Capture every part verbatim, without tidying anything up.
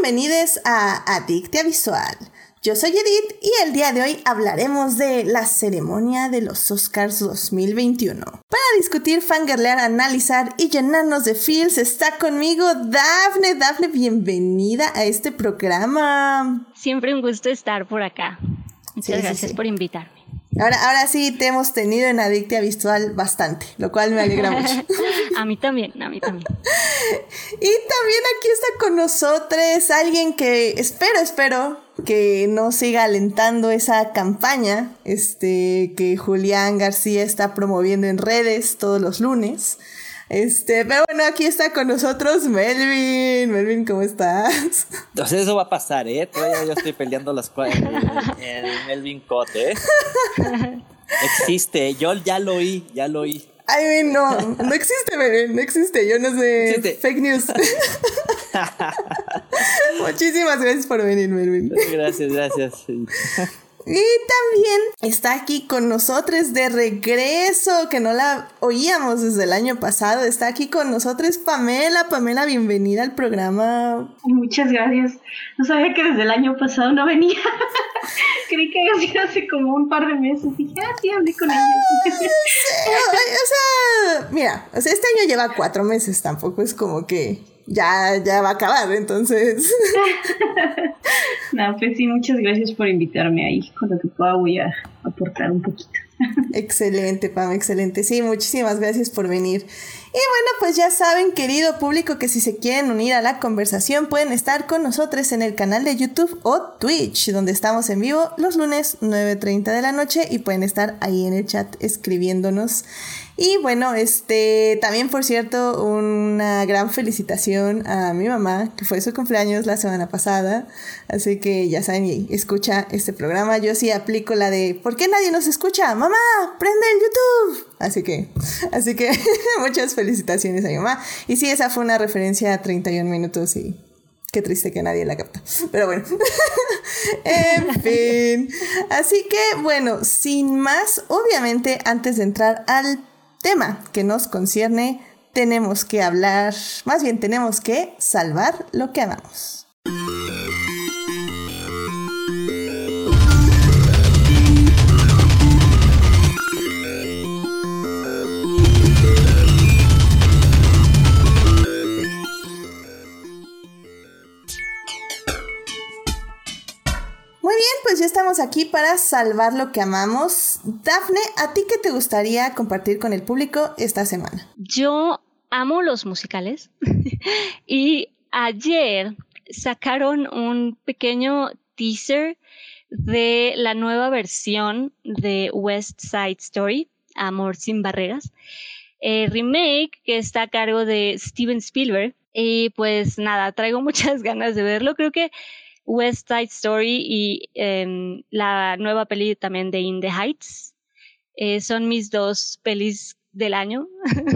bienvenidos a Adictia Visual. Yo soy Edith y el día de hoy hablaremos de la ceremonia de los Oscars dos mil veintiuno. Para discutir, fangirlear, analizar y llenarnos de feels está conmigo Dafne. Dafne, bienvenida a este programa. Siempre un gusto estar por acá. Muchas sí, gracias sí, sí. por invitarme. Ahora, ahora sí te hemos tenido en Adictia Visual bastante, lo cual me alegra mucho. A mí también, a mí también. Y también aquí está con nosotros alguien que espero, espero que no siga alentando esa campaña este, que Julián García está promoviendo en redes todos los lunes. Este, pero bueno, aquí está con nosotros Melvin. Melvin, ¿cómo estás? Entonces eso va a pasar, ¿eh? Todavía yo estoy peleando las cosas en el Melvin Cote, ¿eh? Existe, yo ya lo oí, ya lo oí. Ay, no, no existe, Melvin, no existe, yo no sé, existe. Fake news. Muchísimas gracias por venir, Melvin. Gracias, gracias. Y también está aquí con nosotros de regreso, que no la oíamos desde el año pasado. Está aquí con nosotros Pamela. Pamela, bienvenida al programa. Muchas gracias. No sabía que desde el año pasado no venía. Creí que había sido hace como un par de meses. Dije, ah, sí, hablé con ella. Sí, o sea, mira, o sea, este año lleva cuatro meses. Tampoco es como que ya, ya va a acabar, entonces... No, pues sí, muchas gracias por invitarme ahí. Con lo que pueda voy a aportar un poquito. Excelente, Pam, excelente. Sí, muchísimas gracias por venir. Y bueno, pues ya saben, querido público, que si se quieren unir a la conversación pueden estar con nosotros en el canal de YouTube o Twitch, donde estamos en vivo los lunes nueve treinta de la noche y pueden estar ahí en el chat escribiéndonos. Y bueno, este también, por cierto, una gran felicitación a mi mamá, que fue su cumpleaños la semana pasada. Así que ya saben, escucha este programa. Yo sí aplico la de ¿por qué nadie nos escucha? ¡Mamá, prende el YouTube! Así que, así que muchas felicitaciones a mi mamá. Y sí, esa fue una referencia a treinta y un minutos y qué triste que nadie la capta. Pero bueno, en fin. Así que bueno, sin más, obviamente antes de entrar al tema que nos concierne, tenemos que hablar, más bien tenemos que salvar lo que amamos. Muy bien, pues ya estamos aquí para salvar lo que amamos. Dafne, ¿a ti qué te gustaría compartir con el público esta semana? Yo amo los musicales y ayer sacaron un pequeño teaser de la nueva versión de West Side Story, Amor sin barreras, eh, remake que está a cargo de Steven Spielberg. Y pues nada, traigo muchas ganas de verlo. Creo que West Side Story y eh, la nueva peli también de In the Heights eh, son mis dos pelis del año.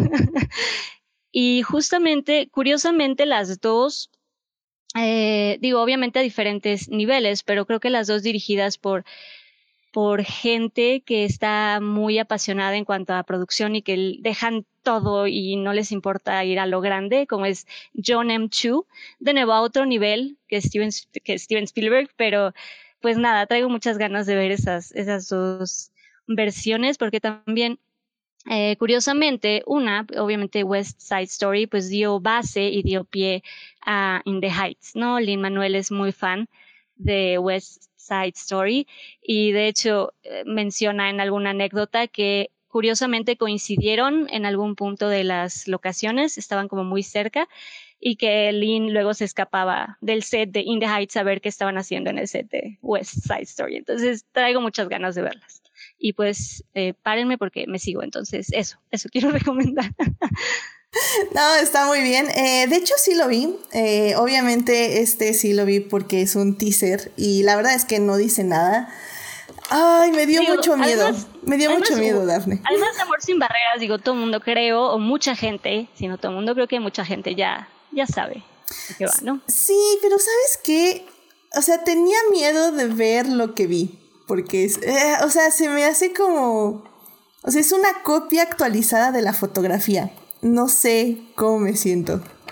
Y justamente, curiosamente, las dos, eh, digo, obviamente a diferentes niveles, pero creo que las dos dirigidas por, por gente que está muy apasionada en cuanto a producción y que dejan todo y no les importa ir a lo grande, como es John M. Chu, de nuevo a otro nivel que Steven, que Steven Spielberg, pero pues nada, traigo muchas ganas de ver esas, esas dos versiones, porque también, eh, curiosamente, una, obviamente West Side Story, pues dio base y dio pie a In the Heights, ¿no? Lin-Manuel es muy fan de West Side Story y de hecho eh, menciona en alguna anécdota que curiosamente coincidieron en algún punto de las locaciones, estaban como muy cerca y que Lin luego se escapaba del set de In the Heights a ver qué estaban haciendo en el set de West Side Story. Entonces traigo muchas ganas de verlas. Y pues eh, párenme porque me sigo, entonces eso, eso quiero recomendar. No, está muy bien. Eh, de hecho sí lo vi. Eh, obviamente este sí lo vi porque es un teaser y la verdad es que no dice nada. Ay, me dio digo, mucho miedo. Además, me dio además, mucho miedo, Dafne. Además de Amor sin barreras, digo, todo el mundo creo, o mucha gente, si no todo el mundo, creo que mucha gente ya, ya sabe de qué va, ¿no? Sí, pero ¿sabes qué? O sea, tenía miedo de ver lo que vi. Porque, es, eh, o sea, se me hace como... O sea, es una copia actualizada de la fotografía. No sé cómo me siento.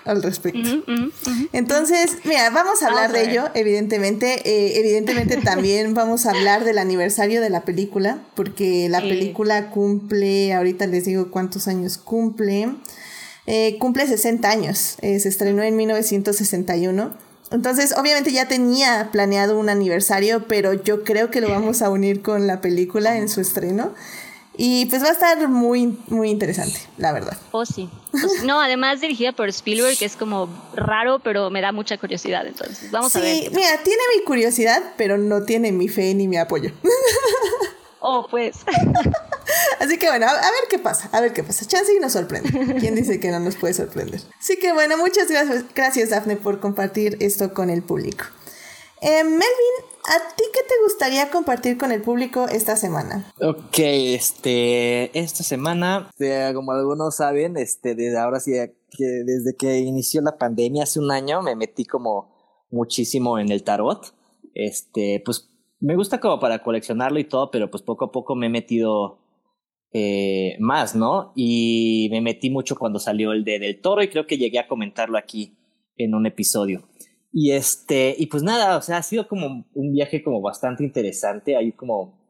al respecto. Uh-huh, uh-huh, uh-huh. Entonces, mira, vamos a hablar Vamos a de ver. ello, evidentemente. Eh, evidentemente también vamos a hablar del aniversario de la película, porque la Sí. película cumple, ahorita les digo cuántos años cumple, eh, cumple sesenta años, eh, se estrenó en mil novecientos sesenta y uno. Entonces, obviamente ya tenía planeado un aniversario, pero yo creo que lo vamos a unir con la película en su estreno. Y pues va a estar muy, muy interesante, la verdad. Oh, sí. Oh, sí. No, además dirigida por Spielberg, que es como raro, pero me da mucha curiosidad. Entonces, vamos sí, a ver. Mira, tiene mi curiosidad, pero no tiene mi fe ni mi apoyo. Oh, pues. Así que bueno, a, a ver qué pasa, a ver qué pasa. Chance y nos sorprende. ¿Quién dice que no nos puede sorprender? Así que bueno, muchas gracias, gracias Dafne por compartir esto con el público. Eh, Melvin, ¿a ti qué te gustaría compartir con el público esta semana? Ok, este, esta semana, este, como algunos saben, este, desde ahora sí, que desde que inició la pandemia hace un año, me metí como muchísimo en el tarot. Este, pues me gusta como para coleccionarlo y todo, pero pues poco a poco me he metido eh, más, ¿no? Y me metí mucho cuando salió el de Del Toro y creo que llegué a comentarlo aquí en un episodio. Y este, y pues nada, o sea, ha sido como un viaje como bastante interesante, ahí como,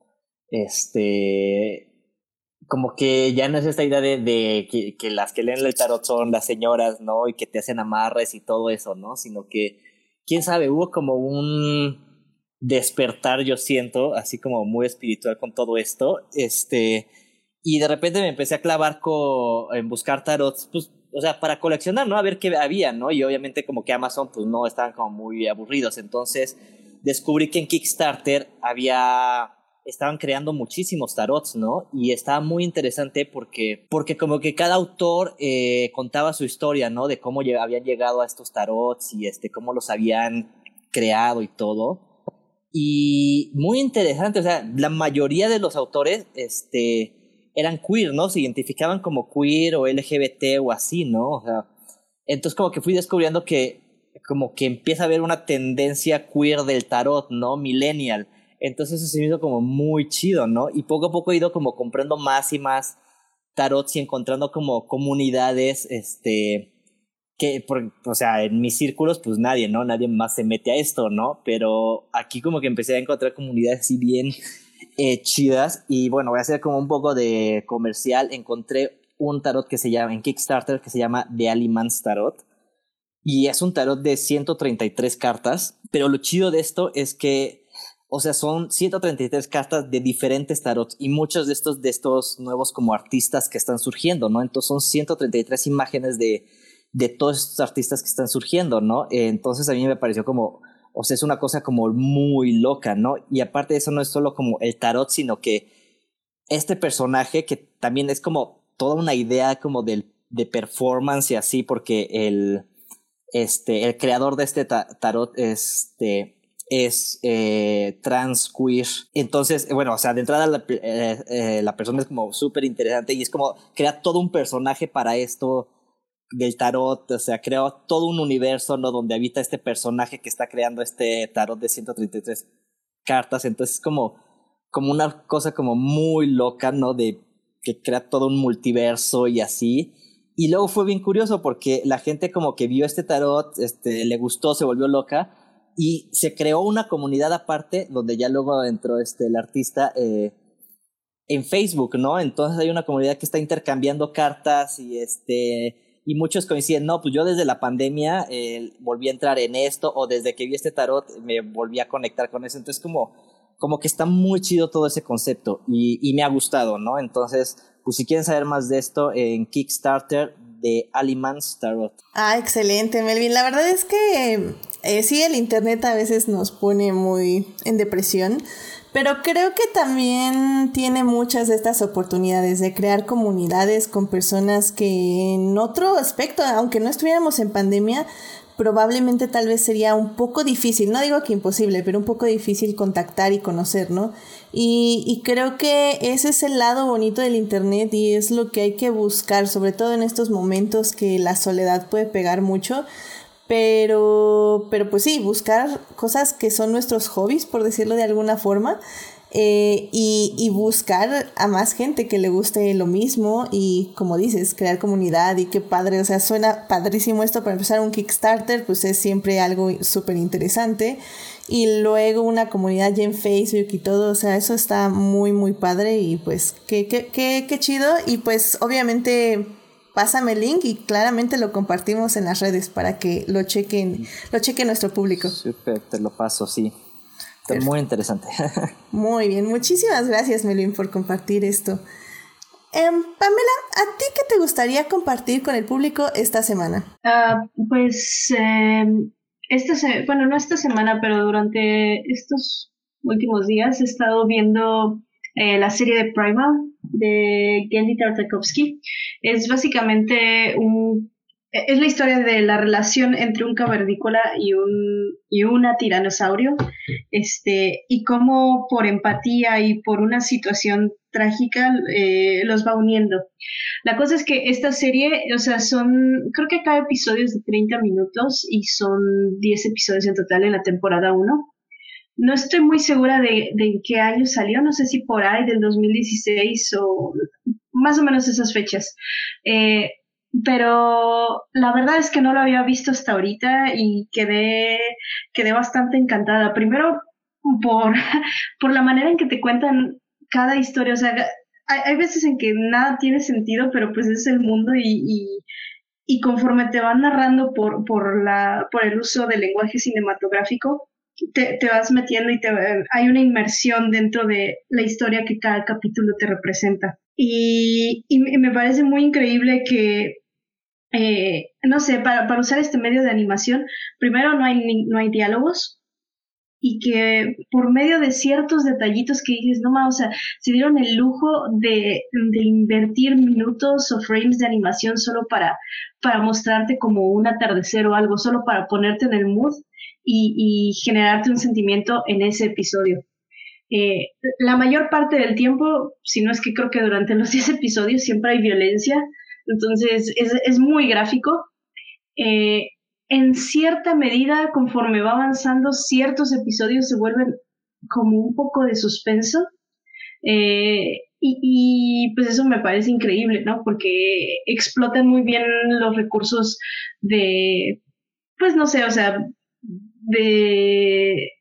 este, como que ya no es esta idea de, de que, que las que leen el tarot son las señoras, ¿no? Y que te hacen amarres y todo eso, ¿no? Sino que, quién sabe, hubo como un despertar, yo siento, así como muy espiritual con todo esto, este, y de repente me empecé a clavar con, en buscar tarots, pues, o sea, para coleccionar, ¿no? A ver qué había, ¿no? Y obviamente como que Amazon, pues no, estaban como muy aburridos. Entonces descubrí que en Kickstarter había, estaban creando muchísimos tarots, ¿no? Y estaba muy interesante porque, porque como que cada autor eh, contaba su historia, ¿no? De cómo lleg- habían llegado a estos tarots y este, cómo los habían creado y todo. Y muy interesante, o sea, la mayoría de los autores, este... eran queer, ¿no? Se identificaban como queer o L G B T o así, ¿no? O sea, entonces como que fui descubriendo que como que empieza a haber una tendencia queer del tarot, ¿no? Millennial. Entonces eso se me hizo como muy chido, ¿no? Y poco a poco he ido como comprando más y más tarots y encontrando como comunidades, este, que, por, o sea, en mis círculos pues nadie, ¿no? Nadie más se mete a esto, ¿no? Pero aquí como que empecé a encontrar comunidades así bien... Eh, chidas. Y bueno, voy a hacer como un poco de comercial. Encontré un tarot que se llama en Kickstarter que se llama The Alimans Tarot y es un tarot de ciento treinta y tres cartas, pero lo chido de esto es que, o sea, son ciento treinta y tres cartas de diferentes tarots y muchos de estos de estos nuevos como artistas que están surgiendo, ¿no? Entonces son ciento treinta y tres imágenes de, de todos estos artistas que están surgiendo, ¿no? Eh, entonces a mí me pareció como, o sea, es una cosa como muy loca, ¿no? Y aparte de eso no es solo como el tarot, sino que este personaje que también es como toda una idea como del, de performance y así, porque el, este, el creador de este ta- tarot este, es eh, trans queer. Entonces, bueno, o sea, de entrada la, eh, eh, la persona es como súper interesante y es como crea todo un personaje para esto del tarot, o sea, creó todo un universo, ¿no? Donde habita este personaje que está creando este tarot de ciento treinta y tres cartas, entonces es como, como una cosa como muy loca, ¿no? De que crea todo un multiverso y así, y luego fue bien curioso porque la gente como que vio este tarot, este, le gustó, se volvió loca, y se creó una comunidad aparte, donde ya luego entró este, el artista, eh, en Facebook, ¿no? Entonces hay una comunidad que está intercambiando cartas y este... y muchos coinciden, no, pues yo desde la pandemia eh, volví a entrar en esto, o desde que vi este tarot me volví a conectar con eso, entonces como, como que está muy chido todo ese concepto, y, y me ha gustado, ¿no? Entonces, pues si quieren saber más de esto, en Kickstarter de Alimans Tarot. Ah, excelente, Melvin. La verdad es que eh, sí, el internet a veces nos pone muy en depresión, pero creo que también tiene muchas de estas oportunidades de crear comunidades con personas que en otro aspecto, aunque no estuviéramos en pandemia, probablemente tal vez sería un poco difícil, no digo que imposible, pero un poco difícil contactar y conocer, ¿no? Y, y creo que ese es el lado bonito del internet y es lo que hay que buscar, sobre todo en estos momentos que la soledad puede pegar mucho. Pero, pero pues sí, buscar cosas que son nuestros hobbies, por decirlo de alguna forma, Eh, y, y buscar a más gente que le guste lo mismo y, como dices, crear comunidad. Y qué padre, o sea, suena padrísimo esto. Para empezar, un Kickstarter pues es siempre algo súper interesante, y luego una comunidad ya en Facebook y todo, o sea, eso está muy muy padre. Y pues qué, qué, qué, qué chido. Y pues obviamente pásame el link y claramente lo compartimos en las redes para que lo chequen, lo cheque nuestro público. Súper, te lo paso, sí. Está muy interesante. Muy bien, muchísimas gracias, Melvin, por compartir esto. Um, Pamela, ¿a ti qué te gustaría compartir con el público esta semana? Uh, pues, eh, esta se- bueno, no esta semana, pero durante estos últimos días he estado viendo eh, la serie de Primal de Genndy Tartakovsky. Es básicamente un es la historia de la relación entre un cavernícola y un y una tiranosaurio, este, y cómo por empatía y por una situación trágica eh, los va uniendo. La cosa es que esta serie, o sea, son, creo que cada episodio es de treinta minutos y son diez episodios en total en la temporada uno. No estoy muy segura de, de en qué año salió, no sé si por ahí del dos mil dieciséis o más o menos esas fechas. Eh, pero la verdad es que no lo había visto hasta ahorita y quedé, quedé bastante encantada. Primero por, por la manera en que te cuentan cada historia. O sea, hay, hay veces en que nada tiene sentido, pero pues es el mundo y, y, y conforme te van narrando por, por, la, por el uso del lenguaje cinematográfico, te, te vas metiendo y te, hay una inmersión dentro de la historia que cada capítulo te representa. Y, y me parece muy increíble que, eh, no sé, para, para usar este medio de animación, primero no hay, no hay diálogos, y que por medio de ciertos detallitos que dices, no más, o sea, se dieron el lujo de, de invertir minutos o frames de animación solo para, para mostrarte como un atardecer o algo, solo para ponerte en el mood y, y generarte un sentimiento en ese episodio. Eh, la mayor parte del tiempo, si no es que creo que durante los diez episodios siempre hay violencia, entonces es, es muy gráfico. Eh, en cierta medida, conforme va avanzando, ciertos episodios se vuelven como un poco de suspenso, eh, y, y pues eso me parece increíble, ¿no? Porque explotan muy bien los recursos de, pues no sé, o sea, de,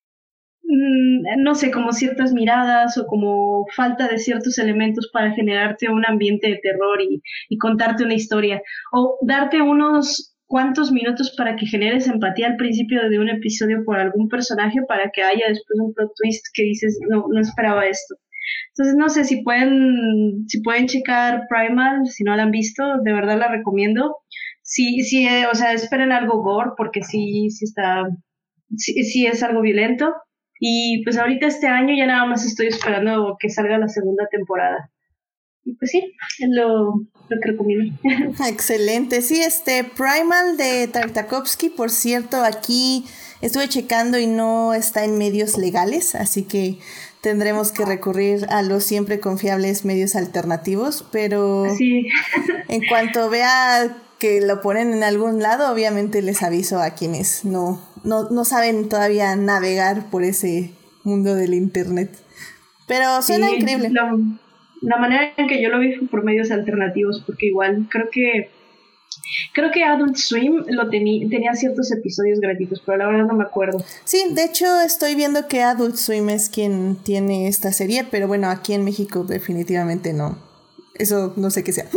no sé, como ciertas miradas o como falta de ciertos elementos para generarte un ambiente de terror y, y contarte una historia, o darte unos cuantos minutos para que generes empatía al principio de un episodio por algún personaje para que haya después un plot twist que dices, no, no esperaba esto. Entonces no sé si pueden, si pueden checar Primal, si no la han visto, de verdad la recomiendo. Sí, sí, eh, o sea, esperen algo gore porque sí, sí está, sí, sí es algo violento. Y pues ahorita este año ya nada más estoy esperando que salga la segunda temporada. Y pues sí, es lo, lo que recomiendo. Excelente. Sí, este Primal de Tartakovsky, por cierto, aquí estuve checando y no está en medios legales, así que tendremos que recurrir a los siempre confiables medios alternativos, pero sí. En cuanto vea que lo ponen en algún lado, obviamente les aviso a quienes no, no, no saben todavía navegar por ese mundo del internet. Pero suena sí, increíble. La, la manera en que yo lo vi fue por medios alternativos, porque igual creo que creo que Adult Swim lo teni, tenía ciertos episodios gratuitos, pero la verdad no me acuerdo. Sí, de hecho estoy viendo que Adult Swim es quien tiene esta serie, pero bueno, aquí en México definitivamente no. Eso no sé qué sea.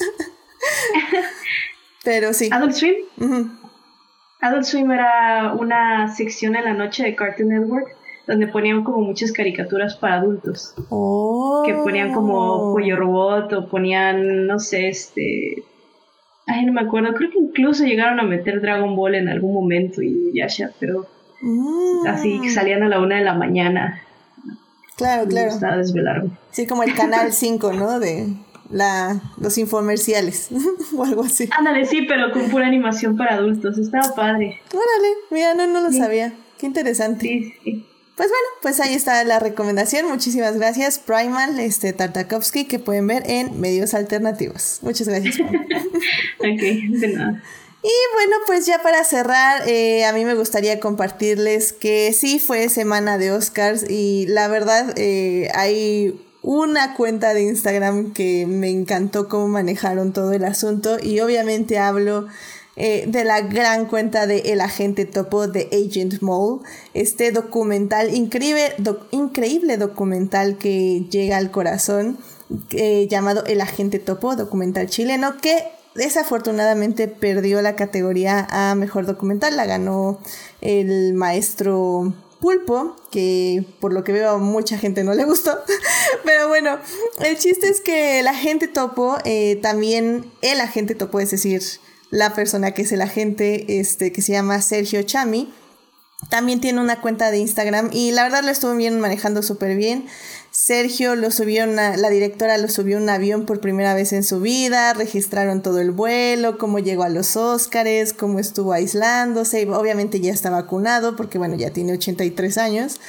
Pero sí. ¿Adult Swim? Uh-huh. Adult Swim era una sección en la noche de Cartoon Network donde ponían como muchas caricaturas para adultos. Oh. Que ponían como Pollo Robot o ponían, no sé, este... Ay, no me acuerdo. Creo que incluso llegaron a meter Dragon Ball en algún momento y Yasha, pero mm. así que salían a la una de la mañana. Claro, me claro. gustaba desvelarme. Sí, como el Canal cinco, ¿no? De la los infomerciales o algo así. Ándale, sí, pero con pura animación para adultos. Estaba padre. Órale, mira, no, no lo sí. sabía. Qué interesante. Sí, sí. Pues bueno, pues ahí está la recomendación. Muchísimas gracias, Primal, este Tartakovsky, que pueden ver en medios alternativos. Muchas gracias. Ok, de nada. Y bueno, pues ya para cerrar, eh, a mí me gustaría compartirles que sí fue semana de Oscars y la verdad eh, hay una cuenta de Instagram que me encantó cómo manejaron todo el asunto y obviamente hablo eh, de la gran cuenta de El Agente Topo de Agent Mole, este documental, increíble, doc, increíble documental que llega al corazón, eh, llamado El Agente Topo, documental chileno que desafortunadamente perdió la categoría a mejor documental, la ganó el maestro Pulpo, que por lo que veo a mucha gente no le gustó, pero bueno, el chiste es que el agente topo, eh, también el agente topo, es decir, la persona que es el agente, este, que se llama Sergio Chami, también tiene una cuenta de Instagram y la verdad lo estuvo bien manejando súper bien. Sergio lo subió, una, la directora lo subió a un avión por primera vez en su vida, registraron todo el vuelo, cómo llegó a los Óscares, cómo estuvo aislándose, obviamente ya está vacunado porque bueno, ya tiene ochenta y tres años.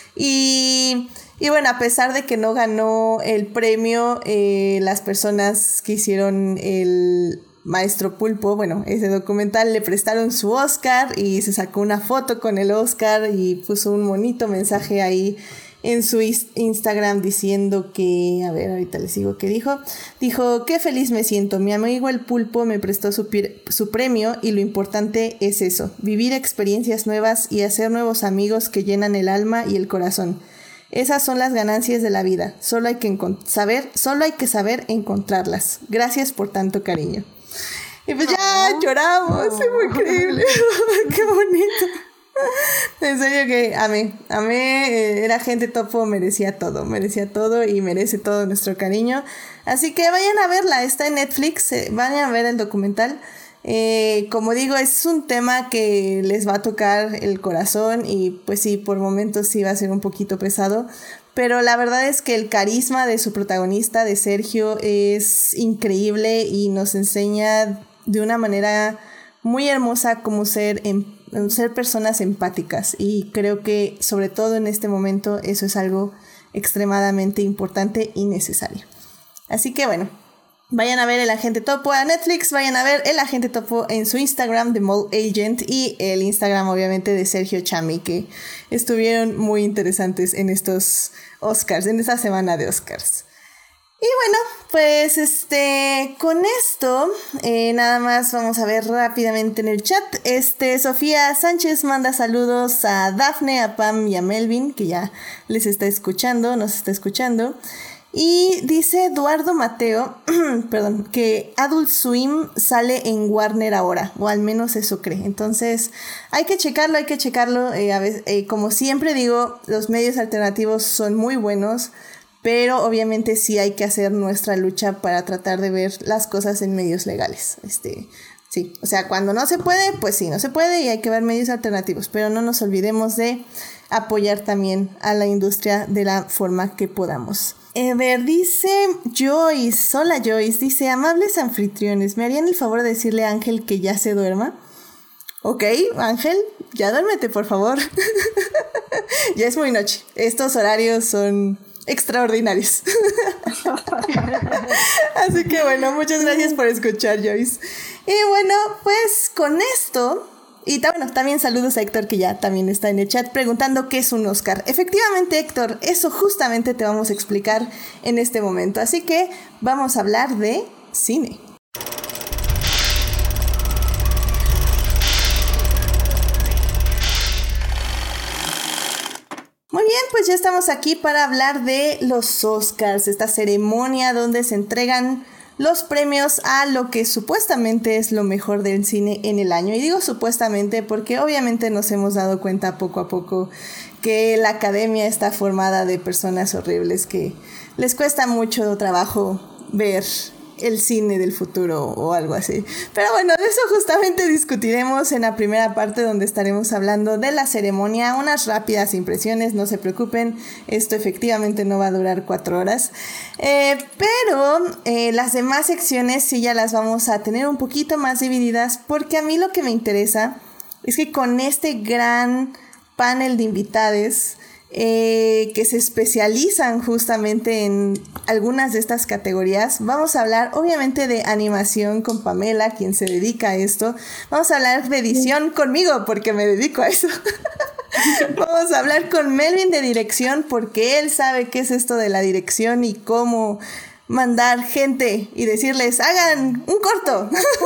Y, y bueno, a pesar de que no ganó el premio, eh, las personas que hicieron el Maestro Pulpo, bueno, ese documental, le prestaron su Oscar y se sacó una foto con el Oscar y puso un bonito mensaje ahí en su Instagram diciendo que, a ver, ahorita les digo qué dijo. Dijo, qué feliz me siento, mi amigo el Pulpo me prestó su, su premio y lo importante es eso, vivir experiencias nuevas y hacer nuevos amigos que llenan el alma y el corazón. Esas son las ganancias de la vida, solo hay que saber, solo hay que saber encontrarlas. Gracias por tanto cariño. Y pues ya oh, lloramos, oh. Fue increíble, qué bonito. En serio que amé, amé, el agente topo merecía todo, merecía todo y merece todo nuestro cariño. Así que vayan a verla, está en Netflix, eh, vayan a ver el documental. Eh, como digo, es un tema que les va a tocar el corazón y pues sí, por momentos sí va a ser un poquito pesado. Pero la verdad es que el carisma de su protagonista, de Sergio, es increíble y nos enseña de una manera muy hermosa cómo ser, em, ser personas empáticas. Y creo que sobre todo en este momento eso es algo extremadamente importante y necesario. Así que bueno, vayan a ver El Agente Topo a Netflix, vayan a ver El Agente Topo en su Instagram de Mole Agent y el Instagram obviamente de Sergio Chami, que estuvieron muy interesantes en estos Oscars, en esta semana de Oscars. Y bueno, pues este, con esto, eh, nada más vamos a ver rápidamente en el chat. Este, Sofía Sánchez manda saludos a Dafne, a Pam y a Melvin, que ya les está escuchando, nos está escuchando. Y dice Eduardo Mateo, perdón, que Adult Swim sale en Warner ahora, o al menos eso cree. Entonces, hay que checarlo, hay que checarlo. Eh, a veces, eh, como siempre digo, los medios alternativos son muy buenos, pero obviamente sí hay que hacer nuestra lucha para tratar de ver las cosas en medios legales. Este, sí, o sea, cuando no se puede, pues sí, no se puede y hay que ver medios alternativos, pero no nos olvidemos de apoyar también a la industria de la forma que podamos. A ver, dice Joyce, hola Joyce, dice, amables anfitriones, ¿me harían el favor de decirle a Ángel que ya se duerma? Ok, Ángel, ya duérmete por favor. Ya es muy noche, estos horarios son extraordinarios. Así que bueno, muchas gracias por escuchar, Joyce. Y bueno, pues con esto, y bueno, también saludos a Héctor, que ya también está en el chat preguntando qué es un Oscar. Efectivamente, Héctor, eso justamente te vamos a explicar en este momento. Así que vamos a hablar de cine. Muy bien, pues ya estamos aquí para hablar de los Oscars, esta ceremonia donde se entregan los premios a lo que supuestamente es lo mejor del cine en el año. Y digo supuestamente porque obviamente nos hemos dado cuenta poco a poco que la academia está formada de personas horribles que les cuesta mucho trabajo ver el cine del futuro o algo así. Pero bueno, de eso justamente discutiremos en la primera parte, donde estaremos hablando de la ceremonia, unas rápidas impresiones, no se preocupen, esto efectivamente no va a durar cuatro horas, eh, pero eh, las demás secciones sí ya las vamos a tener un poquito más divididas, porque a mí lo que me interesa es que con este gran panel de invitades eh, que se especializan justamente en algunas de estas categorías. Vamos a hablar obviamente de animación con Pamela, quien se dedica a esto. Vamos a hablar de edición conmigo, porque me dedico a eso. Vamos a hablar con Melvin de dirección, porque él sabe qué es esto de la dirección y cómo mandar gente y decirles, hagan un corto.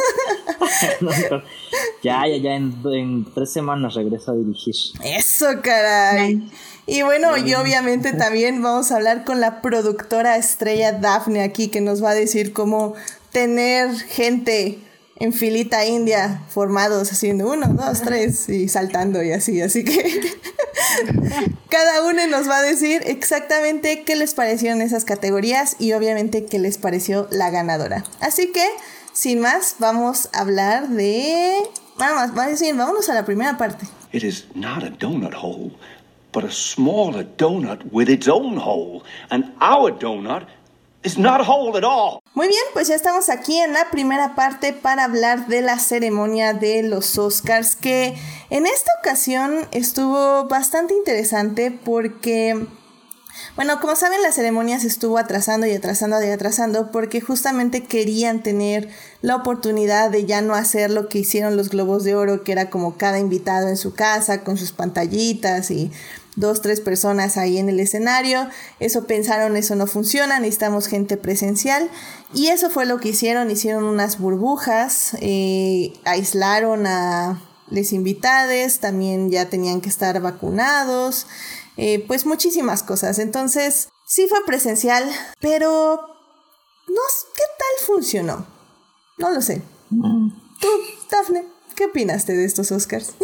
ya, ya, ya, en, en tres semanas regreso a dirigir. Eso, caray. Y bueno, y obviamente también vamos a hablar con la productora estrella Dafne aquí, que nos va a decir cómo tener gente en filita india formados haciendo uno, dos, tres y saltando y así. Así que cada uno nos va a decir exactamente qué les parecieron esas categorías y obviamente qué les pareció la ganadora. Así que, sin más, vamos a hablar de... Vamos, vamos a decir, vámonos a la primera parte. It is not a donut hole, but a smaller donut with its own hole. And our donut is not a hole at all. Muy bien, pues ya estamos aquí en la primera parte para hablar de la ceremonia de los Oscars, que en esta ocasión estuvo bastante interesante porque, bueno, como saben, la ceremonia se estuvo atrasando y atrasando y atrasando porque justamente querían tener la oportunidad de ya no hacer lo que hicieron los Globos de Oro, que era como cada invitado en su casa con sus pantallitas y dos, tres personas ahí en el escenario. Eso pensaron, eso no funciona, necesitamos gente presencial. Y eso fue lo que hicieron, hicieron unas burbujas, eh, aislaron a los invitados, también ya tenían que estar vacunados, eh, pues muchísimas cosas. Entonces, sí fue presencial, pero no, ¿qué tal funcionó? No lo sé. Mm. Tú, Dafne, ¿qué opinaste de estos Oscars?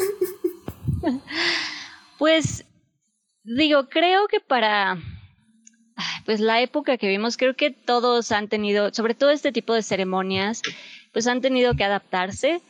Pues... Digo, creo que para pues la época que vimos, creo que todos han tenido, sobre todo este tipo de ceremonias, pues han tenido que adaptarse.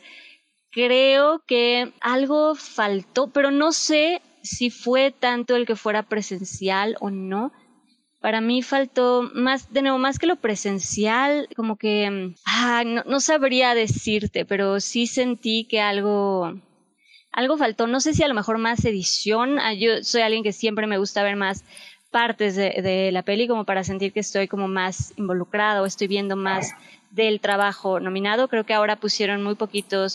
Creo que algo faltó, pero no sé si fue tanto el que fuera presencial o no. Para mí faltó más, de nuevo, más que lo presencial, como que, ah, no, no sabría decirte, pero sí sentí que algo... Algo faltó, no sé si a lo mejor más edición. Yo soy alguien que siempre me gusta ver más partes de, de la peli como para sentir que estoy como más involucrado, estoy viendo más del trabajo nominado. Creo que ahora pusieron muy poquitos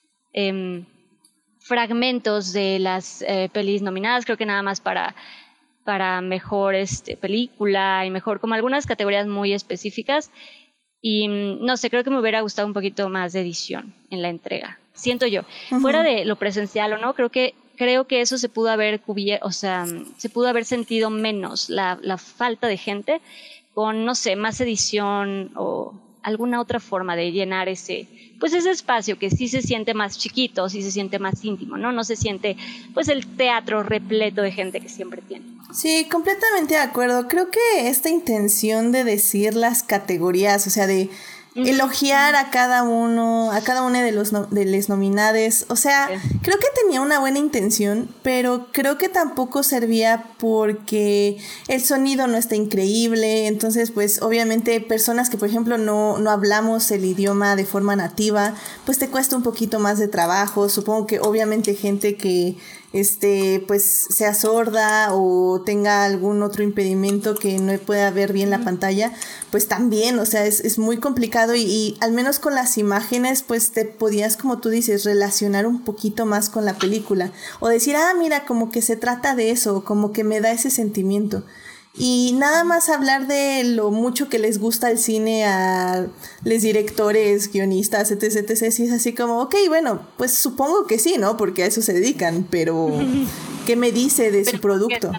eh, fragmentos de las eh, pelis nominadas, creo que nada más para, para mejor este, película y mejor, como algunas categorías muy específicas. Y no sé, creo que me hubiera gustado un poquito más de edición en la entrega. Siento yo, uh-huh. Fuera de lo presencial o no, creo que creo que eso se pudo haber cubierto, o sea, se pudo haber sentido menos la, la falta de gente con, no sé, más edición o alguna otra forma de llenar ese, pues ese espacio que sí se siente más chiquito, sí se siente más íntimo, ¿no? No se siente, pues, el teatro repleto de gente que siempre tiene. Sí, completamente de acuerdo. Creo que esta intención de decir las categorías, o sea, de elogiar a cada uno, a cada uno de los no, de los nominados, o sea, sí. Creo que tenía una buena intención, pero creo que tampoco servía porque el sonido no está increíble, entonces pues obviamente personas que por ejemplo no, no hablamos el idioma de forma nativa, pues te cuesta un poquito más de trabajo. Supongo que obviamente gente que este pues sea sorda o tenga algún otro impedimento que no pueda ver bien la pantalla, pues también, o sea, es, es muy complicado y, y al menos con las imágenes pues te podías, como tú dices, relacionar un poquito más con la película o decir, ah, mira, como que se trata de eso, como que me da ese sentimiento. Y nada más hablar de lo mucho que les gusta el cine a los directores, guionistas, etc, etc, si es así como, ok, bueno, pues supongo que sí, ¿no? Porque a eso se dedican, pero ¿qué me dice de pero su producto?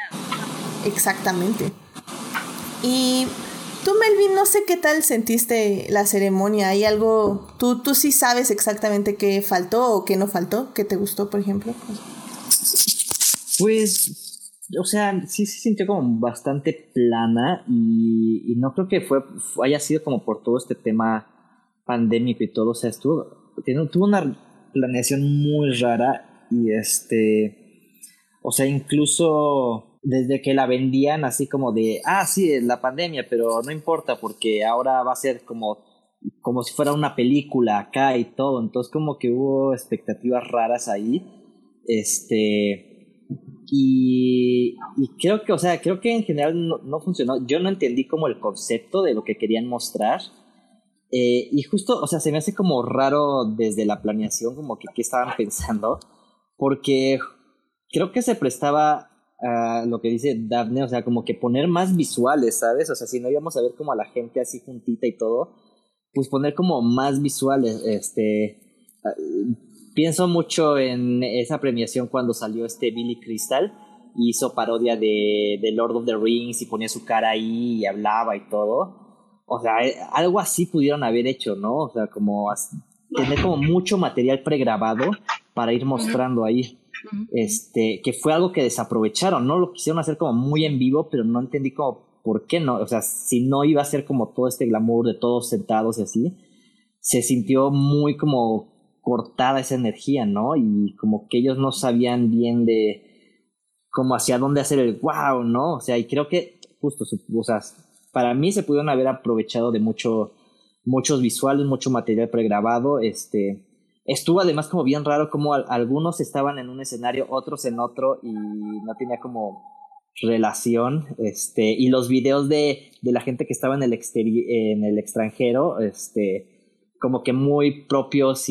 Exactamente. Y tú, Melvin, no sé qué tal sentiste la ceremonia. ¿Hay algo, tú, tú sí sabes exactamente qué faltó o qué no faltó? ¿Qué te gustó, por ejemplo? Pues... O sea, sí se sintió como bastante plana y, y no creo que fue haya sido como por todo este tema pandémico y todo. O sea, estuvo, tuvo una planeación muy rara y este, o sea, incluso desde que la vendían así como de, ah, sí, es la pandemia, pero no importa porque ahora va a ser como, como si fuera una película acá y todo. Entonces como que hubo expectativas raras ahí, este... Y, y creo que, o sea, creo que en general no, no funcionó. Yo no entendí como el concepto de lo que querían mostrar. Eh, y justo, o sea, se me hace como raro desde la planeación, como que qué estaban pensando. Porque creo que se prestaba a lo que dice Daphne, o sea, como que poner más visuales, ¿sabes? O sea, si no íbamos a ver como a la gente así juntita y todo, pues poner como más visuales, este... Pienso mucho en esa premiación cuando salió este Billy Crystal y hizo parodia de, de Lord of the Rings y ponía su cara ahí y hablaba y todo. O sea, algo así pudieron haber hecho, ¿no? O sea, como tener como mucho material pregrabado para ir mostrando ahí. Este, que fue algo que desaprovecharon, ¿no? Lo quisieron hacer como muy en vivo, pero no entendí como por qué no. O sea, si no iba a ser como todo este glamour de todos sentados y así, se sintió muy como cortada esa energía, ¿no? Y como que ellos no sabían bien de como hacia dónde hacer el wow, ¿no? O sea, y creo que justo, o sea, para mí se pudieron haber aprovechado de mucho, muchos visuales, mucho material pregrabado, este, estuvo además como bien raro como a, algunos estaban en un escenario, otros en otro y no tenía como relación, este, y los videos de, de la gente que estaba en el exteri- en el extranjero, este, como que muy propios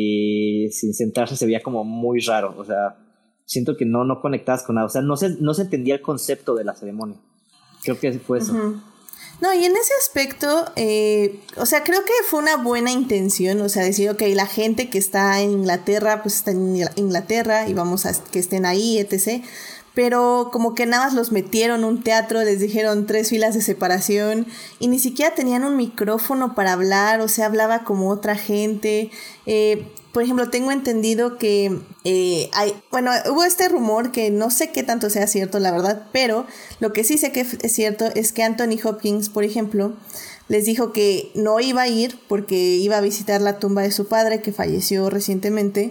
y sin centrarse se veía como muy raro, o sea, siento que no, no conectabas con nada, o sea, no se, no se entendía el concepto de la ceremonia, creo que fue eso. Uh-huh. No, y en ese aspecto, eh, o sea, creo que fue una buena intención, o sea, decir, ok, la gente que está en Inglaterra, pues está en Inglaterra y vamos a que estén ahí, etcétera, pero como que nada más los metieron en un teatro, les dijeron tres filas de separación y ni siquiera tenían un micrófono para hablar, o sea, hablaba como otra gente. Eh, por ejemplo, tengo entendido que eh, hay, bueno, hubo este rumor que no sé qué tanto sea cierto, la verdad, pero lo que sí sé que es cierto es que Anthony Hopkins, por ejemplo, les dijo que no iba a ir porque iba a visitar la tumba de su padre que falleció recientemente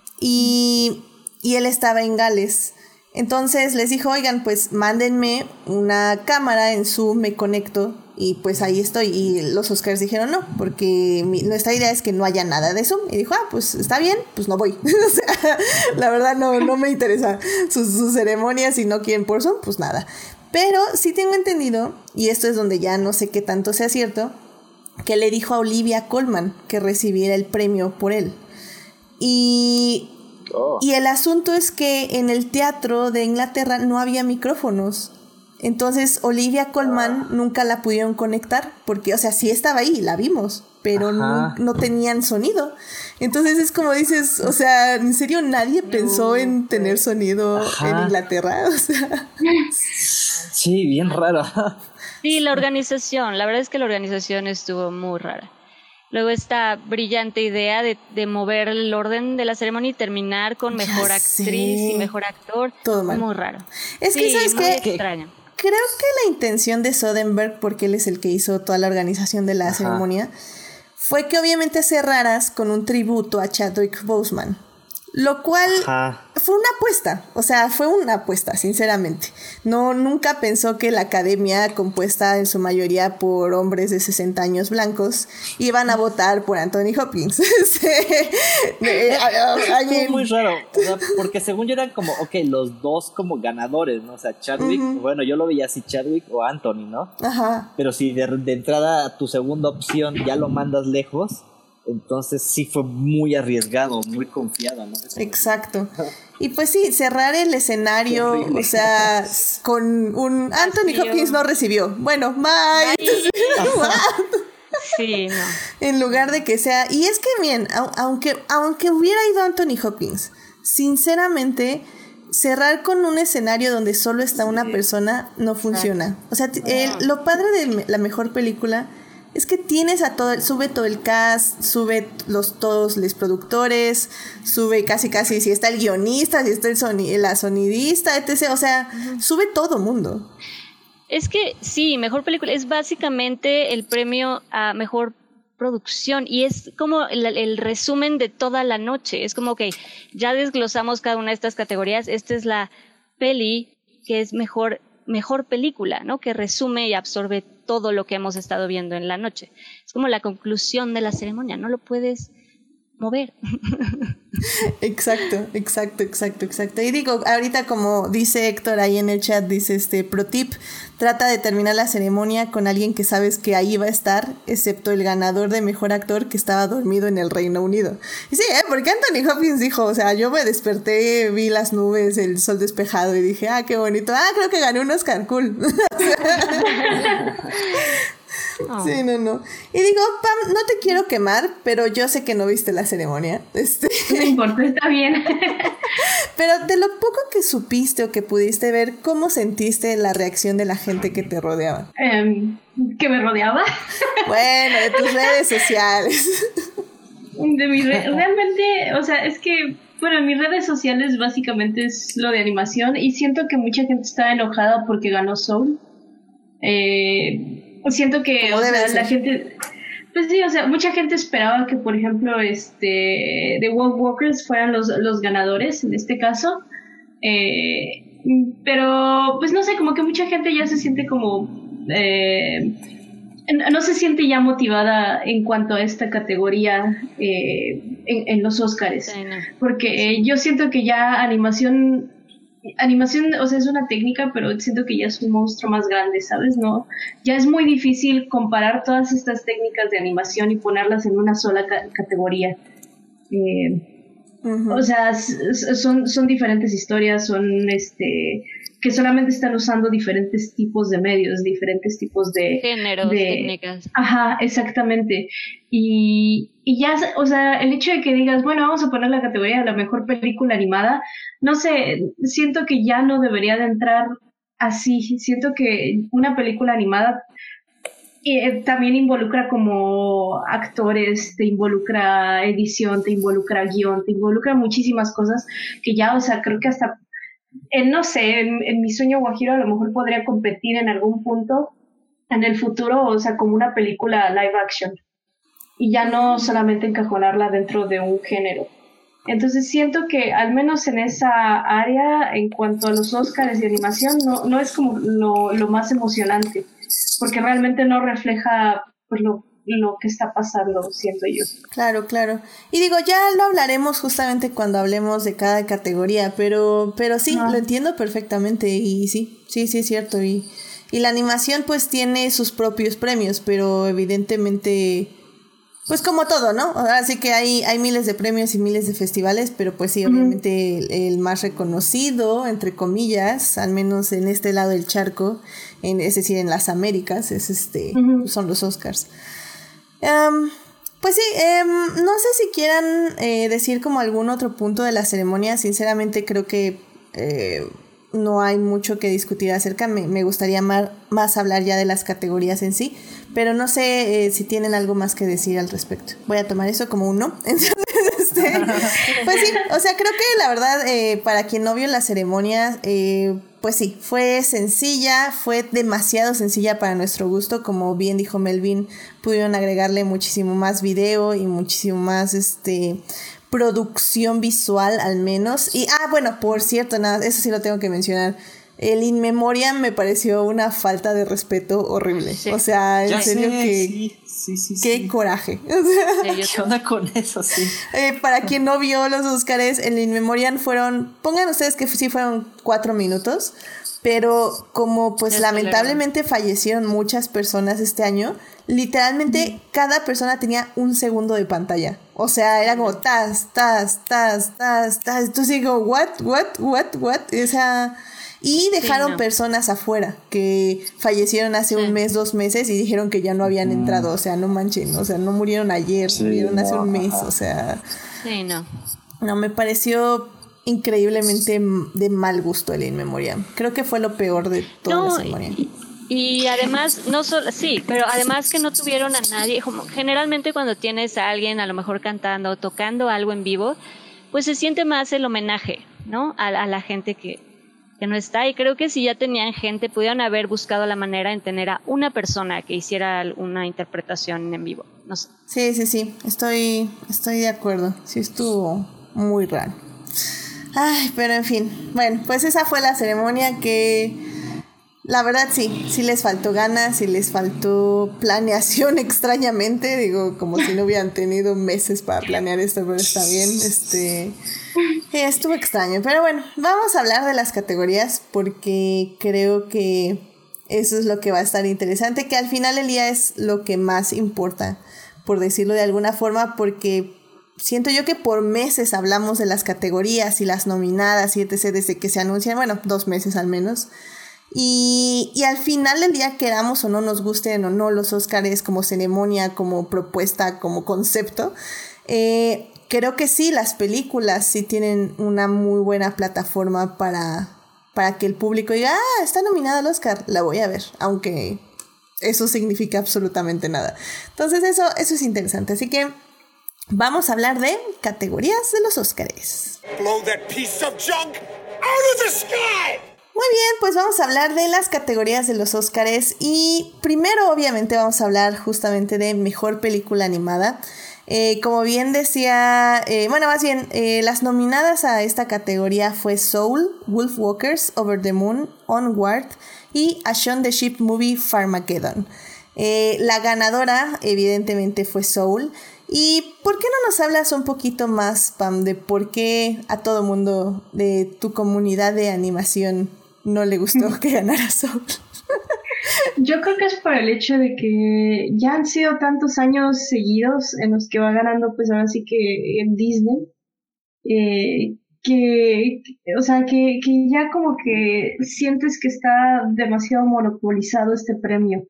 y, y él estaba en Gales. Entonces les dijo, oigan, pues mándenme una cámara en Zoom, me conecto y pues ahí estoy. Y los Oscars dijeron no, porque mi, nuestra idea es que no haya nada de Zoom. Y dijo, ah, pues está bien, pues no voy. O sea, la verdad no, no me interesa sus, sus ceremonias, si no quieren por Zoom, pues nada. Pero sí tengo entendido, y esto es donde ya no sé qué tanto sea cierto, que le dijo a Olivia Colman que recibiera el premio por él. Y... Oh. Y el asunto es que en el teatro de Inglaterra no había micrófonos. Entonces Olivia Colman ah. nunca la pudieron conectar porque, o sea, sí estaba ahí, la vimos, pero no, no tenían sonido. Entonces es como dices, o sea, ¿en serio nadie no, pensó en tener sonido Ajá. en Inglaterra? O sea. Sí, bien raro. Sí, la organización, la verdad es que la organización estuvo muy rara. Luego esta brillante idea de, de mover el orden de la ceremonia y terminar con mejor ya actriz sé. y mejor actor. Todo mal. Muy raro. Es que, sí, ¿sabes qué? Extraño. Creo que la intención de Soderbergh, porque él es el que hizo toda la organización de la Ajá. ceremonia, fue que obviamente cerraras con un tributo a Chadwick Boseman. Lo cual Ajá. fue una apuesta, o sea, fue una apuesta, sinceramente. No, nunca pensó que la academia, compuesta en su mayoría por hombres de sesenta años blancos, iban a votar por Anthony Hopkins. Estuvo muy raro, o sea, porque según yo eran como, ok, los dos como ganadores, ¿no? O sea, Chadwick, uh-huh. bueno, yo lo veía así, Chadwick o Anthony, ¿no? Ajá. Pero si de, de entrada tu segunda opción ya lo mandas lejos, entonces sí fue muy arriesgado, muy confiado, ¿no? Exacto. Y pues sí, cerrar el escenario, o sea, con un... Anthony Hopkins no recibió. Bueno, bye. bye. Sí, no. En lugar de que sea... Y es que, bien, aunque, aunque hubiera ido Anthony Hopkins, sinceramente, cerrar con un escenario donde solo está una persona no funciona. O sea, el, lo padre de la mejor película... es que tienes a todo, sube todo el cast, sube los, todos los productores, sube casi casi si está el guionista, si está el soni, la sonidista, etcétera. O sea, uh-huh. sube todo mundo. Es que sí, mejor película es básicamente el premio a mejor producción y es como el, el resumen de toda la noche. Es como que ya desglosamos cada una de estas categorías. Esta es la peli que es mejor mejor película, ¿no? Que resume y absorbe todo lo que hemos estado viendo en la noche. Es como la conclusión de la ceremonia, no lo puedes mover. Exacto, exacto, exacto, exacto. Y digo, ahorita como dice Héctor ahí en el chat, dice este pro tip, trata de terminar la ceremonia con alguien que sabes que ahí va a estar, excepto el ganador de mejor actor que estaba dormido en el Reino Unido. Y sí, ¿eh? Porque Anthony Hopkins dijo, o sea, yo me desperté, vi las nubes, el sol despejado y dije, ah, qué bonito, ah, creo que gané un Oscar, cool. Oh. Sí, no, no. Y digo, Pam, no te quiero quemar, pero yo sé que no viste la ceremonia. Este... No importa, está bien. Pero de lo poco que supiste o que pudiste ver, ¿cómo sentiste la reacción de la gente que te rodeaba? Um, ¿Que me rodeaba? Bueno, de tus redes sociales. De mis redes, realmente, o sea, es que, bueno, en mis redes sociales básicamente es lo de animación y siento que mucha gente está enojada porque ganó Soul. Eh... Siento que, o sea, la gente, pues sí, o sea, mucha gente esperaba que, por ejemplo, este, The Wolf Walkers fueran los, los ganadores en este caso, eh, pero, pues no sé, como que mucha gente ya se siente como, eh, no se siente ya motivada en cuanto a esta categoría eh, en, en los Óscares, sí, no. Porque eh, yo siento que ya animación... Animación, o sea, es una técnica, pero siento que ya es un monstruo más grande, ¿sabes? No, ya es muy difícil comparar todas estas técnicas de animación y ponerlas en una sola ca- categoría. Eh, uh-huh. O sea, son, son diferentes historias, son este que solamente están usando diferentes tipos de medios, diferentes tipos de... Géneros, de, técnicas. Ajá, exactamente. Y, y ya, o sea, el hecho de que digas, bueno, vamos a poner la categoría de la mejor película animada, no sé, siento que ya no debería de entrar así. Siento que una película animada eh, también involucra como actores, te involucra edición, te involucra guión, te involucra muchísimas cosas que ya, o sea, creo que hasta... Eh, no sé, en, en mi sueño guajiro a lo mejor podría competir en algún punto en el futuro, o sea, como una película live action y ya no solamente encajonarla dentro de un género. Entonces siento que al menos en esa área, en cuanto a los Óscares de animación, no, no es como lo, lo más emocionante, porque realmente no refleja pues, lo lo que está pasando, siento yo. Claro, claro. Y digo, ya lo hablaremos justamente cuando hablemos de cada categoría, pero pero sí, ah. lo entiendo perfectamente y sí, sí, sí es cierto. Y, y la animación pues tiene sus propios premios, pero evidentemente, pues como todo, ¿no? Así que hay, hay miles de premios y miles de festivales, pero pues sí, uh-huh. obviamente el, el más reconocido, entre comillas, al menos en este lado del charco, en, es decir, en las Américas, es este, uh-huh. son los Oscars. Um, pues sí, eh, no sé si quieran eh, decir como algún otro punto de la ceremonia. Sinceramente creo que eh, no hay mucho que discutir acerca. Me, me gustaría más, más hablar ya de las categorías en sí, pero no sé eh, si tienen algo más que decir al respecto. Voy a tomar eso como un no. Entonces, este, pues sí, o sea, creo que la verdad eh, para quien no vio la ceremonia, eh, pues sí, fue sencilla, fue demasiado sencilla para nuestro gusto. Como bien dijo Melvin, pudieron agregarle muchísimo más video y muchísimo más este producción visual al menos. Y, ah, bueno, por cierto, nada, eso sí lo tengo que mencionar. El In Memoriam me pareció una falta de respeto horrible. Sí. O sea, en ya serio sé, que... Sí, sí, sí, qué sí. coraje. O sea, sí, ¿qué onda con eso? Sí. Eh, para quien no vio los Óscares, el In Memoriam fueron... Pongan ustedes que sí fueron cuatro minutos, pero como pues es lamentablemente claro. fallecieron muchas personas este año, literalmente mm. cada persona tenía un segundo de pantalla. O sea, era como tas, tas, tas, tas, tas. Entonces digo, what, what, what, what? O sea... Y dejaron sí, no. personas afuera que fallecieron hace sí. un mes, dos meses y dijeron que ya no habían entrado. O sea, no manchen, o sea, no murieron ayer, sí, murieron no. hace un mes, o sea... Sí, no. No, me pareció increíblemente de mal gusto el In Memoriam. Creo que fue lo peor de toda no, la ceremonia. Y, y además, no solo, sí, pero además que no tuvieron a nadie. Como generalmente cuando tienes a alguien a lo mejor cantando o tocando algo en vivo, pues se siente más el homenaje, ¿no? A, a la gente que... que no está, y creo que si ya tenían gente, pudieron haber buscado la manera de tener a una persona que hiciera una interpretación en vivo, no sé. Sí, sí, sí, estoy, estoy de acuerdo, sí estuvo muy raro. Ay, pero en fin, bueno, pues esa fue la ceremonia que La verdad sí, sí les faltó ganas, sí les faltó planeación extrañamente, digo, como si no hubieran tenido meses para planear esto, pero está bien, este, sí, estuvo extraño, pero bueno, vamos a hablar de las categorías porque creo que eso es lo que va a estar interesante, que al final del día es lo que más importa, por decirlo de alguna forma, porque siento yo que por meses hablamos de las categorías y las nominadas y etcétera desde que se anuncian, bueno, dos meses al menos. Y, y al final del día, queramos o no, nos gusten o no los Óscares como ceremonia, como propuesta, como concepto, eh, creo que sí, las películas sí tienen una muy buena plataforma para, para que el público diga, ah, está nominada al Óscar, la voy a ver, aunque eso significa absolutamente nada. Entonces eso, eso es interesante, así que vamos a hablar de categorías de los Óscares. Blow that piece of junk out of the sky! Muy bien, pues vamos a hablar de las categorías de los Óscares y primero obviamente vamos a hablar justamente de Mejor Película Animada. Eh, como bien decía, eh, bueno, más bien, eh, las nominadas a esta categoría fue Soul, Wolfwalkers, Over the Moon, Onward y A Shaun the Sheep Movie Farmageddon. Eh, la ganadora evidentemente fue Soul. ¿Y por qué no nos hablas un poquito más, Pam, de por qué a todo mundo de tu comunidad de animación no le gustó que ganara Soul? Yo creo que es por el hecho de que ya han sido tantos años seguidos en los que va ganando, pues ahora sí que en Disney, eh, que, o sea, que, que ya como que sientes que está demasiado monopolizado este premio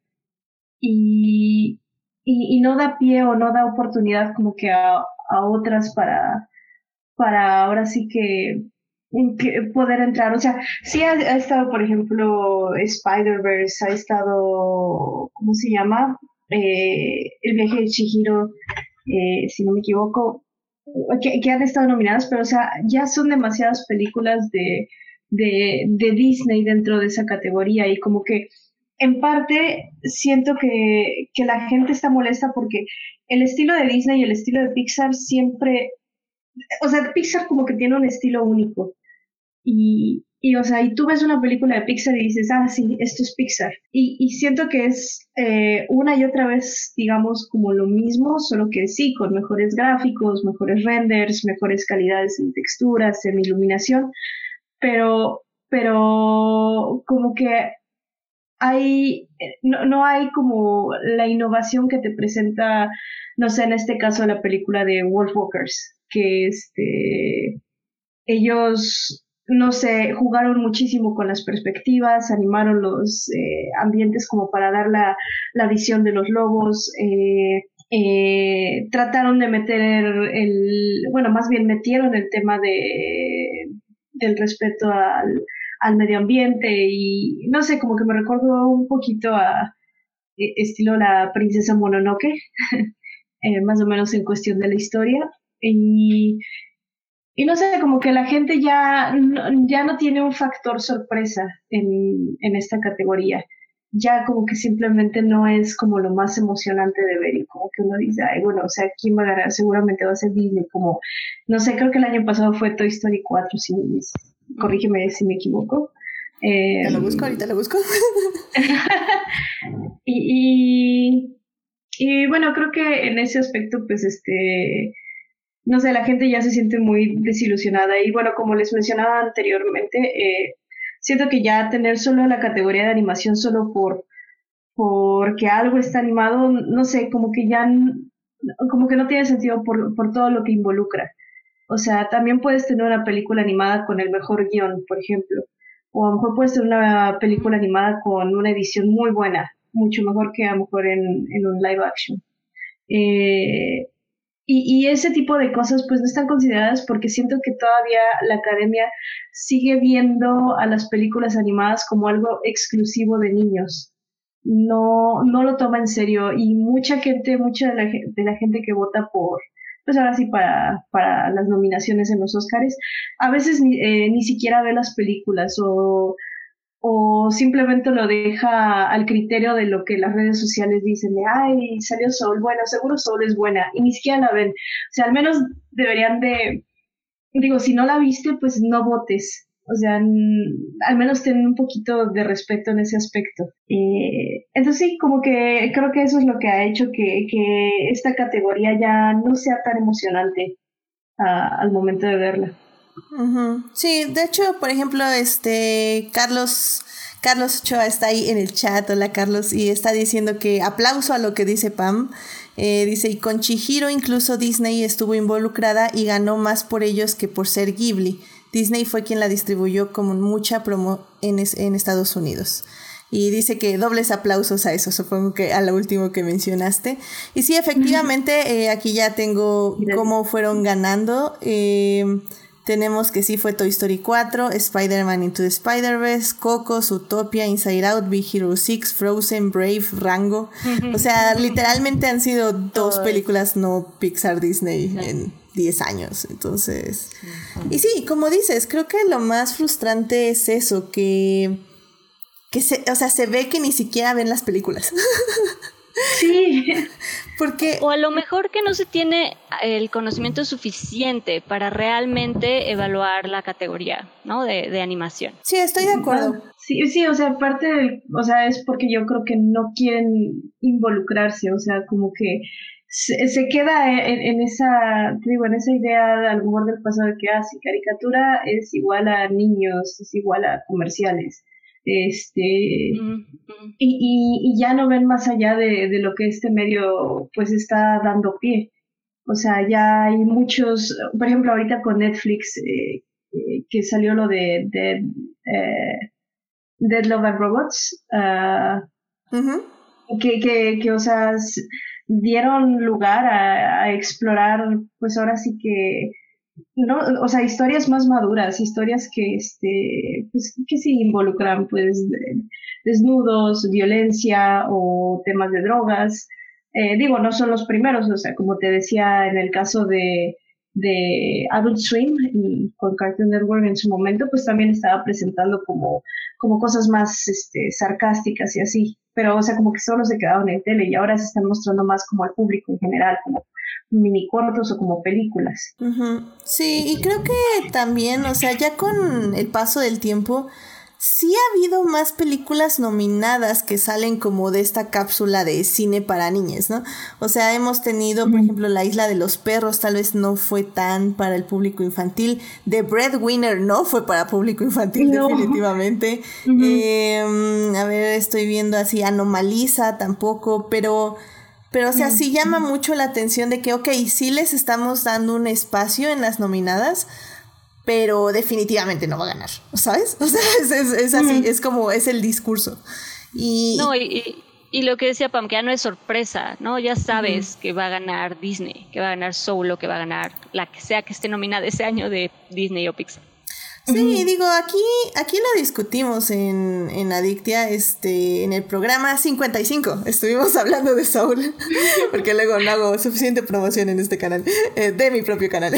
y, y, y no da pie o no da oportunidad como que a, a otras para, para ahora sí que que poder entrar, o sea, sí ha, ha estado, por ejemplo, Spider-Verse, ha estado, ¿cómo se llama? Eh, El viaje de Chihiro, eh, si no me equivoco, que, que han estado nominadas, pero o sea, ya son demasiadas películas de, de, de Disney dentro de esa categoría y como que en parte siento que, que la gente está molesta porque el estilo de Disney y el estilo de Pixar siempre, o sea, Pixar como que tiene un estilo único. Y, y, o sea, y tú ves una película de Pixar y dices, ah, sí, esto es Pixar. Y, y siento que es eh, una y otra vez, digamos, como lo mismo, solo que sí, con mejores gráficos, mejores renders, mejores calidades en texturas, en iluminación, pero, pero como que hay, no, no hay como la innovación que te presenta, no sé, en este caso la película de Wolfwalkers, que este, ellos, no sé, jugaron muchísimo con las perspectivas, animaron los eh, ambientes como para dar la, la visión de los lobos, eh, eh, trataron de meter el, bueno, más bien metieron el tema de del respeto al, al medio ambiente y no sé, como que me recuerdo un poquito a estilo la princesa Mononoke, eh, más o menos en cuestión de la historia y Y no sé, como que la gente ya no, ya no tiene un factor sorpresa en, en esta categoría. Ya como que simplemente no es como lo más emocionante de ver y como que uno dice, ay, bueno, o sea, ¿quién va a ganar? Seguramente va a ser Disney. Como, no sé, creo que el año pasado fue Toy Story cuatro, si, corrígeme si me equivoco. Eh, Te lo busco, ahorita lo busco. y, y, y bueno, creo que en ese aspecto, pues este... no sé, la gente ya se siente muy desilusionada y bueno, como les mencionaba anteriormente, eh, siento que ya tener solo la categoría de animación solo por porque algo está animado, no sé, como que ya como que no tiene sentido por, por todo lo que involucra. O sea, también puedes tener una película animada con el mejor guión, por ejemplo, o a lo mejor puedes tener una película animada con una edición muy buena, mucho mejor que a lo mejor en, en un live action. Eh, Y, y ese tipo de cosas pues no están consideradas porque siento que todavía la academia sigue viendo a las películas animadas como algo exclusivo de niños. No, no lo toma en serio y mucha gente, mucha de la, de la gente que vota por, pues ahora sí para, para las nominaciones en los Óscares, a veces ni, eh, ni siquiera ve las películas o o simplemente lo deja al criterio de lo que las redes sociales dicen de, ay, salió Soul, bueno, seguro Soul es buena, y ni siquiera la ven. O sea, al menos deberían de, digo, si no la viste, pues no votes. O sea, n- al menos tienen un poquito de respeto en ese aspecto. Eh, entonces sí, como que creo que eso es lo que ha hecho que, que esta categoría ya no sea tan emocionante ah, al momento de verla. Ujú. Sí, de hecho, por ejemplo, este Carlos Carlos Ochoa está ahí en el chat, hola Carlos, y está diciendo que aplauso a lo que dice Pam. Eh, dice, y con Chihiro incluso Disney estuvo involucrada y ganó más por ellos que por ser Ghibli. Disney fue quien la distribuyó con mucha promo en, es, en Estados Unidos. Y dice que dobles aplausos a eso, supongo que a lo último que mencionaste. Y sí, efectivamente, eh, aquí ya tengo cómo fueron ganando. Eh, tenemos que sí fue Toy Story cuatro, Spider-Man Into the Spider-Verse, Coco, Zootopia, Inside Out, Big Hero seis, Frozen, Brave, Rango. O sea, literalmente han sido dos películas no Pixar Disney en diez años. Entonces, y sí, como dices, creo que lo más frustrante es eso, que, que se, o sea, se ve que ni siquiera ven las películas. Sí. Porque O a lo mejor que no se tiene el conocimiento suficiente para realmente evaluar la categoría, ¿no? De, de animación. sí, estoy de acuerdo. Sí, sí, o sea, aparte del, o sea, es porque yo creo que no quieren involucrarse, o sea, como que se, se queda en, en esa, te digo, en esa idea a lo mejor del pasado de que, ah, si caricatura es igual a niños, es igual a comerciales, este, Mm, mm. y, y, y ya no ven más allá de, de lo que este medio, pues, está dando pie. O sea, ya hay muchos, por ejemplo, ahorita con Netflix, eh, eh, que salió lo de, de eh, Dead Love and Robots, uh, Uh-huh. que, que, que, o sea, s- dieron lugar a, a explorar, pues ahora sí que, no, o sea, historias más maduras, historias que, este, pues, que sí involucran, pues, de- desnudos, violencia o temas de drogas. Eh, digo, no son los primeros, o sea, como te decía en el caso de, de Adult Swim y con Cartoon Network en su momento, pues también estaba presentando como, como cosas más, este, sarcásticas y así. Pero, o sea, como que solo se quedaban en tele y ahora se están mostrando más como al público en general, como mini cortos o como películas. Ujú. Sí, y creo que también, o sea, ya con el paso del tiempo, sí ha habido más películas nominadas que salen como de esta cápsula de cine para niñas, ¿no? O sea, hemos tenido, por ejemplo, La Isla de los Perros, tal vez no fue tan para el público infantil. The Breadwinner no fue para público infantil, No. definitivamente. Ujú. Eh, a ver, estoy viendo así, Anomaliza tampoco, pero... Pero, o sea, sí llama mucho la atención de que, ok, sí les estamos dando un espacio en las nominadas, pero definitivamente no va a ganar, ¿sabes? O sea, es, es, es así, es como, es el discurso. Y, No, y, y, y lo que decía Pam, que ya no es sorpresa, ¿no? Ya sabes que va a ganar Disney, que va a ganar Soul o que va a ganar la que sea que esté nominada ese año de Disney o Pixar. sí, digo, aquí, aquí lo discutimos en, en Adictia, este, en el programa cincuenta y cinco, estuvimos hablando de Soul, porque luego no hago suficiente promoción en este canal, eh, de mi propio canal.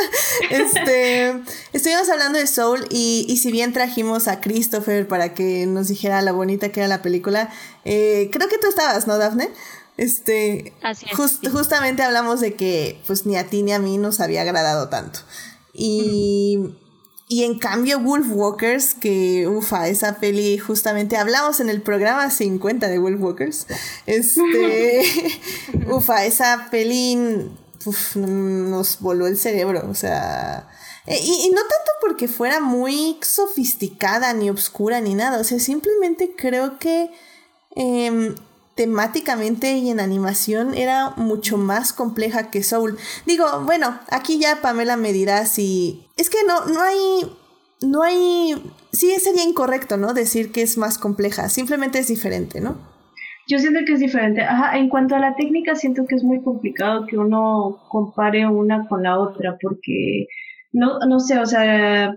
Este, estuvimos hablando de Soul y, y si bien trajimos a Christopher para que nos dijera lo bonita que era la película, eh, creo que tú estabas, ¿no, Dafne? Este, Así es, just- sí. justamente hablamos de que pues ni a ti ni a mí nos había agradado tanto. Y... Y en cambio Wolfwalkers, que ufa, esa peli justamente hablamos en el programa cincuenta de Wolfwalkers. Este, ufa, esa peli uf, nos voló el cerebro, o sea, y, y no tanto porque fuera muy sofisticada ni obscura ni nada, o sea, simplemente creo que eh, temáticamente y en animación era mucho más compleja que Soul. Digo, bueno, aquí ya Pamela me dirá si... Es que no, no hay... No hay... Sí, sería incorrecto, ¿no? Decir que es más compleja. Simplemente es diferente, ¿no? Yo siento que es diferente. Ajá, en cuanto a la técnica, siento que es muy complicado que uno compare una con la otra, porque no, no sé, o sea,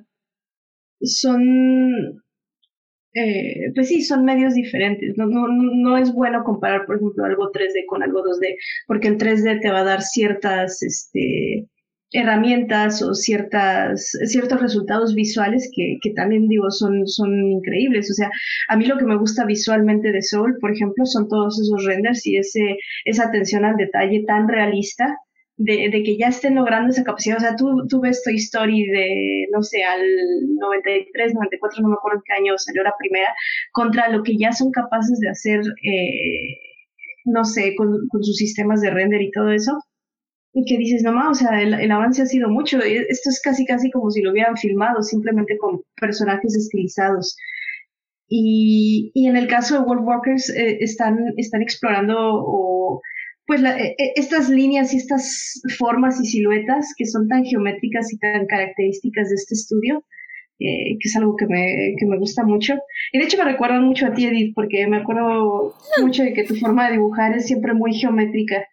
son, eh, pues sí, son medios diferentes. No, no, no es bueno comparar, por ejemplo, algo tres D con algo dos D, porque el tres D te va a dar ciertas, este, herramientas o ciertas, ciertos resultados visuales que, que también digo son, son increíbles. O sea, a mí lo que me gusta visualmente de Soul, por ejemplo, son todos esos renders y ese, esa atención al detalle tan realista de, de que ya estén logrando esa capacidad. O sea, tú, tú ves Toy Story de, no sé, al noventa y tres, noventa y cuatro, no me acuerdo en qué año salió la primera, contra lo que ya son capaces de hacer, eh, no sé, con, con sus sistemas de render y todo eso. Y que dices, no más, o sea, el, el avance ha sido mucho. Esto es casi, casi como si lo hubieran filmado, simplemente con personajes estilizados. Y, y en el caso de World Walkers, eh, están, están explorando o, pues la, eh, estas líneas y estas formas y siluetas que son tan geométricas y tan características de este estudio, eh, que es algo que me, que me gusta mucho. Y de hecho me recuerdan mucho a ti, Edith, porque me acuerdo mucho de que tu forma de dibujar es siempre muy geométrica.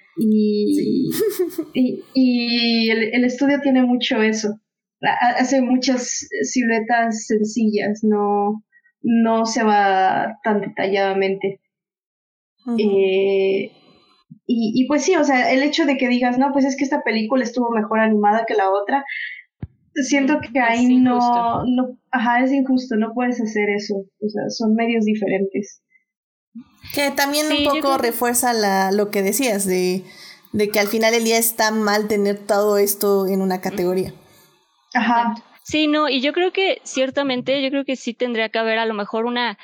Y, sí. y, y el, el estudio tiene mucho eso. Hace muchas siluetas sencillas, no, no se va tan detalladamente. Uh-huh. Eh, y, y pues sí, o sea, el hecho de que digas, no, pues es que esta película estuvo mejor animada que la otra, siento que ahí no, no, ajá, es injusto, no puedes hacer eso, o sea, son medios diferentes. Que también sí, un poco creo... refuerza la, lo que decías, de, de que al final del día está mal tener todo esto en una categoría. Ajá. Sí, no, y yo creo que ciertamente, yo creo que sí tendría que haber a lo mejor una,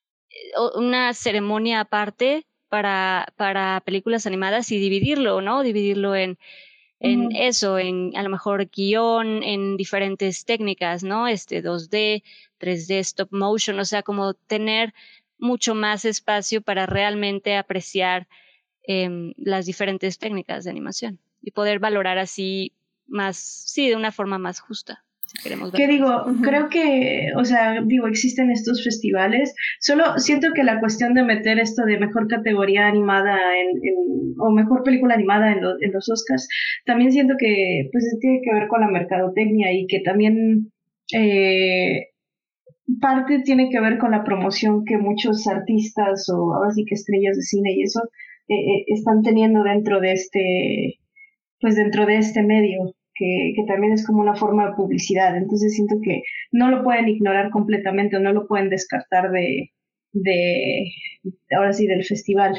una ceremonia aparte para, para películas animadas y dividirlo, ¿no? Dividirlo en, en uh-huh. eso, en a lo mejor guión, en diferentes técnicas, ¿no? Este dos D, tres D, stop motion, o sea, como tener mucho más espacio para realmente apreciar eh, las diferentes técnicas de animación y poder valorar así más, sí, de una forma más justa. Si queremos ¿Qué digo? Uh-huh. Creo que, o sea, digo, existen estos festivales, solo siento que la cuestión de meter esto de mejor categoría animada en, en o mejor película animada en, lo, en los Oscars, también siento que pues tiene que ver con la mercadotecnia y que también eh, parte tiene que ver con la promoción que muchos artistas o ahora sí que estrellas de cine y eso eh, eh, están teniendo dentro de este, pues dentro de este medio. Que, que también es como una forma de publicidad, entonces siento que no lo pueden ignorar completamente o no lo pueden descartar de, de ahora sí, del festival.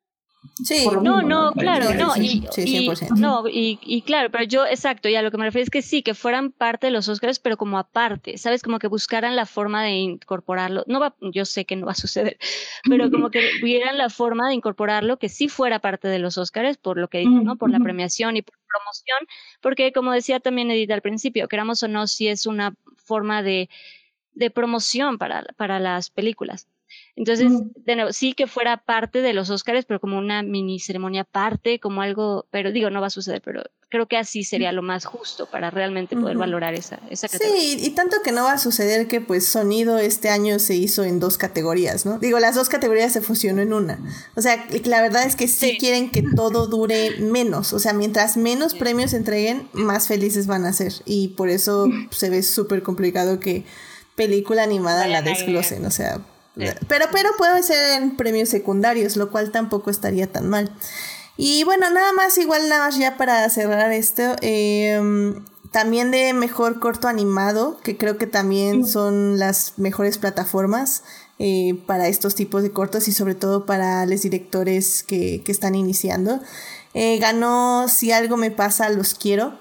Sí, no, mismo, no, ¿no? Claro, no, y, sí, y, no y, y claro, pero yo, exacto, y a lo que me refiero es que sí, que fueran parte de los Oscars, pero como aparte, ¿sabes? Como que buscaran la forma de incorporarlo, no va, yo sé que no va a suceder, pero como que vieran la forma de incorporarlo, que sí fuera parte de los Oscars, por lo que dicen, ¿no? Por la premiación y por promoción, porque como decía también Edith al principio, queramos o no, sí es una forma de, de promoción para, para las películas. Entonces, mm. de nuevo, sí que fuera parte de los Óscares, pero como una mini ceremonia aparte, como algo, pero digo, no va a suceder, pero creo que así sería lo más justo para realmente poder uh-huh. valorar esa, esa categoría. Sí, y tanto que no va a suceder que pues sonido este año se hizo en dos categorías, ¿no? Digo, las dos categorías se fusionó en una. O sea, la verdad es que sí, sí. quieren que todo dure menos. O sea, mientras menos sí. premios entreguen, más felices van a ser. Y por eso se ve súper complicado que película animada Vaya, la desglosen, o sea... Pero, pero puede ser en premios secundarios, lo cual tampoco estaría tan mal. Y bueno, nada más, igual nada más ya para cerrar esto, eh, también de mejor corto animado, que creo que también son las mejores plataformas eh, para estos tipos de cortos y sobre todo para los directores que, que están iniciando. Eh, ganó Si algo me pasa, los quiero.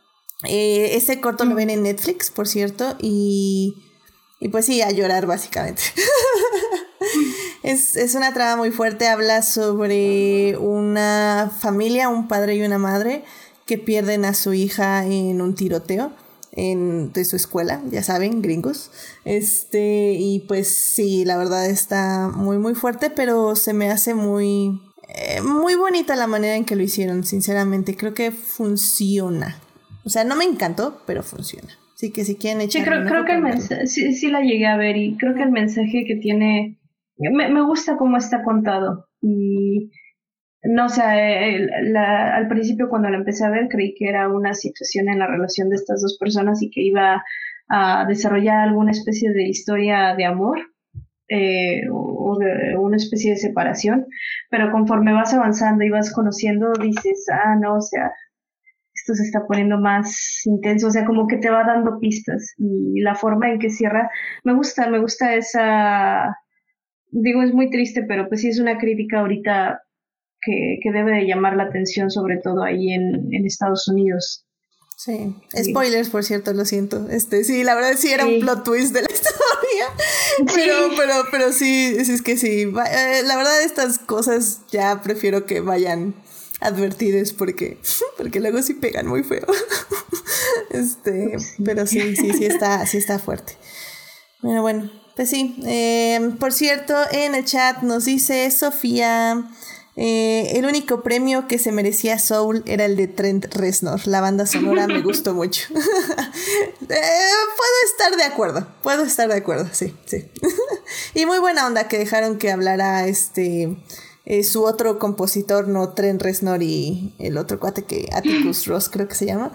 Eh, este corto lo ven en Netflix, por cierto, y... Y pues sí, a llorar básicamente. es, es una trama muy fuerte, habla sobre una familia, un padre y una madre que pierden a su hija en un tiroteo en, de su escuela, ya saben, gringos. Este, y pues sí, la verdad está muy muy fuerte, pero se me hace muy, eh, muy bonita la manera en que lo hicieron, sinceramente. Creo que funciona. O sea, no me encantó, pero funciona. Así que si quieren echar... Sí, creo, creo que el mensaje, sí, sí la llegué a ver y creo que el mensaje que tiene... Me, me gusta cómo está contado. Y no, o sea, el, la, al principio cuando la empecé a ver creí que era una situación en la relación de estas dos personas y que iba a desarrollar alguna especie de historia de amor eh, o, o de una especie de separación. Pero conforme vas avanzando y vas conociendo, dices, ah, no, o sea... esto se está poniendo más intenso, o sea, como que te va dando pistas y la forma en que cierra, me gusta, me gusta esa, digo, es muy triste, pero pues sí es una crítica ahorita que, que debe de llamar la atención, sobre todo ahí en, en Estados Unidos. Sí, spoilers, por cierto, lo siento. Este, sí, la verdad sí era sí. un plot twist de la historia. Pero, sí. pero, pero sí, es que sí. La verdad, estas cosas ya prefiero que vayan advertidas porque, porque luego sí pegan muy feo. Este, pero sí, sí, sí está, sí está fuerte. Bueno, bueno, pues sí. Eh, por cierto, en el chat nos dice Sofía. Eh, el único premio que se merecía Soul era el de Trent Reznor. La banda sonora me gustó mucho. eh, puedo estar de acuerdo. Puedo estar de acuerdo, sí, sí. Y muy buena onda que dejaron que hablara este eh, su otro compositor, no Trent Reznor y el otro cuate que Atticus Ross creo que se llama.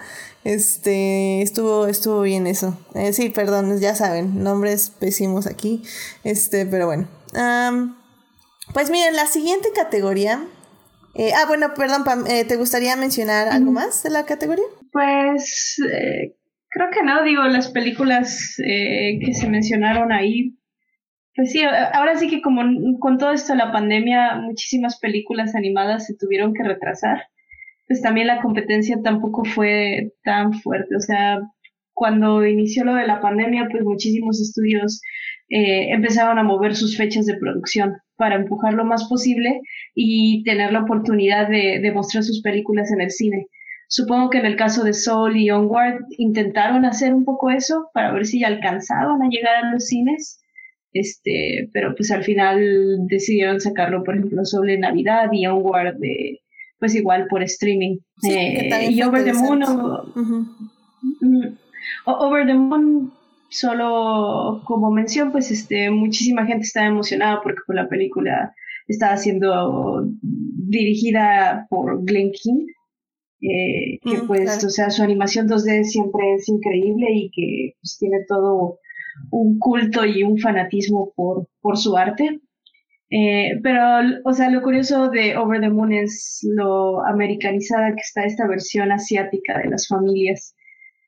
Este estuvo estuvo bien eso. Eh, sí, perdón, ya saben, nombres pésimos aquí. Este, pero bueno. Um, Pues miren, la siguiente categoría... Eh, ah, bueno, perdón, Pam, eh, ¿te gustaría mencionar algo más de la categoría? Pues eh, creo que no, digo, las películas eh, que se mencionaron ahí, pues sí, ahora sí que como con todo esto de la pandemia, muchísimas películas animadas se tuvieron que retrasar, pues también la competencia tampoco fue tan fuerte, o sea, cuando inició lo de la pandemia, pues muchísimos estudios eh, empezaron a mover sus fechas de producción para empujar lo más posible y tener la oportunidad de, de mostrar sus películas en el cine. Supongo que en el caso de Soul y Onward intentaron hacer un poco eso para ver si alcanzaban a llegar a los cines, este, pero pues al final decidieron sacarlo, por ejemplo, Soul en Navidad y Onward de, pues igual por streaming. Sí, eh, y Over the Moon o, uh-huh. um, Over the Moon solo como mención, pues este muchísima gente estaba emocionada porque pues, la película estaba siendo dirigida por Glenn King, eh, que mm, pues claro. O sea, su animación dos D siempre es increíble y que pues tiene todo un culto y un fanatismo por, por su arte. Eh, pero, o sea, lo curioso de Over the Moon es lo americanizada que está esta versión asiática de las familias.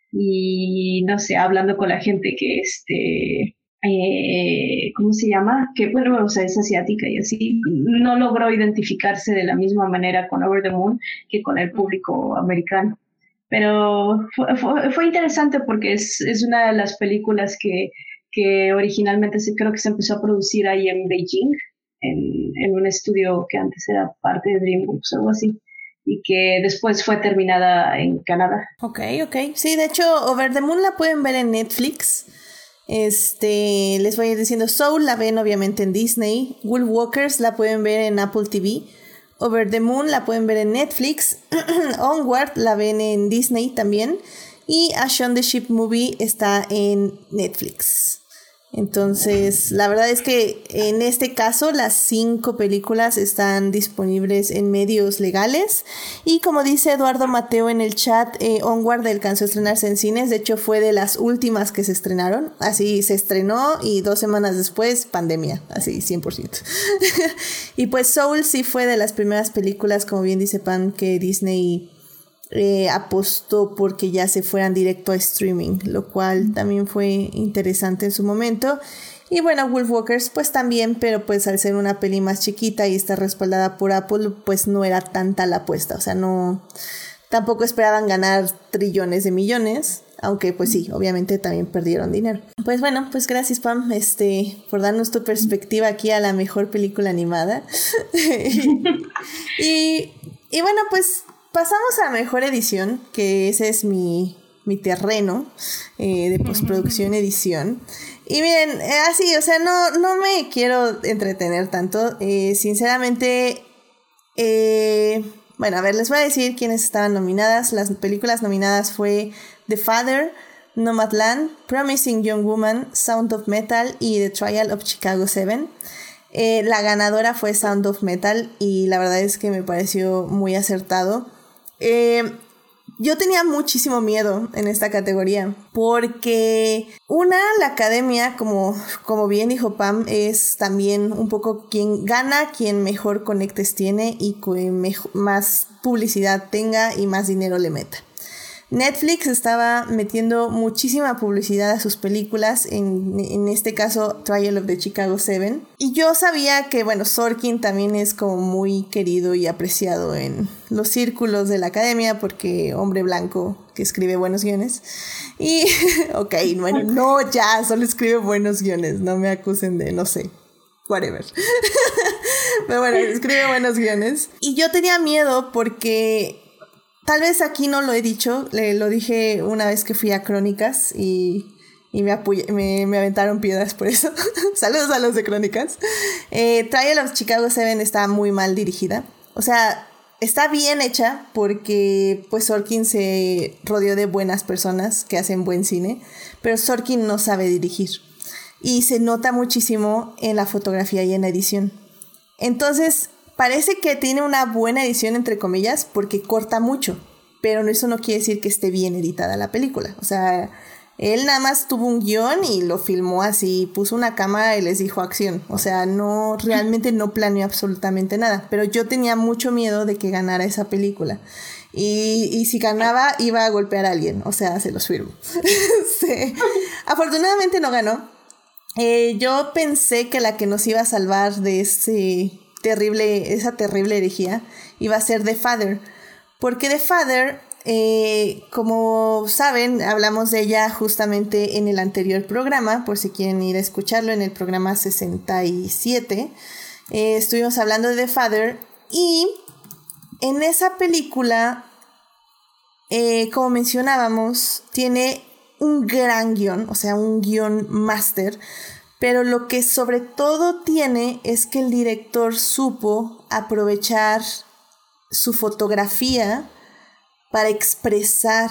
Y no sé, hablando con la gente que este eh, ¿cómo se llama? Que bueno, o sea, es asiática y así, no logró identificarse de la misma manera con Over the Moon que con el público americano. Pero fue, fue, fue interesante porque es, es una de las películas que, que originalmente se, creo que se empezó a producir ahí en Beijing, en, en un estudio que antes era parte de DreamWorks o algo así, y que después fue terminada en Canadá. Ok, ok. Sí, de hecho, Over the Moon la pueden ver en Netflix. Este, les voy a ir diciendo, Soul la ven obviamente en Disney. Wolfwalkers la pueden ver en Apple T V. Over the Moon la pueden ver en Netflix. Onward la ven en Disney también. Y A Shaun the Sheep Movie está en Netflix. Entonces, la verdad es que en este caso las cinco películas están disponibles en medios legales y como dice Eduardo Mateo en el chat, eh, Onward alcanzó a estrenarse en cines, de hecho fue de las últimas que se estrenaron, así se estrenó y dos semanas después pandemia, así cien por ciento. Y pues Soul sí fue de las primeras películas, como bien dice Pan, que Disney Eh, apostó porque ya se fueran directo a streaming, lo cual también fue interesante en su momento. Y bueno, Wolfwalkers pues también, pero pues al ser una peli más chiquita y estar respaldada por Apple, pues no era tanta la apuesta, o sea, no, tampoco esperaban ganar trillones de millones, aunque pues sí, obviamente también perdieron dinero. Pues bueno, pues gracias Pam, este, por darnos tu perspectiva aquí a la mejor película animada. y, y bueno, pues pasamos a mejor edición, que ese es mi, mi terreno eh, de postproducción edición. Y miren, eh, así, o sea, no, no me quiero entretener tanto. Eh, sinceramente, eh, bueno, a ver, les voy a decir quiénes estaban nominadas. Las películas nominadas fue The Father, Nomadland, Promising Young Woman, Sound of Metal y The Trial of Chicago seven. Eh, la ganadora fue Sound of Metal y la verdad es que me pareció muy acertado. Eh, yo tenía muchísimo miedo en esta categoría porque una, la academia, como, como bien dijo Pam, es también un poco quien gana, quien mejor conectes tiene y quien mejor, más publicidad tenga y más dinero le meta. Netflix estaba metiendo muchísima publicidad a sus películas, en, en este caso Trial of the Chicago Seven. Y yo sabía que, bueno, Sorkin también es como muy querido y apreciado en los círculos de la academia porque hombre blanco que escribe buenos guiones. Y, ok, bueno, no, ya, solo escribe buenos guiones, no me acusen de, no sé, whatever. Pero bueno, escribe buenos guiones. Y yo tenía miedo porque... Tal vez aquí no lo he dicho, le, lo dije una vez que fui a Crónicas y, y me, apoy- me, me aventaron piedras por eso. Saludos a los de Crónicas. Eh, Trial of Chicago Seven está muy mal dirigida. O sea, está bien hecha porque pues Sorkin se rodeó de buenas personas que hacen buen cine, pero Sorkin no sabe dirigir. Y se nota muchísimo en la fotografía y en la edición. Entonces... Parece que tiene una buena edición, entre comillas, porque corta mucho, pero eso no quiere decir que esté bien editada la película. O sea, él nada más tuvo un guión y lo filmó así, puso una cámara y les dijo acción. O sea, no, realmente no planeó absolutamente nada, pero yo tenía mucho miedo de que ganara esa película. Y, y si ganaba, iba a golpear a alguien, o sea, se los firmo. Sí. Afortunadamente no ganó. Eh, yo pensé que la que nos iba a salvar de ese... terrible, esa terrible herejía iba a ser The Father, porque The Father, eh, como saben, hablamos de ella justamente en el anterior programa, por si quieren ir a escucharlo, en el programa sesenta y siete, eh, estuvimos hablando de The Father, y en esa película, eh, como mencionábamos, tiene un gran guión, o sea, un guión máster. Pero lo que sobre todo tiene es que el director supo aprovechar su fotografía para expresar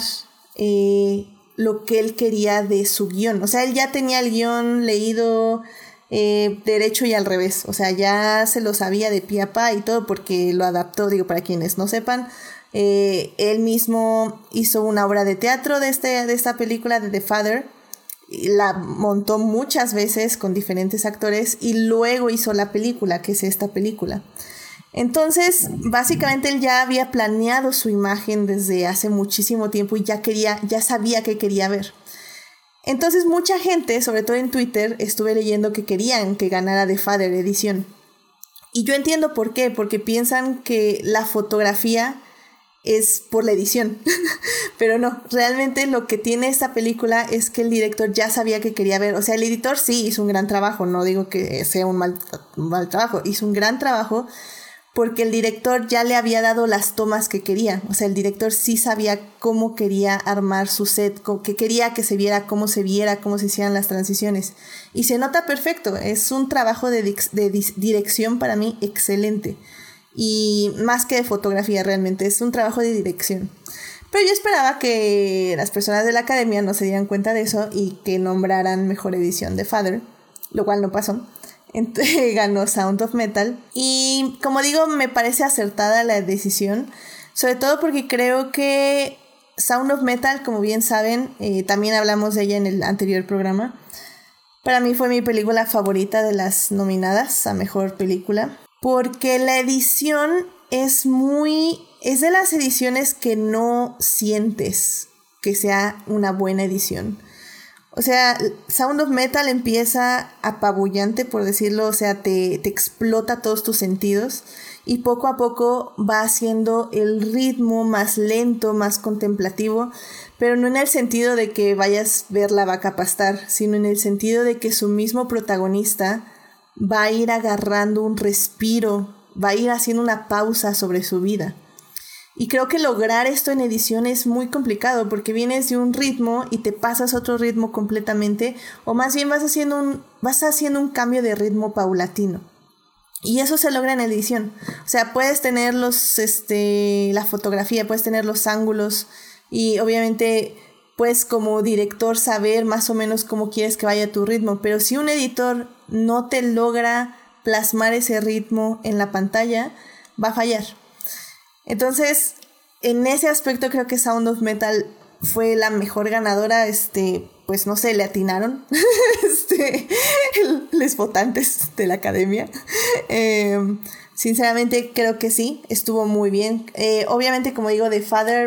eh, lo que él quería de su guión. O sea, él ya tenía el guión leído eh, derecho y al revés. O sea, ya se lo sabía de pie a pa y todo porque lo adaptó, digo, para quienes no sepan. Eh, él mismo hizo una obra de teatro de, este, de esta película de The Father. La montó muchas veces con diferentes actores y luego hizo la película, que es esta película. Entonces, básicamente él ya había planeado su imagen desde hace muchísimo tiempo y ya quería, ya sabía qué quería ver. Entonces, mucha gente, sobre todo en Twitter, estuve leyendo que querían que ganara The Father edición. Y yo entiendo por qué, porque piensan que la fotografía es por la edición, pero no, realmente lo que tiene esta película es que el director ya sabía que quería ver, o sea, el editor sí hizo un gran trabajo, no digo que sea un mal, un mal trabajo, hizo un gran trabajo porque el director ya le había dado las tomas que quería, o sea, el director sí sabía cómo quería armar su set, que quería que se viera, cómo se viera, cómo se hicieran las transiciones, y se nota perfecto, es un trabajo de, de dirección para mí excelente. Y más que de fotografía realmente, es un trabajo de dirección. Pero yo esperaba que las personas de la academia no se dieran cuenta de eso y que nombraran mejor edición de Father, lo cual no pasó. Entonces ganó Sound of Metal. Y como digo, me parece acertada la decisión, sobre todo porque creo que Sound of Metal, como bien saben, eh, también hablamos de ella en el anterior programa. Para mí fue mi película favorita de las nominadas a mejor película. Porque la edición es muy... es de las ediciones que no sientes que sea una buena edición. O sea, Sound of Metal empieza apabullante, por decirlo, o sea, te, te explota todos tus sentidos y poco a poco va haciendo el ritmo más lento, más contemplativo, pero no en el sentido de que vayas a ver la vaca pastar, sino en el sentido de que su mismo protagonista va a ir agarrando un respiro, va a ir haciendo una pausa sobre su vida. Y creo que lograr esto en edición es muy complicado porque vienes de un ritmo y te pasas a otro ritmo completamente, o más bien vas haciendo un, vas haciendo un cambio de ritmo paulatino. Y eso se logra en edición. O sea, puedes tener los, este, la fotografía, puedes tener los ángulos y obviamente puedes como director saber más o menos cómo quieres que vaya tu ritmo, pero si un editor no te logra plasmar ese ritmo en la pantalla, va a fallar. Entonces, en ese aspecto creo que Sound of Metal fue la mejor ganadora, este, pues no sé, le atinaron este, los votantes de la academia. Eh, sinceramente creo que sí, estuvo muy bien. Eh, obviamente, como digo, The Father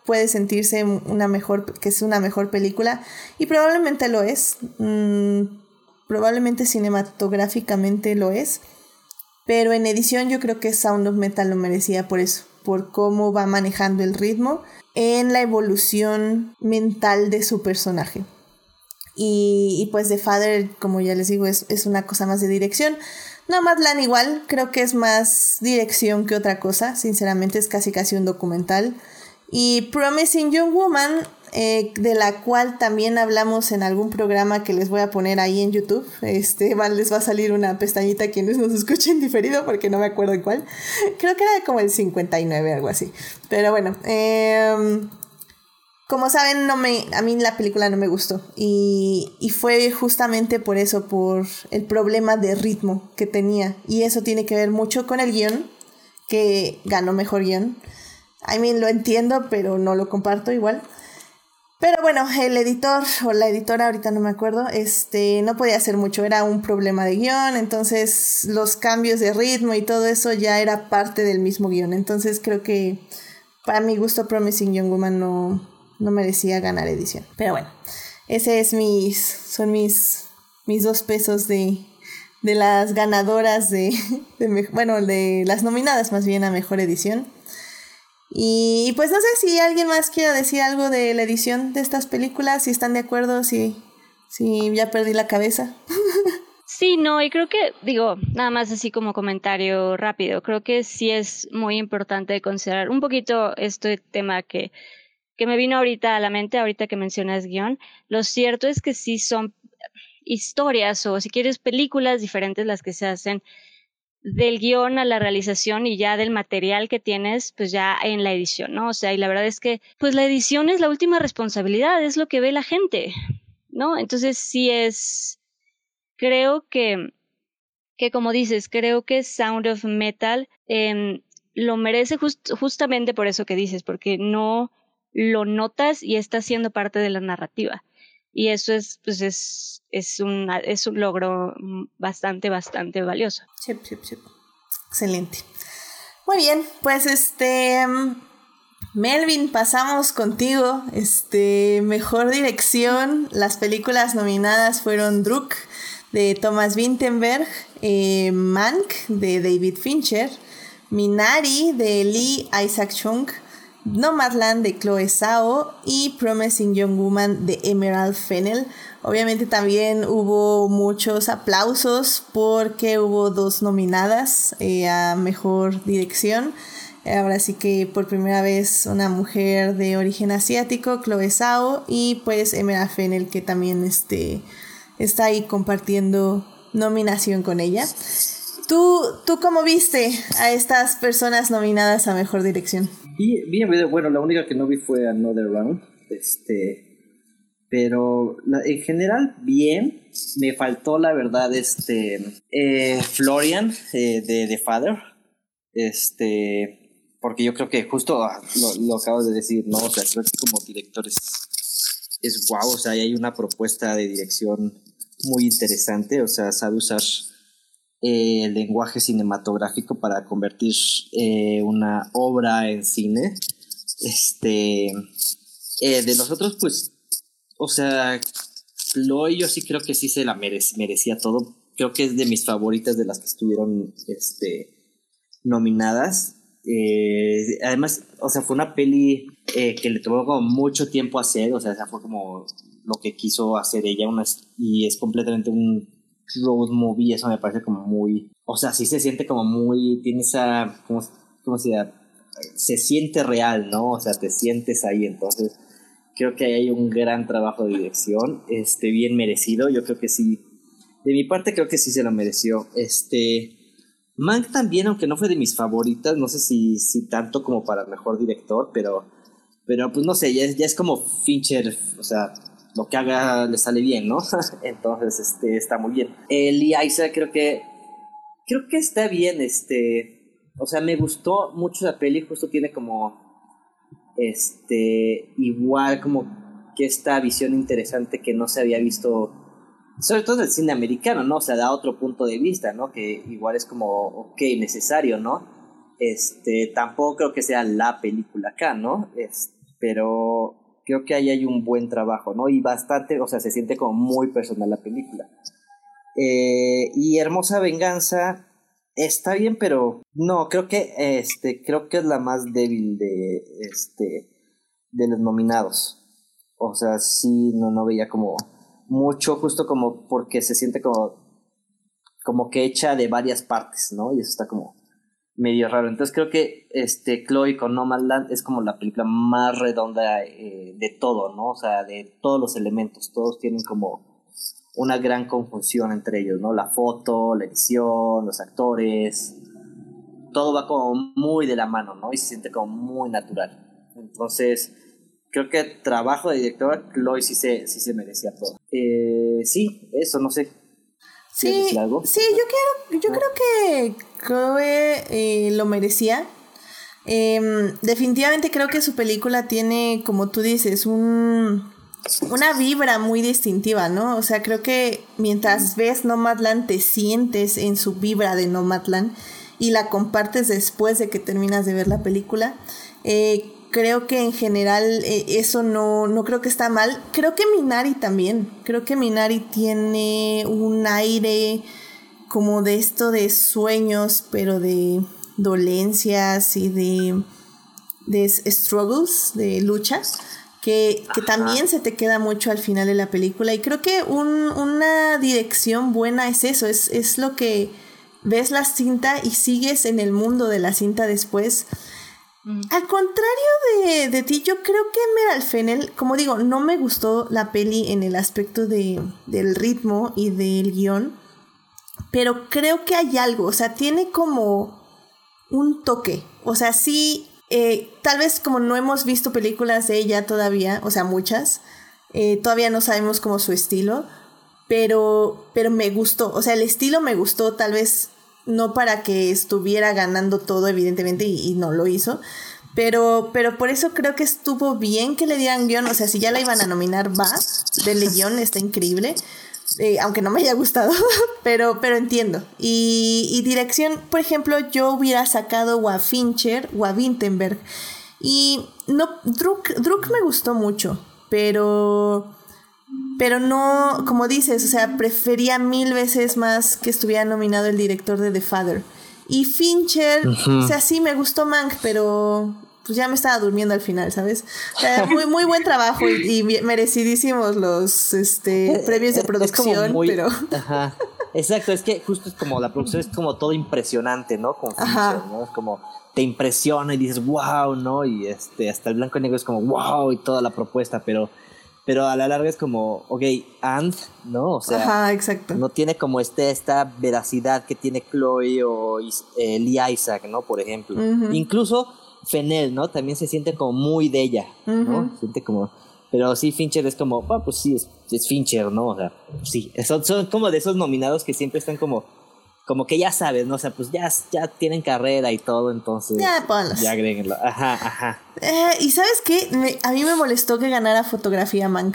puede sentirse una mejor, que es una mejor película, y probablemente lo es, mm, probablemente cinematográficamente lo es, pero en edición yo creo que Sound of Metal lo merecía por eso, por cómo va manejando el ritmo en la evolución mental de su personaje. Y, y pues The Father, como ya les digo, es, es una cosa más de dirección. Nomadland igual, creo que es más dirección que otra cosa, sinceramente es casi casi un documental. Y Promising Young Woman, eh, de la cual también hablamos en algún programa que les voy a poner ahí en YouTube. Este, va, les va a salir una pestañita a quienes nos escuchen diferido porque no me acuerdo en cuál. Creo que era como el cincuenta y nueve, algo así. Pero bueno, eh, como saben, no me, a mí la película no me gustó. Y, y fue justamente por eso, por el problema de ritmo que tenía. Y eso tiene que ver mucho con el guión, que ganó mejor guión. I mean, lo entiendo, pero no lo comparto igual. Pero bueno, el editor o la editora, ahorita no me acuerdo, este, no podía hacer mucho, era un problema de guión, entonces los cambios de ritmo y todo eso ya era parte del mismo guión. Entonces creo que para mi gusto Promising Young Woman no, no merecía ganar edición. Pero bueno, ese es mis, son mis, mis dos pesos de, de las ganadoras de, de, bueno, de las nominadas más bien a mejor edición. Y pues no sé si alguien más quiere decir algo de la edición de estas películas, si están de acuerdo, si, si ya perdí la cabeza. Sí, no, y creo que, digo, nada más así como comentario rápido, creo que sí es muy importante considerar un poquito este tema que, que me vino ahorita a la mente, ahorita que mencionas guión. Lo cierto es que sí son historias o si quieres películas diferentes las que se hacen del guión a la realización y ya del material que tienes, pues ya en la edición, ¿no? O sea, y la verdad es que, pues la edición es la última responsabilidad, es lo que ve la gente, ¿no? Entonces sí es, creo que, que como dices, creo que Sound of Metal eh, lo merece just, justamente por eso que dices, porque no lo notas y está siendo parte de la narrativa. Y eso es, pues es, es, una, es un logro bastante, bastante valioso. Sí, sí, sí. Excelente. Muy bien, pues este... Melvin, pasamos contigo. Este, mejor dirección. Las películas nominadas fueron Druk, de Thomas Vinterberg, eh, Mank, de David Fincher, Minari, de Lee Isaac Chung, Nomadland, de Chloe Zhao, y Promising Young Woman, de Emerald Fennell. Obviamente también hubo muchos aplausos porque hubo dos nominadas eh, a mejor dirección. Ahora sí que por primera vez una mujer de origen asiático, Chloe Zhao, y pues Emerald Fennell, que también este, está ahí compartiendo nominación con ella. ¿Tú, ¿Tú cómo viste a estas personas nominadas a mejor dirección? Bien, bien, bueno, la única que no vi fue Another Round, este, pero la, en general bien. Me faltó la verdad este eh, Florian eh, de The Father, este, porque yo creo que justo lo, lo acabas de decir, ¿no? O sea, creo que como director es, es guau, o sea, hay una propuesta de dirección muy interesante, o sea, sabe usar Eh, el lenguaje cinematográfico para convertir eh, una obra en cine. Este eh, de nosotros, pues, o sea, Chloe yo sí creo que sí se la merec- merecía todo. Creo que es de mis favoritas de las que estuvieron este, nominadas. Eh, además, o sea, fue una peli eh, que le tomó como mucho tiempo hacer, o sea, esa fue como lo que quiso hacer ella, una, y es completamente un road movie. Eso me parece como muy, o sea, sí se siente como muy, tiene esa, ¿cómo, cómo se llama? Se siente real, ¿no? O sea, te sientes ahí. Entonces creo que hay un gran trabajo de dirección, este, bien merecido. Yo creo que sí, de mi parte creo que sí se lo mereció. Este, Mank también, aunque no fue de mis favoritas, no sé si, si tanto como para mejor director, pero, pero pues no sé, ya es, ya es como Fincher, o sea, lo que haga le sale bien, ¿no? Entonces, este, está muy bien. El Lee Isaac creo que, creo que está bien, este, o sea, me gustó mucho la peli, justo tiene como, este, igual como que esta visión interesante que no se había visto, sobre todo en el cine americano, ¿no? O sea, da otro punto de vista, ¿no? Que igual es como, ok, necesario, ¿no? Este, tampoco creo que sea la película acá, ¿no? Es, pero creo que ahí hay un buen trabajo, ¿no? Y bastante, o sea, se siente como muy personal la película. Eh, y Hermosa Venganza está bien, pero no, creo que este, creo que es la más débil de este de los nominados. O sea, sí, no, no veía como mucho, justo como porque se siente como, como que hecha de varias partes, ¿no? Y eso está como medio raro. Entonces creo que este Chloe con Nomadland es como la película más redonda eh, de todo, ¿no? O sea, de todos los elementos, todos tienen como una gran confusión entre ellos, ¿no? La foto, la edición, los actores, todo va como muy de la mano, ¿no? Y se siente como muy natural. Entonces, creo que trabajo de directora, Chloe sí se, sí se merecía todo. Eh, sí, eso, no sé. Sí, sí, yo, quiero, yo creo que Chloe eh, lo merecía. Eh, definitivamente creo que su película tiene, como tú dices, un... una vibra muy distintiva, ¿no? O sea, creo que mientras ves Nomadland te sientes en su vibra de Nomadland y la compartes después de que terminas de ver la película. Eh, creo que en general eh, eso no, no creo que está mal. Creo que Minari también. Creo que Minari tiene un aire como de esto de sueños, pero de dolencias y de, de struggles, de luchas. Que, que también se te queda mucho al final de la película. Y creo que un, una dirección buena es eso, es, es lo que ves la cinta y sigues en el mundo de la cinta después. Mm. Al contrario de, de ti, yo creo que Emerald Fennell, como digo, no me gustó la peli en el aspecto de, del ritmo y del guión, pero creo que hay algo, o sea, tiene como un toque, o sea, sí... Eh, tal vez como no hemos visto películas de ella todavía, o sea, muchas, eh, todavía no sabemos como su estilo, pero, pero me gustó, o sea, el estilo me gustó, tal vez no para que estuviera ganando todo, evidentemente, y, y no lo hizo, pero, pero por eso creo que estuvo bien que le dieran guión, o sea, si ya la iban a nominar, va, denle guión, está increíble. Eh, aunque no me haya gustado, pero, pero entiendo. Y, y dirección, por ejemplo, yo hubiera sacado o a Fincher o a Vinterberg. Y no, Druk, Druk me gustó mucho, pero, pero no, como dices, o sea, prefería mil veces más que estuviera nominado el director de The Father. Y Fincher, uh-huh. o sea, sí me gustó Mank, pero... pues ya me estaba durmiendo al final, ¿sabes? O sea, muy, muy buen trabajo y, y merecidísimos los este, premios de producción, muy, pero... Ajá. Exacto, es que justo es como la producción es como todo impresionante, ¿no? Con Fincher, ¿no? Es como te impresiona y dices wow, ¿no? Y este hasta el blanco y negro es como wow y toda la propuesta, pero pero a la larga es como, ok, and, ¿no? O sea, ajá, exacto. No tiene como este, esta veracidad que tiene Chloe o eh, Lee Isaac, ¿no? Por ejemplo. Uh-huh. Incluso Fennell, ¿no? También se siente como muy de ella, ¿no? Uh-huh. Se siente como... Pero sí, Fincher es como, ah, pues sí, es, es Fincher, ¿no? O sea, sí, son, son como de esos nominados que siempre están como... Como que ya sabes, ¿no? O sea, pues ya, ya tienen carrera y todo, entonces... Ya, ponlos. Ya agréguenlo. Ajá, ajá. Eh, ¿Y sabes qué? Me, a mí me molestó que ganara fotografía Mank.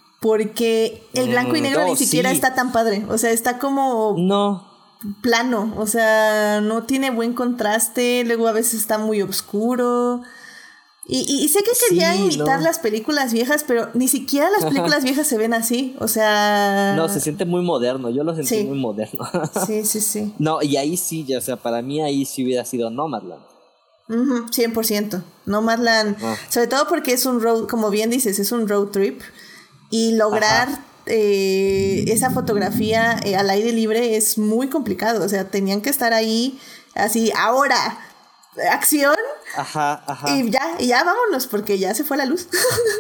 Porque el blanco mm, y negro no, ni siquiera sí. está tan padre. O sea, está como... No... plano, o sea, no tiene buen contraste, luego a veces está muy oscuro. Y, y, y sé que querían sí, imitar no. las películas viejas, pero ni siquiera las películas Ajá. viejas se ven así, o sea... No, se siente muy moderno, yo lo sentí sí. muy moderno. Sí, sí, sí. No, y ahí sí, ya, o sea, para mí ahí sí hubiera sido Nomadland. Uh-huh, cien por ciento. Nomadland, ah. sobre todo porque es un road, como bien dices, es un road trip. Y lograr... Ajá. Eh, esa fotografía eh, al aire libre es muy complicado, o sea, tenían que estar ahí así, ahora, acción, ajá, ajá. y ya, y ya vámonos, porque ya se fue la luz.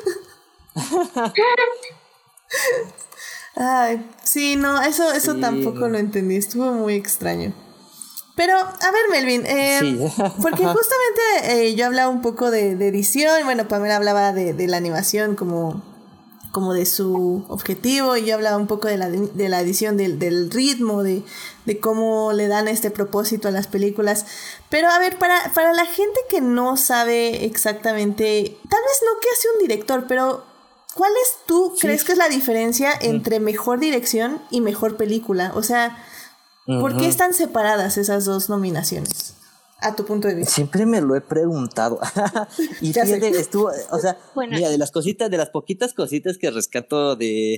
Ay, sí, no, eso, eso sí, tampoco no. lo entendí, estuvo muy extraño. Pero, a ver, Melvin, eh, sí. porque justamente eh, yo hablaba un poco de, de edición, bueno, Pamela hablaba de, de la animación como... como de su objetivo, y yo hablaba un poco de la, de la edición, del, del ritmo, de, de cómo le dan este propósito a las películas. Pero a ver, para, para la gente que no sabe exactamente, tal vez no qué hace un director, pero ¿cuál es tú sí. crees que es la diferencia entre mejor dirección y mejor película? O sea, ¿por uh-huh. qué están separadas esas dos nominaciones? a tu punto de vista. Siempre me lo he preguntado. Y fíjate, estuvo, o sea, bueno. Mira, de las cositas, de las poquitas cositas que rescato de,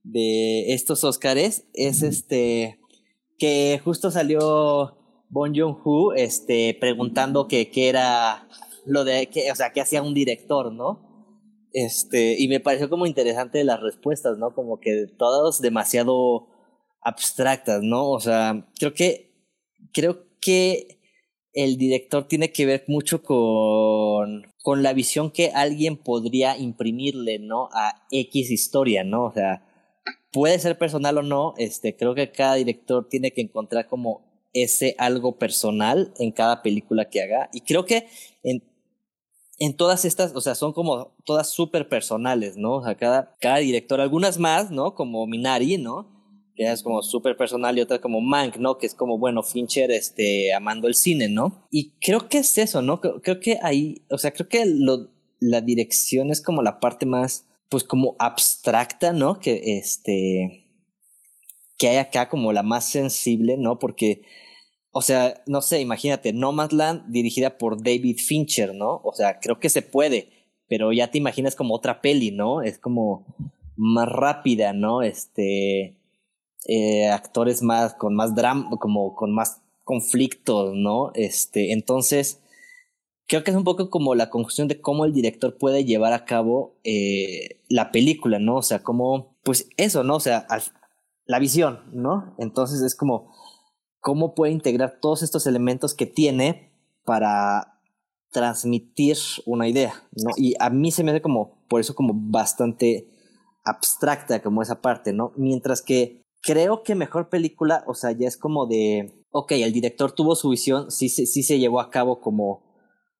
de estos Óscares, es este, que justo salió Bong Joon-ho, este, preguntando que qué era lo de, que, o sea, qué hacía un director, ¿no? Este, y me pareció como interesante las respuestas, ¿no? Como que todas demasiado abstractas, ¿no? O sea, creo que, creo que el director tiene que ver mucho con, con la visión que alguien podría imprimirle, ¿no? A X historia, ¿no? O sea, puede ser personal o no, este, creo que cada director tiene que encontrar como ese algo personal en cada película que haga. Y creo que en, en todas estas, o sea, son como todas súper personales, ¿no? O sea, cada, cada director, algunas más, ¿no? Como Minari, ¿no? Que es como súper personal, y otra como Mank, ¿no? Que es como, bueno, Fincher, este, amando el cine, ¿no? Y creo que es eso, ¿no? Creo, creo que ahí, o sea, creo que lo, la dirección es como la parte más, pues como abstracta, ¿no? Que, este, que hay acá como la más sensible, ¿no? Porque, o sea, no sé, imagínate, Nomadland dirigida por David Fincher, ¿no? O sea, creo que se puede, pero ya te imaginas como otra peli, ¿no? Es como más rápida, ¿no? Este... Eh, actores más con más drama, como con más conflictos, ¿no? Este, entonces creo que es un poco como la conclusión de cómo el director puede llevar a cabo eh, la película, ¿no? O sea, cómo, pues eso, ¿no? O sea, al, la visión, ¿no? Entonces es como cómo puede integrar todos estos elementos que tiene para transmitir una idea, ¿no? Y a mí se me hace como, por eso como bastante abstracta como esa parte, ¿no? Mientras que creo que mejor película, o sea, ya es como de, ok, el director tuvo su visión, sí, sí, sí se llevó a cabo como,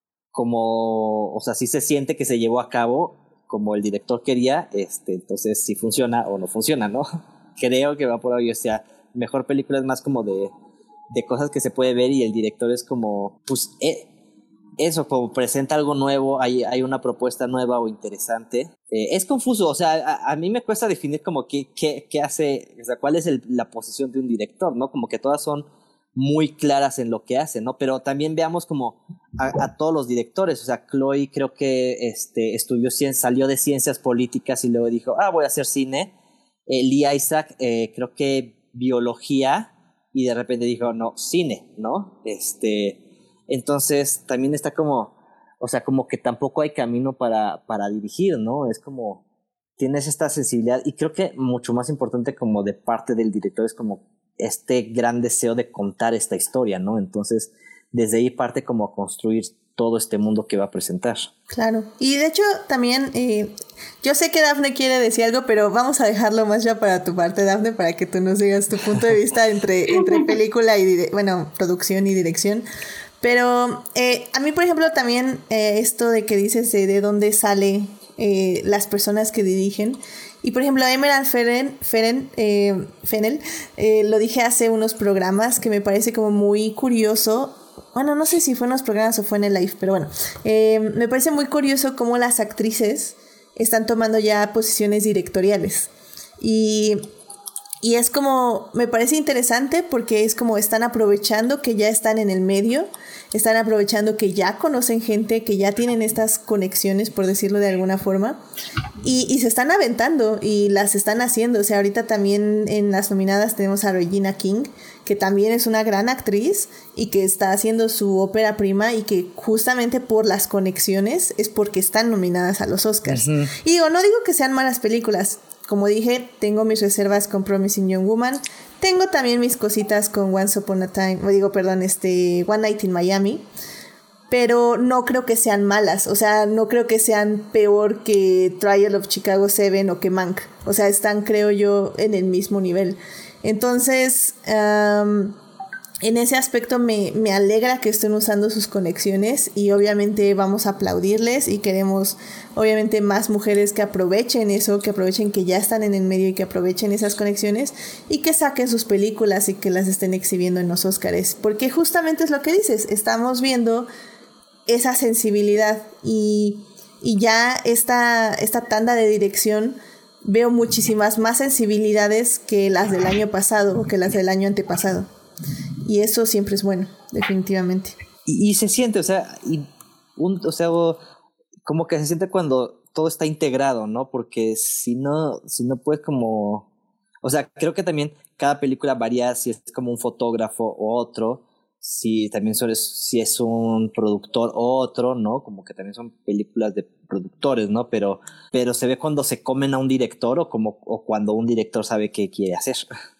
como, o sea, sí se siente que se llevó a cabo como el director quería, este, entonces si funciona o no funciona, ¿no? Creo que va por ahí, o sea, mejor película es más como de, de cosas que se puede ver y el director es como, pues, eh, eso, como presenta algo nuevo, hay, hay una propuesta nueva o interesante. Eh, es confuso, o sea, a, a mí me cuesta definir como qué, qué, qué hace, o sea, cuál es el, la posición de un director, ¿no? Como que todas son muy claras en lo que hacen, ¿no? Pero también veamos como a, a todos los directores, o sea, Chloe creo que este, estudió ciencia, salió de ciencias políticas y luego dijo, ah, voy a hacer cine. Eh, Lee Isaac, eh, creo que biología, y de repente dijo, no, cine, ¿no? Este... Entonces también está como, o sea, como que tampoco hay camino para, para dirigir, ¿no? Es como, tienes esta sensibilidad y creo que mucho más importante como de parte del director es como este gran deseo de contar esta historia, ¿no? Entonces desde ahí parte como a construir todo este mundo que va a presentar. Claro, y de hecho también, eh, yo sé que Dafne quiere decir algo, pero vamos a dejarlo más ya para tu parte, Dafne, para que tú nos digas tu punto de vista entre, entre película y, dire- bueno, producción y dirección. Pero eh, a mí, por ejemplo, también eh, esto de que dices de, de dónde sale eh, las personas que dirigen. Y, por ejemplo, Emerald Fennell, Fennell, eh, Fennell eh, lo dije hace unos programas que me parece como muy curioso. Bueno, no sé si fue en los programas o fue en el live, pero bueno. Eh, me parece muy curioso cómo las actrices están tomando ya posiciones directoriales. Y... Y es como, me parece interesante porque es como están aprovechando que ya están en el medio, están aprovechando que ya conocen gente, que ya tienen estas conexiones, por decirlo de alguna forma, y, y se están aventando y las están haciendo. O sea, ahorita también en las nominadas tenemos a Regina King, que también es una gran actriz y que está haciendo su ópera prima y que justamente por las conexiones es porque están nominadas a los Oscars. Uh-huh. Y digo, no digo que sean malas películas. Como dije, tengo mis reservas con Promising Young Woman. Tengo también mis cositas con Once Upon a Time, o digo, perdón, este, One Night in Miami. Pero no creo que sean malas. O sea, no creo que sean peor que Trial of Chicago siete o que Mank. O sea, están, creo yo, en el mismo nivel. Entonces, um, en ese aspecto me, me alegra que estén usando sus conexiones y obviamente vamos a aplaudirles y queremos obviamente más mujeres que aprovechen eso, que aprovechen que ya están en el medio y que aprovechen esas conexiones y que saquen sus películas y que las estén exhibiendo en los Óscares, porque justamente es lo que dices, estamos viendo esa sensibilidad y, y ya esta, esta tanda de dirección veo muchísimas más sensibilidades que las del año pasado o que las del año antepasado. Y eso siempre es bueno, definitivamente. y, y se siente, o sea, y un, o sea, como que se siente cuando todo está integrado, ¿no? Porque si no, si no puedes como... O sea, creo que también cada película varía si es como un fotógrafo o otro, si también son, si es un productor o otro, ¿no? Como que también son películas de productores, ¿no? Pero, pero se ve cuando se comen a un director o, como, o cuando un director sabe qué quiere hacer.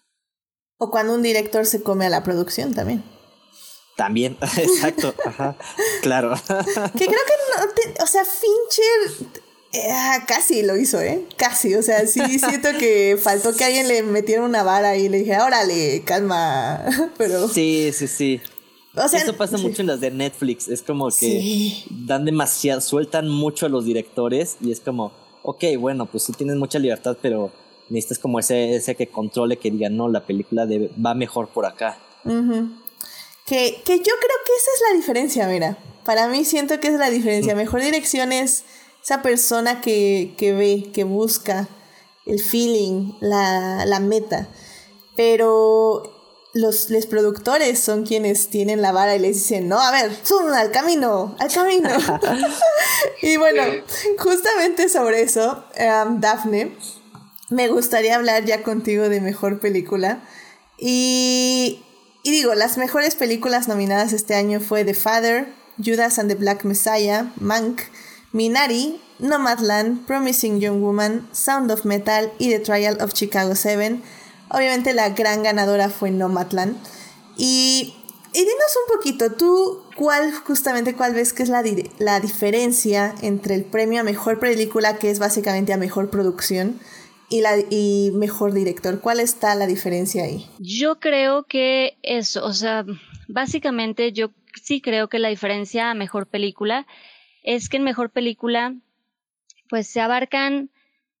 O cuando un director se come a la producción también. También, exacto, ajá, claro. Que creo que no, te, o sea, Fincher eh, casi lo hizo, ¿eh? Casi, o sea, sí siento que faltó que alguien le metiera una vara y le dije, órale, calma, pero... Sí, sí, sí. O sea, eso pasa sí. mucho en las de Netflix, es como que sí. dan demasiado, sueltan mucho a los directores y es como, ok, bueno, pues sí tienes mucha libertad, pero necesitas como ese, ese que controle, que diga, no, la película debe, va mejor por acá. Uh-huh. Que, que yo creo que esa es la diferencia, mira. Para mí siento que es la diferencia. Mejor dirección es esa persona que, que ve, que busca el feeling, la, la meta. Pero los, los productores son quienes tienen la vara y les dicen, no, a ver, zoom, al camino, al camino. Y bueno, justamente sobre eso, um, Dafne, me gustaría hablar ya contigo de mejor película. Y... Y digo, las mejores películas nominadas este año fue The Father, Judas and the Black Messiah, Mank, Minari, Nomadland, Promising Young Woman, Sound of Metal y The Trial of Chicago seven. Obviamente la gran ganadora fue Nomadland. Y, y dinos un poquito, ¿tú cuál justamente cuál ves que es la, di- la diferencia entre el premio a mejor película, que es básicamente a mejor producción, Y, la, y mejor director? ¿Cuál está la diferencia ahí? Yo creo que eso, o sea, básicamente yo sí creo que la diferencia a mejor película es que en mejor película pues se abarcan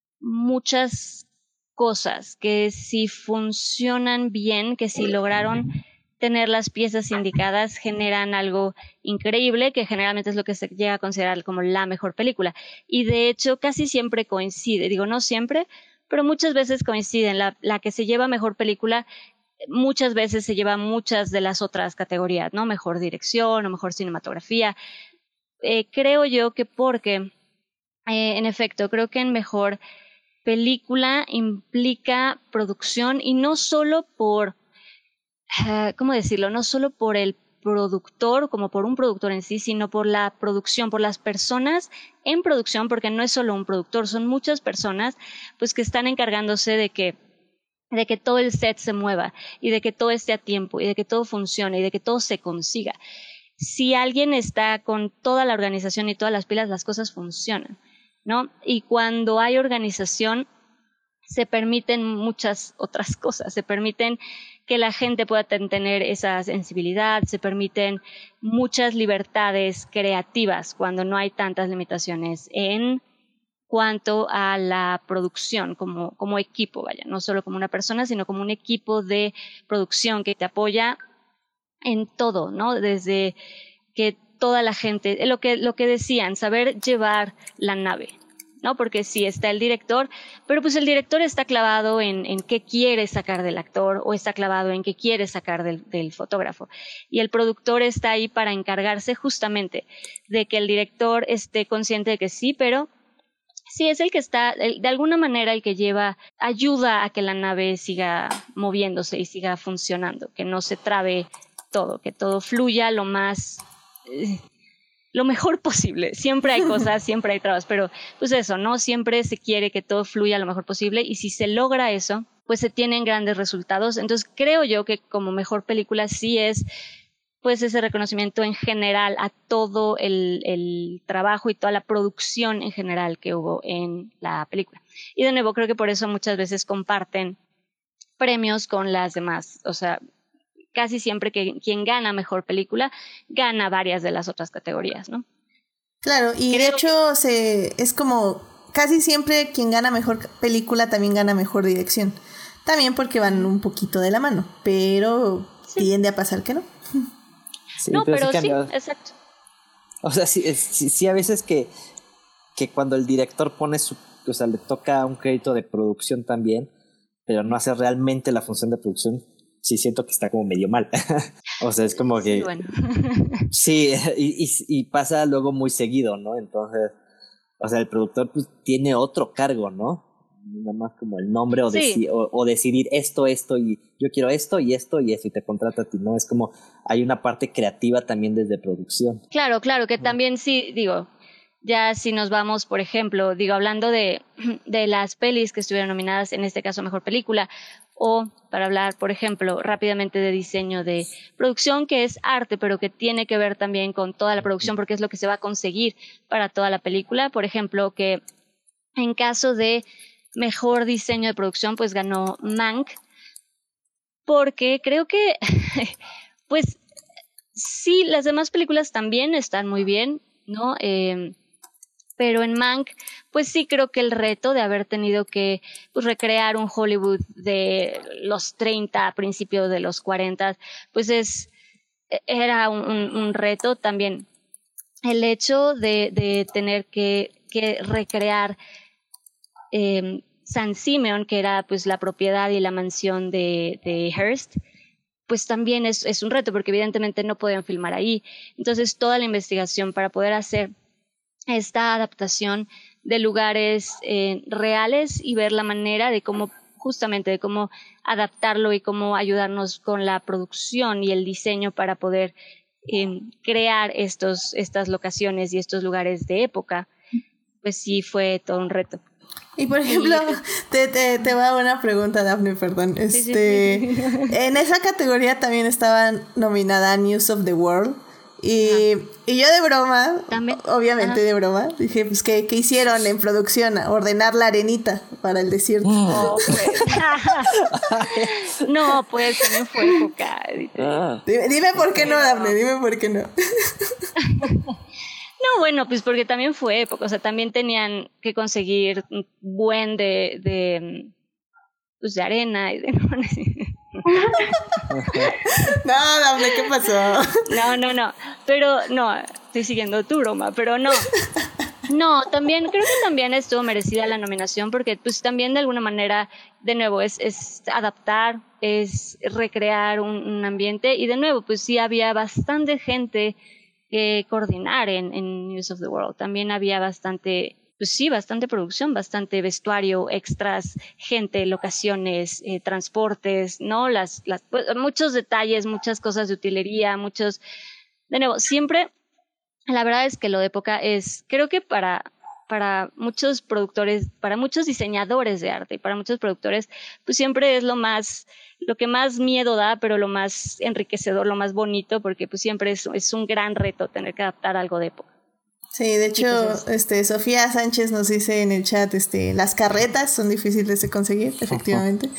muchas cosas que si funcionan bien, que si lograron tener las piezas indicadas, generan algo increíble, que generalmente es lo que se llega a considerar como la mejor película. Y de hecho casi siempre coincide, digo no siempre, pero muchas veces coinciden. La, la que se lleva mejor película muchas veces se lleva muchas de las otras categorías, ¿no? Mejor dirección o mejor cinematografía. Eh, creo yo que porque, eh, en efecto, creo que en mejor película implica producción y no solo por, uh, ¿cómo decirlo? No solo por el productor, como por un productor en sí, sino por la producción, por las personas en producción, porque no es solo un productor, son muchas personas pues que están encargándose de que de que todo el set se mueva y de que todo esté a tiempo y de que todo funcione y de que todo se consiga. Si alguien está con toda la organización y todas las pilas, las cosas funcionan, ¿no? Y cuando hay organización se permiten muchas otras cosas, se permiten que la gente pueda tener esa sensibilidad, se permiten muchas libertades creativas cuando no hay tantas limitaciones en cuanto a la producción como, como equipo, vaya, no solo como una persona, sino como un equipo de producción que te apoya en todo, ¿no? Desde que toda la gente, lo que, lo que decían, saber llevar la nave, ¿no? Porque sí está el director, pero pues el director está clavado en, en qué quiere sacar del actor o está clavado en qué quiere sacar del, del fotógrafo. Y el productor está ahí para encargarse justamente de que el director esté consciente de que sí, pero sí es el que está, el, de alguna manera el que lleva, ayuda a que la nave siga moviéndose y siga funcionando, que no se trabe todo, que todo fluya lo más... Eh, lo mejor posible. Siempre hay cosas, siempre hay trabas, pero pues eso, ¿no? Siempre se quiere que todo fluya lo mejor posible y si se logra eso, pues se tienen grandes resultados. Entonces creo yo que como mejor película sí es pues ese reconocimiento en general a todo el, el trabajo y toda la producción en general que hubo en la película. Y de nuevo creo que por eso muchas veces comparten premios con las demás, o sea, casi siempre que quien gana mejor película gana varias de las otras categorías, ¿no? Claro, y Creo de hecho que... se, es como casi siempre quien gana mejor película también gana mejor dirección. También porque van un poquito de la mano, pero sí. Tiende a pasar que no. Sí, no, pero, pero sí, sí, exacto. O sea, sí, sí, sí a veces que, que cuando el director pone su, o sea, le toca un crédito de producción también, pero no hace realmente la función de producción, sí siento que está como medio mal. O sea, es como que... Sí, bueno. Sí, y, y, y pasa luego muy seguido, ¿no? Entonces, o sea, el productor pues tiene otro cargo, ¿no? Nada más como el nombre o, sí. deci- o, o decidir esto, esto y yo quiero esto y esto y esto y te contrata a ti, ¿no? Es como hay una parte creativa también desde producción. Claro, claro, que también sí, digo, ya si nos vamos, por ejemplo, digo, hablando de, de las pelis que estuvieron nominadas, en este caso Mejor Película, o para hablar, por ejemplo, rápidamente de diseño de producción, que es arte, pero que tiene que ver también con toda la producción, porque es lo que se va a conseguir para toda la película. Por ejemplo, que en caso de Mejor Diseño de Producción, pues ganó Mank, porque creo que, pues, sí, las demás películas también están muy bien, ¿no? Eh, pero en Mank, pues sí creo que el reto de haber tenido que pues, recrear un Hollywood de los treinta, a principios de los cuarenta, pues es era un, un, un reto también. El hecho de, de tener que, que recrear eh, San Simeon, que era pues la propiedad y la mansión de, de Hearst, pues también es, es un reto, porque evidentemente no podían filmar ahí. Entonces toda la investigación para poder hacer esta adaptación de lugares eh, reales y ver la manera de cómo, justamente de cómo adaptarlo y cómo ayudarnos con la producción y el diseño para poder eh, crear estos, estas locaciones y estos lugares de época, pues sí fue todo un reto. Y por ejemplo, te, te, te va una pregunta, Daphne, perdón. Este, sí, sí, sí. En esa categoría también estaba nominada News of the World. Y, y yo de broma, ¿también? Obviamente Ajá. de broma, dije, pues, ¿qué, ¿qué hicieron en producción? Ordenar la arenita para el desierto. No, pues, no, pues también fue época. Dime, dime por qué no, Daphne, dime por qué no. No, bueno, pues porque también fue época, o sea, también tenían que conseguir un buen de, de, pues de arena y de... No, Daphne, ¿qué pasó? No, no, no, pero no, estoy siguiendo tu broma, pero no. No, también, creo que también estuvo merecida la nominación porque pues también de alguna manera, de nuevo, es, es adaptar, es recrear un, un ambiente y de nuevo, pues sí había bastante gente que coordinar en, en News of the World. También había bastante, pues sí, bastante producción, bastante vestuario, extras, gente, locaciones, eh, transportes, ¿no? Las, las, pues, muchos detalles, muchas cosas de utilería, muchos... De nuevo, siempre, la verdad es que lo de época es, creo que para, para muchos productores, para muchos diseñadores de arte y para muchos productores, pues siempre es lo más... lo que más miedo da, pero lo más enriquecedor, lo más bonito, porque pues siempre es, es un gran reto tener que adaptar algo de época. Sí, de hecho, pues este Sofía Sánchez nos dice en el chat, este, las carretas son difíciles de conseguir, efectivamente.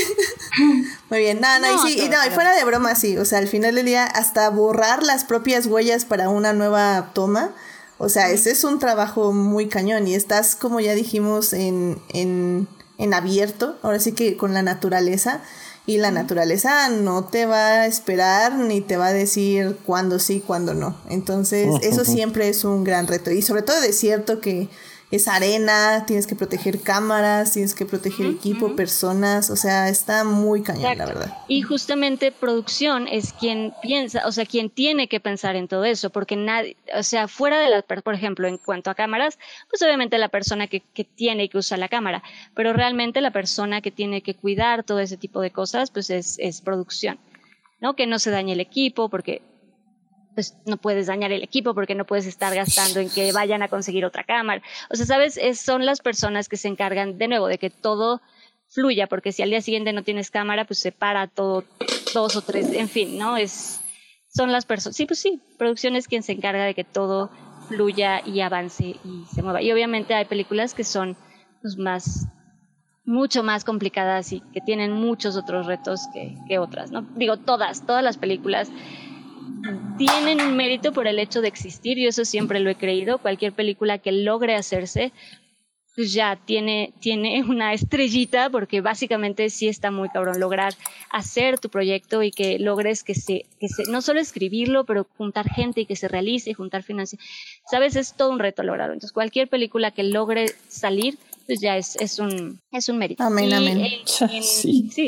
Muy bien, no, no, no, y sí, y no, y fuera de broma, sí, o sea, al final del día, hasta borrar las propias huellas para una nueva toma, o sea, ese es un trabajo muy cañón, y estás, como ya dijimos, en, en, en abierto, ahora sí que con la naturaleza. Y la naturaleza no te va a esperar ni te va a decir cuándo sí, cuándo no. Entonces, eso siempre es un gran reto. Y sobre todo desierto, que es arena, tienes que proteger cámaras, tienes que proteger uh-huh, equipo, uh-huh. personas. O sea, está muy cañón, Exacto. la verdad. Y justamente producción es quien piensa, o sea, quien tiene que pensar en todo eso. Porque nadie, o sea, fuera de la, por ejemplo, en cuanto a cámaras, pues obviamente la persona que, que tiene que usar la cámara. Pero realmente la persona que tiene que cuidar todo ese tipo de cosas, pues es, es producción, ¿no? Que no se dañe el equipo, porque pues no puedes dañar el equipo porque no puedes estar gastando en que vayan a conseguir otra cámara. O sea, ¿sabes? Es, son las personas que se encargan, de nuevo, de que todo fluya, porque si al día siguiente no tienes cámara, pues se para todo, dos o tres, en fin, ¿no? Es, son las personas, sí, pues sí, producción es quien se encarga de que todo fluya y avance y se mueva. Y obviamente hay películas que son pues, más, mucho más complicadas y que tienen muchos otros retos que, que otras, ¿no? Digo, todas, todas las películas tienen un mérito por el hecho de existir, yo eso siempre lo he creído. Cualquier película que logre hacerse, pues ya tiene, tiene una estrellita, porque básicamente sí está muy cabrón lograr hacer tu proyecto y que logres que se, que se, no solo escribirlo, pero juntar gente y que se realice, juntar financiación. Sabes, es todo un reto lograrlo. Entonces cualquier película que logre salir, pues ya es, es un, es un mérito. Amén, y, amén. En, en, sí. sí.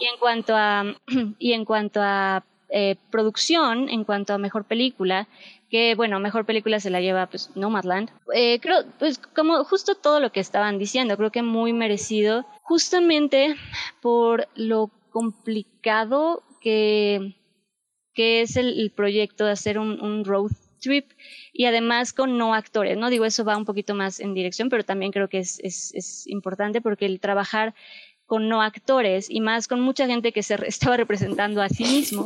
Y en cuanto a, y en cuanto a eh, producción, en cuanto a mejor película, que bueno, mejor película se la lleva pues Nomadland. Eh, creo, pues como justo todo lo que estaban diciendo, creo que muy merecido, justamente por lo complicado que, que es el, el proyecto de hacer un, un road trip y además con no actores, ¿no? Digo, eso va un poquito más en dirección, pero también creo que es, es, es importante porque el trabajar con no actores y más con mucha gente que se re- estaba representando a sí mismo,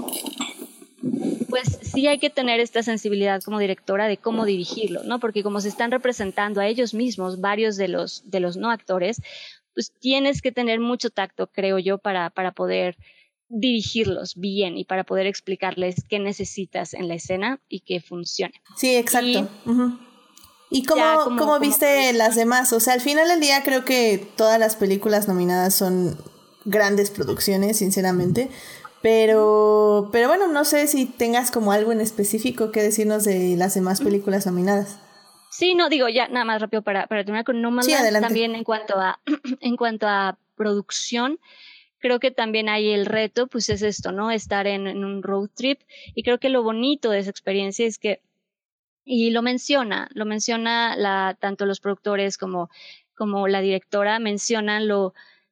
pues sí hay que tener esta sensibilidad como directora de cómo dirigirlo, ¿no? Porque como se están representando a ellos mismos, varios de los, de los no actores, pues tienes que tener mucho tacto, creo yo, para, para poder dirigirlos bien y para poder explicarles qué necesitas en la escena y que funcione. Sí, exacto. Y, uh-huh. ¿Y cómo, como, cómo viste como... las demás? O sea, al final del día creo que todas las películas nominadas son grandes producciones, sinceramente. Pero, pero bueno, no sé si tengas como algo en específico que decirnos de las demás películas nominadas. Sí, no, digo, ya nada más rápido para, para terminar con Nomadland. Sí, también en cuanto a, en cuanto a producción, creo que también hay el reto, pues es esto, ¿no? Estar en, en un road trip. Y creo que lo bonito de esa experiencia es que, y lo menciona, lo menciona la, tanto los productores como, como la directora, mencionan lo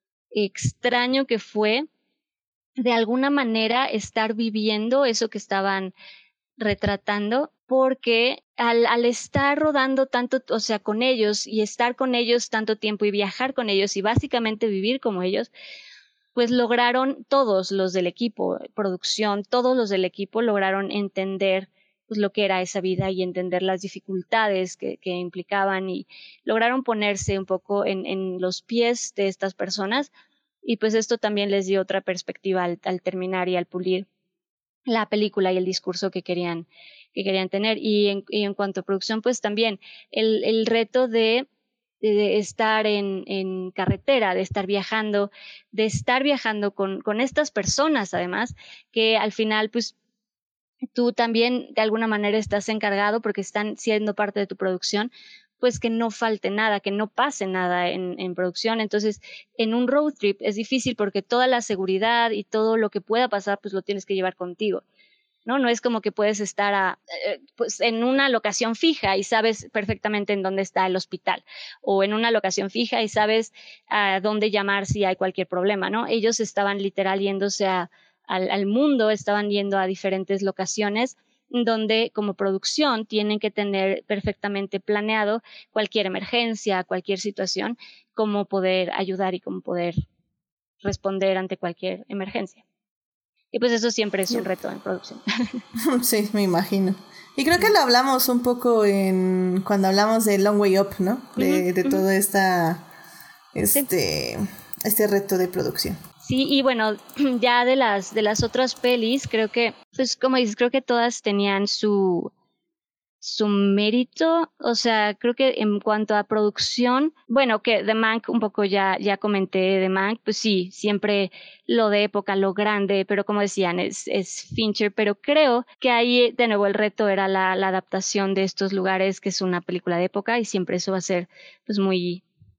extraño que fue de alguna manera estar viviendo eso que estaban retratando, porque al, al estar rodando tanto, o sea, con ellos y estar con ellos tanto tiempo y viajar con ellos y básicamente vivir como ellos, pues lograron todos los del equipo, producción, todos los del equipo lograron entender pues lo que era esa vida y entender las dificultades que, que implicaban y lograron ponerse un poco en, en los pies de estas personas y pues esto también les dio otra perspectiva al, al terminar y al pulir la película y el discurso que querían, que querían tener. Y en, y en cuanto a producción, pues también el, el reto de, de estar en, en carretera, de estar viajando, de estar viajando con, con estas personas, además, que al final, pues, tú también de alguna manera estás encargado porque están siendo parte de tu producción, pues que no falte nada, que no pase nada en, en producción. Entonces, en un road trip es difícil porque toda la seguridad y todo lo que pueda pasar, pues lo tienes que llevar contigo, ¿no? No es como que puedes estar a, eh, pues en una locación fija y sabes perfectamente en dónde está el hospital, o en una locación fija y sabes a dónde llamar si hay cualquier problema, ¿no? Ellos estaban literal yéndose a, al, al mundo, estaban yendo a diferentes locaciones donde como producción tienen que tener perfectamente planeado cualquier emergencia, cualquier situación, cómo poder ayudar y cómo poder responder ante cualquier emergencia. Y pues eso siempre es un reto en producción. Sí, me imagino. Y creo que lo hablamos un poco en cuando hablamos de Long Way Up, ¿no? De, uh-huh, de uh-huh. todo esta este, sí. este reto de producción. Sí, y bueno, ya de las de las otras pelis, creo que, pues como dices, creo que todas tenían su su mérito, o sea, creo que en cuanto a producción, bueno, que The Mank, un poco ya ya comenté The Mank, pues sí, siempre lo de época, lo grande, pero como decían, es, es Fincher, pero creo que ahí de nuevo el reto era la, la adaptación de estos lugares, que es una película de época, y siempre eso va a ser pues muy,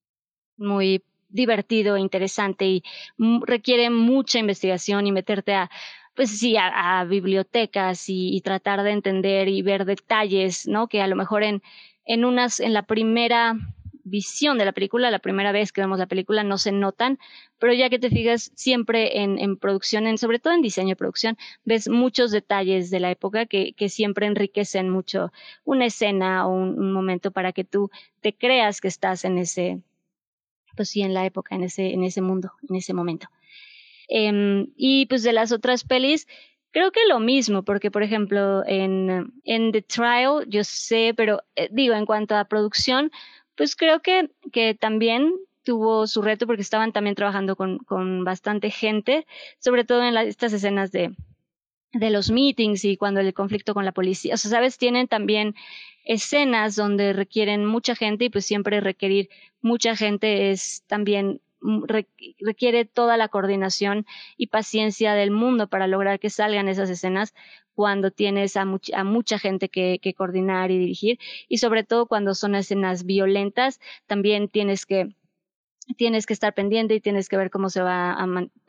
muy divertido, interesante y m- requiere mucha investigación y meterte a pues sí, a, a bibliotecas y, y tratar de entender y ver detalles, ¿no? Que a lo mejor en, en unas, en la primera visión de la película, la primera vez que vemos la película no se notan, pero ya que te fijas siempre en, en producción, en, sobre todo en diseño y producción, ves muchos detalles de la época que, que siempre enriquecen mucho una escena o un, un momento para que tú te creas que estás en ese, pues sí, en la época, en ese, en ese mundo, en ese momento. Um, y pues de las otras pelis, creo que lo mismo, porque por ejemplo en, en The Trial, yo sé, pero eh, digo, en cuanto a producción, pues creo que, que también tuvo su reto porque estaban también trabajando con, con bastante gente, sobre todo en la, estas escenas de, de los meetings y cuando el conflicto con la policía, o sea, sabes, tienen también escenas donde requieren mucha gente y pues siempre requerir mucha gente es también requiere toda la coordinación y paciencia del mundo para lograr que salgan esas escenas cuando tienes a, much- a mucha gente que, que coordinar y dirigir y sobre todo cuando son escenas violentas también tienes que tienes que estar pendiente y tienes que ver cómo se va a, a,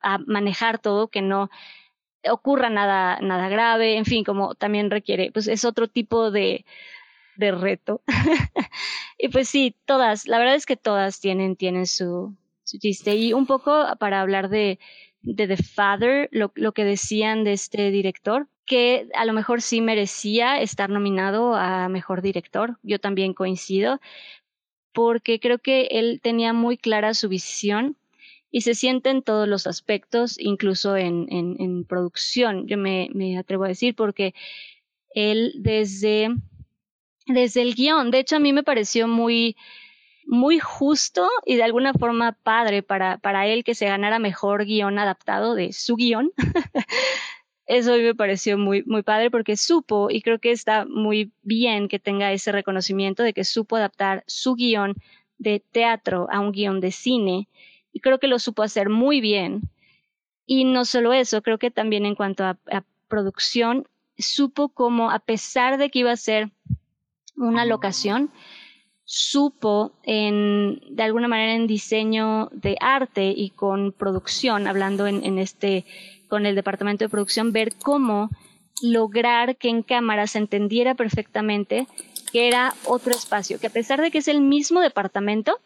a manejar todo, que no ocurra nada, nada grave, en fin, como también requiere, pues es otro tipo de, de reto. Y pues sí, todas, la verdad es que todas tienen, tienen su, su chiste. Y un poco para hablar de, de The Father, lo, lo que decían de este director, que a lo mejor sí merecía estar nominado a Mejor Director, yo también coincido, porque creo que él tenía muy clara su visión y se siente en todos los aspectos, incluso en, en, en producción, yo me, me atrevo a decir, porque él desde, desde el guión, de hecho a mí me pareció muy, muy justo y de alguna forma padre para, para él que se ganara mejor guión adaptado de su guión. Eso a mí me pareció muy, muy padre porque supo, y creo que está muy bien que tenga ese reconocimiento de que supo adaptar su guión de teatro a un guión de cine, y creo que lo supo hacer muy bien. Y no solo eso, creo que también en cuanto a, a producción, supo como, a pesar de que iba a ser una locación, supo en, de alguna manera en diseño de arte y con producción, hablando en, en este, con el departamento de producción, ver cómo lograr que en cámara se entendiera perfectamente que era otro espacio, que a pesar de que es el mismo departamento,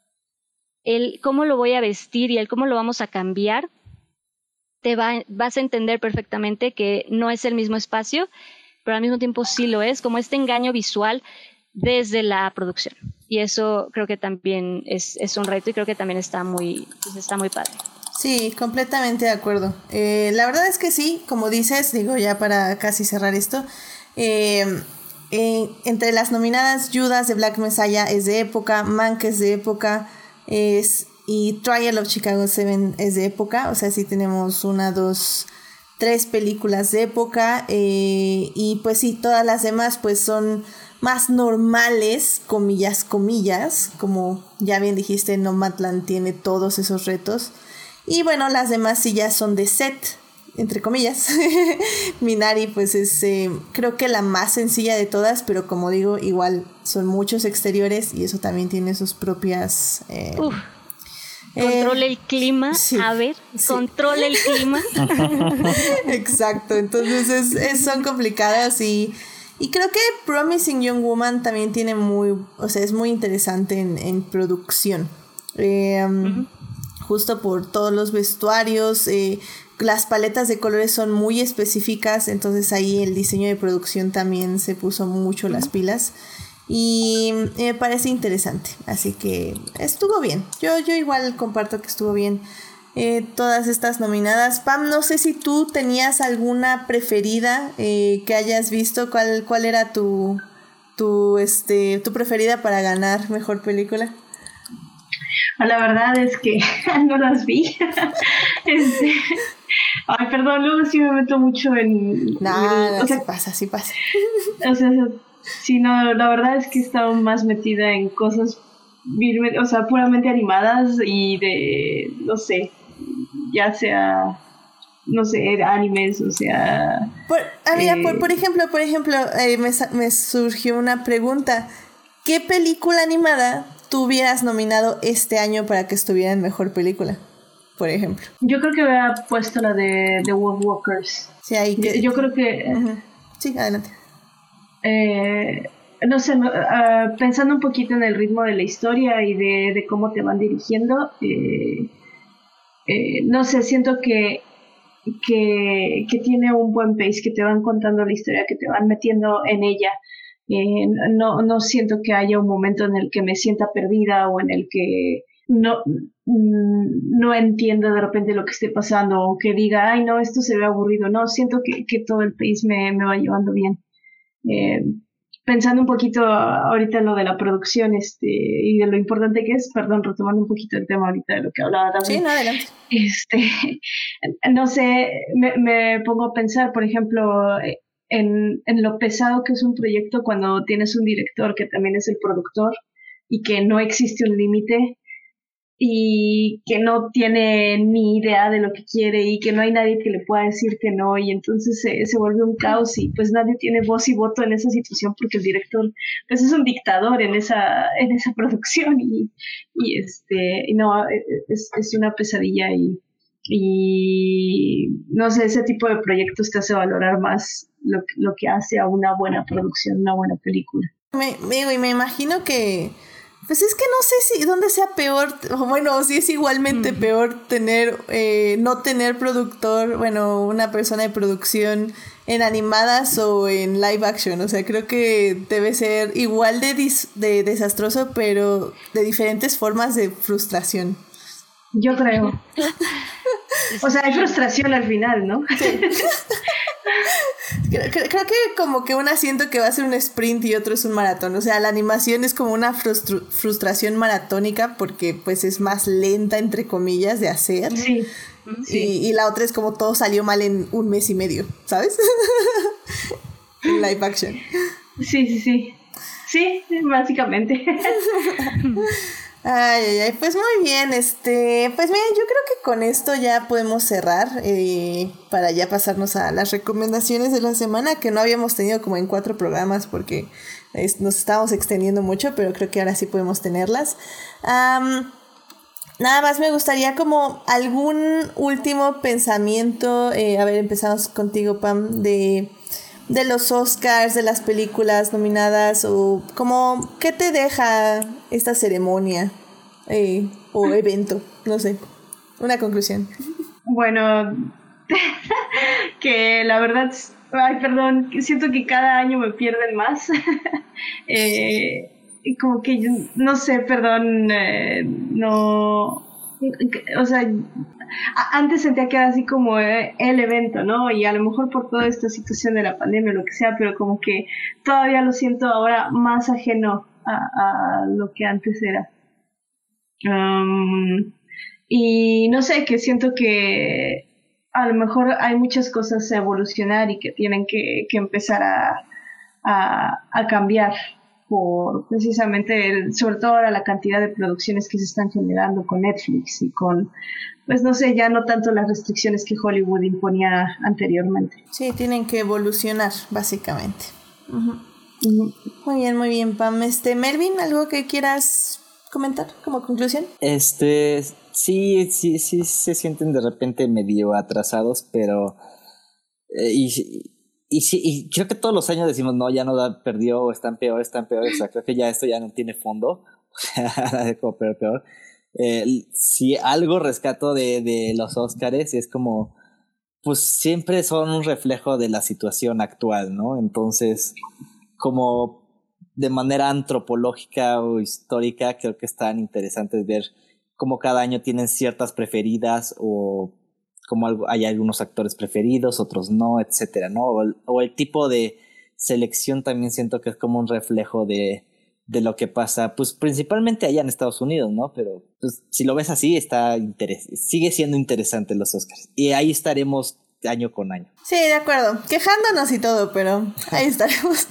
el cómo lo voy a vestir y el cómo lo vamos a cambiar, te va, vas a entender perfectamente que no es el mismo espacio, pero al mismo tiempo sí lo es, como este engaño visual desde la producción. Y eso creo que también es, es un reto y creo que también está muy, pues está muy padre. Sí, completamente de acuerdo. Eh, la verdad es que sí, como dices, digo ya para casi cerrar esto, eh, eh, entre las nominadas, Judas de Black Messiah es de época, Mank es de época, es, y Trial of Chicago siete es de época, o sea, sí tenemos una, dos, tres películas de época, eh, y pues sí, todas las demás pues son más normales, comillas, comillas, como ya bien dijiste, Nomadland tiene todos esos retos. Y bueno, las demás sí ya son de set, entre comillas. Minari pues es eh, creo que la más sencilla de todas, pero como digo, igual son muchos exteriores y eso también tiene sus propias... Eh, Uf, controle eh, el clima, sí, a ver, sí. Controle el clima. Exacto, entonces es, es, son complicadas y... Y creo que Promising Young Woman también tiene muy, o sea, es muy interesante en, en producción. Eh, uh-huh. Justo por todos los vestuarios, eh, las paletas de colores son muy específicas, entonces ahí el diseño de producción también se puso mucho uh-huh. las pilas. Y me parece interesante, así que estuvo bien. Yo, yo igual comparto que estuvo bien. Eh, todas estas nominadas. Pam, no sé si tú tenías alguna preferida eh, que hayas visto. ¿Cuál, cuál era tu, tu, este, tu preferida para ganar mejor película? La verdad es que no las vi. este, ay, perdón, luego sí me meto mucho en... Nada, o sea, sí pasa, sí pasa. O sea, sí, no, la verdad es que he estado más metida en cosas, o sea, puramente animadas y de, no sé, ya sea, no sé, animes, o sea... Por, ah, mira, eh, por, por ejemplo, por ejemplo eh, me, me surgió una pregunta. ¿Qué película animada tú hubieras nominado este año para que estuviera en mejor película, por ejemplo? Yo creo que hubiera puesto la de The Wolf Walkers. Sí, ahí que... Yo creo que... Uh-huh. Sí, adelante. Eh, no sé, uh, pensando un poquito en el ritmo de la historia y de, de cómo te van dirigiendo... Eh, Eh, no sé, siento que, que, que tiene un buen pace, que te van contando la historia, que te van metiendo en ella. Eh, no, no siento que haya un momento en el que me sienta perdida o en el que no, no entiendo de repente lo que esté pasando o que diga, ay no, esto se ve aburrido. No, siento que, que todo el pace me, me va llevando bien. Eh, Pensando un poquito ahorita en lo de la producción este y de lo importante que es, perdón, retomando un poquito el tema ahorita de lo que hablaba también. Sí, no, adelante. Este, no sé, me, me pongo a pensar, por ejemplo, en, en lo pesado que es un proyecto cuando tienes un director que también es el productor y que no existe un límite y que no tiene ni idea de lo que quiere y que no hay nadie que le pueda decir que no y entonces se, se vuelve un caos y pues nadie tiene voz y voto en esa situación porque el director pues es un dictador en esa en esa producción y, y este y no es, es una pesadilla y y no sé, ese tipo de proyectos te hace valorar más lo, lo que hace a una buena producción, una buena película. Me, me, me imagino que, pues es que no sé si dónde sea peor, o bueno, si es igualmente mm. peor tener, eh, no tener productor, bueno, una persona de producción en animadas o en live action. O sea, creo que debe ser igual de, dis, de desastroso, pero de diferentes formas de frustración. Yo creo. O sea, hay frustración al final, ¿no? Sí. creo, creo, creo que como que una siento que va a ser un sprint y otro es un maratón. O sea, la animación es como una frustru- frustración maratónica porque pues es más lenta, entre comillas, de hacer. Sí. Sí. Y, y la otra es como todo salió mal en un mes y medio, ¿sabes? En live action. Sí, sí, sí. Sí, básicamente. Ay, ay, ay, pues muy bien, este, pues miren, yo creo que con esto ya podemos cerrar eh, para ya pasarnos a las recomendaciones de la semana, que no habíamos tenido como en cuatro programas porque es, nos estábamos extendiendo mucho, pero creo que ahora sí podemos tenerlas. Um, nada más me gustaría como algún último pensamiento, eh, a ver, empezamos contigo, Pam, de... de los Oscars, de las películas nominadas, o como, ¿qué te deja esta ceremonia eh, o evento? No sé, una conclusión. Bueno, que la verdad, ay, perdón, siento que cada año me pierden más. eh, como que, no sé, perdón, eh, no, o sea... Antes sentía que era así como el evento, ¿no? Y a lo mejor por toda esta situación de la pandemia o lo que sea, pero como que todavía lo siento ahora más ajeno a, a lo que antes era. Um, y no sé, que siento que a lo mejor hay muchas cosas a evolucionar y que tienen que, que empezar a, a, a cambiar por precisamente, el, sobre todo ahora la cantidad de producciones que se están generando con Netflix y con, pues no sé, ya no tanto las restricciones que Hollywood imponía anteriormente. Sí, tienen que evolucionar, básicamente. Uh-huh. Uh-huh. Muy bien, muy bien, Pam. Este, Melvin, ¿algo que quieras comentar como conclusión? Este, sí, sí, sí se sienten de repente medio atrasados, pero eh, y, y sí, y creo que todos los años decimos, no, ya no da, perdió, o están peor, están peor, o sea, creo que ya esto ya no tiene fondo, como peor, peor. Eh, si algo rescato de, de los Óscares es como, pues siempre son un reflejo de la situación actual, ¿no? Entonces, como de manera antropológica o histórica, creo que están interesantes ver cómo cada año tienen ciertas preferidas o como algo, hay algunos actores preferidos, otros no, etcétera, ¿no? O el, o el tipo de selección también siento que es como un reflejo de de lo que pasa, pues principalmente allá en Estados Unidos, ¿no? Pero pues, si lo ves así, está interes- sigue siendo interesante los Oscars. Y ahí estaremos año con año. Sí, de acuerdo. Quejándonos y todo, pero ahí estaremos.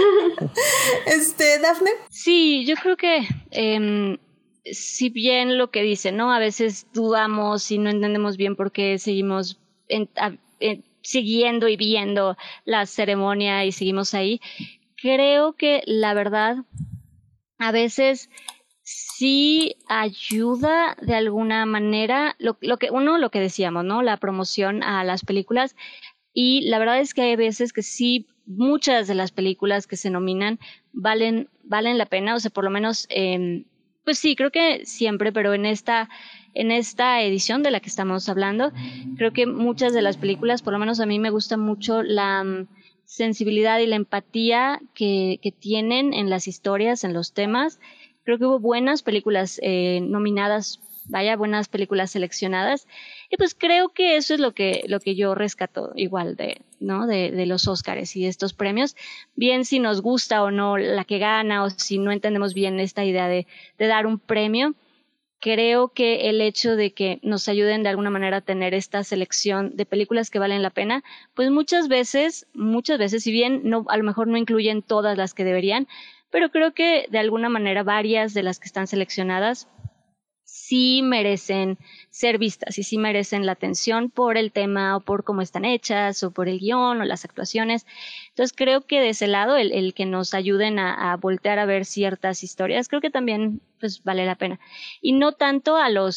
este, ¿Dafne? Sí, yo creo que eh, si bien lo que dicen, ¿no? A veces dudamos y no entendemos bien por qué seguimos en, a, en, siguiendo y viendo la ceremonia y seguimos ahí. Creo que la verdad a veces sí ayuda de alguna manera, lo, lo que uno, lo que decíamos, ¿no? La promoción a las películas, y la verdad es que hay veces que sí, muchas de las películas que se nominan valen, valen la pena, o sea, por lo menos, eh, pues sí, creo que siempre, pero en esta, en esta edición de la que estamos hablando, creo que muchas de las películas, por lo menos a mí me gusta mucho la um, sensibilidad y la empatía que, que tienen en las historias, en los temas. Creo que hubo buenas películas eh, nominadas, vaya, buenas películas seleccionadas, y pues creo que eso es lo que, lo que yo rescato igual de, ¿no? de, de los Óscares y de estos premios, bien si nos gusta o no la que gana, o si no entendemos bien esta idea de, de dar un premio. Creo que el hecho de que nos ayuden de alguna manera a tener esta selección de películas que valen la pena, pues muchas veces, muchas veces, si bien no, a lo mejor no incluyen todas las que deberían, pero creo que de alguna manera varias de las que están seleccionadas sí merecen ser vistas y sí merecen la atención por el tema o por cómo están hechas o por el guión o las actuaciones. Entonces creo que de ese lado el, el que nos ayuden a, a voltear a ver ciertas historias, creo que también pues vale la pena. Y no tanto a los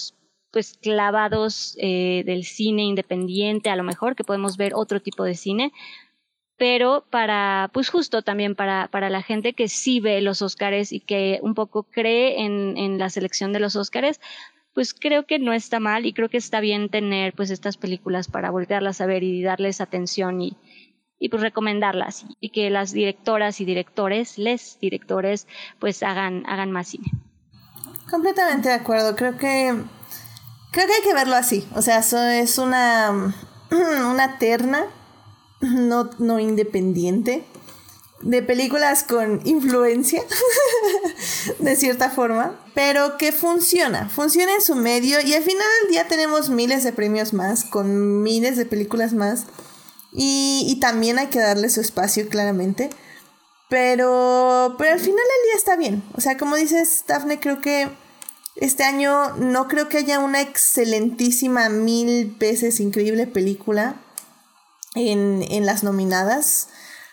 pues clavados eh, del cine independiente, a lo mejor que podemos ver otro tipo de cine, pero para, pues justo también para, para la gente que sí ve los Óscares y que un poco cree en, en la selección de los Óscares, pues creo que no está mal y creo que está bien tener pues estas películas para voltearlas a ver y darles atención y, y pues recomendarlas y, y que las directoras y directores, les directores, pues hagan, hagan más cine. Completamente de acuerdo, creo que creo que hay que verlo así, o sea, eso es una, una terna no, no independiente de películas con influencia de cierta forma, pero que funciona, funciona en su medio y al final del día tenemos miles de premios más, con miles de películas más y, y también hay que darle su espacio claramente, pero, pero al final del día está bien, o sea, como dices, Dafne, creo que este año no creo que haya una excelentísima, mil veces increíble película en, en las nominadas.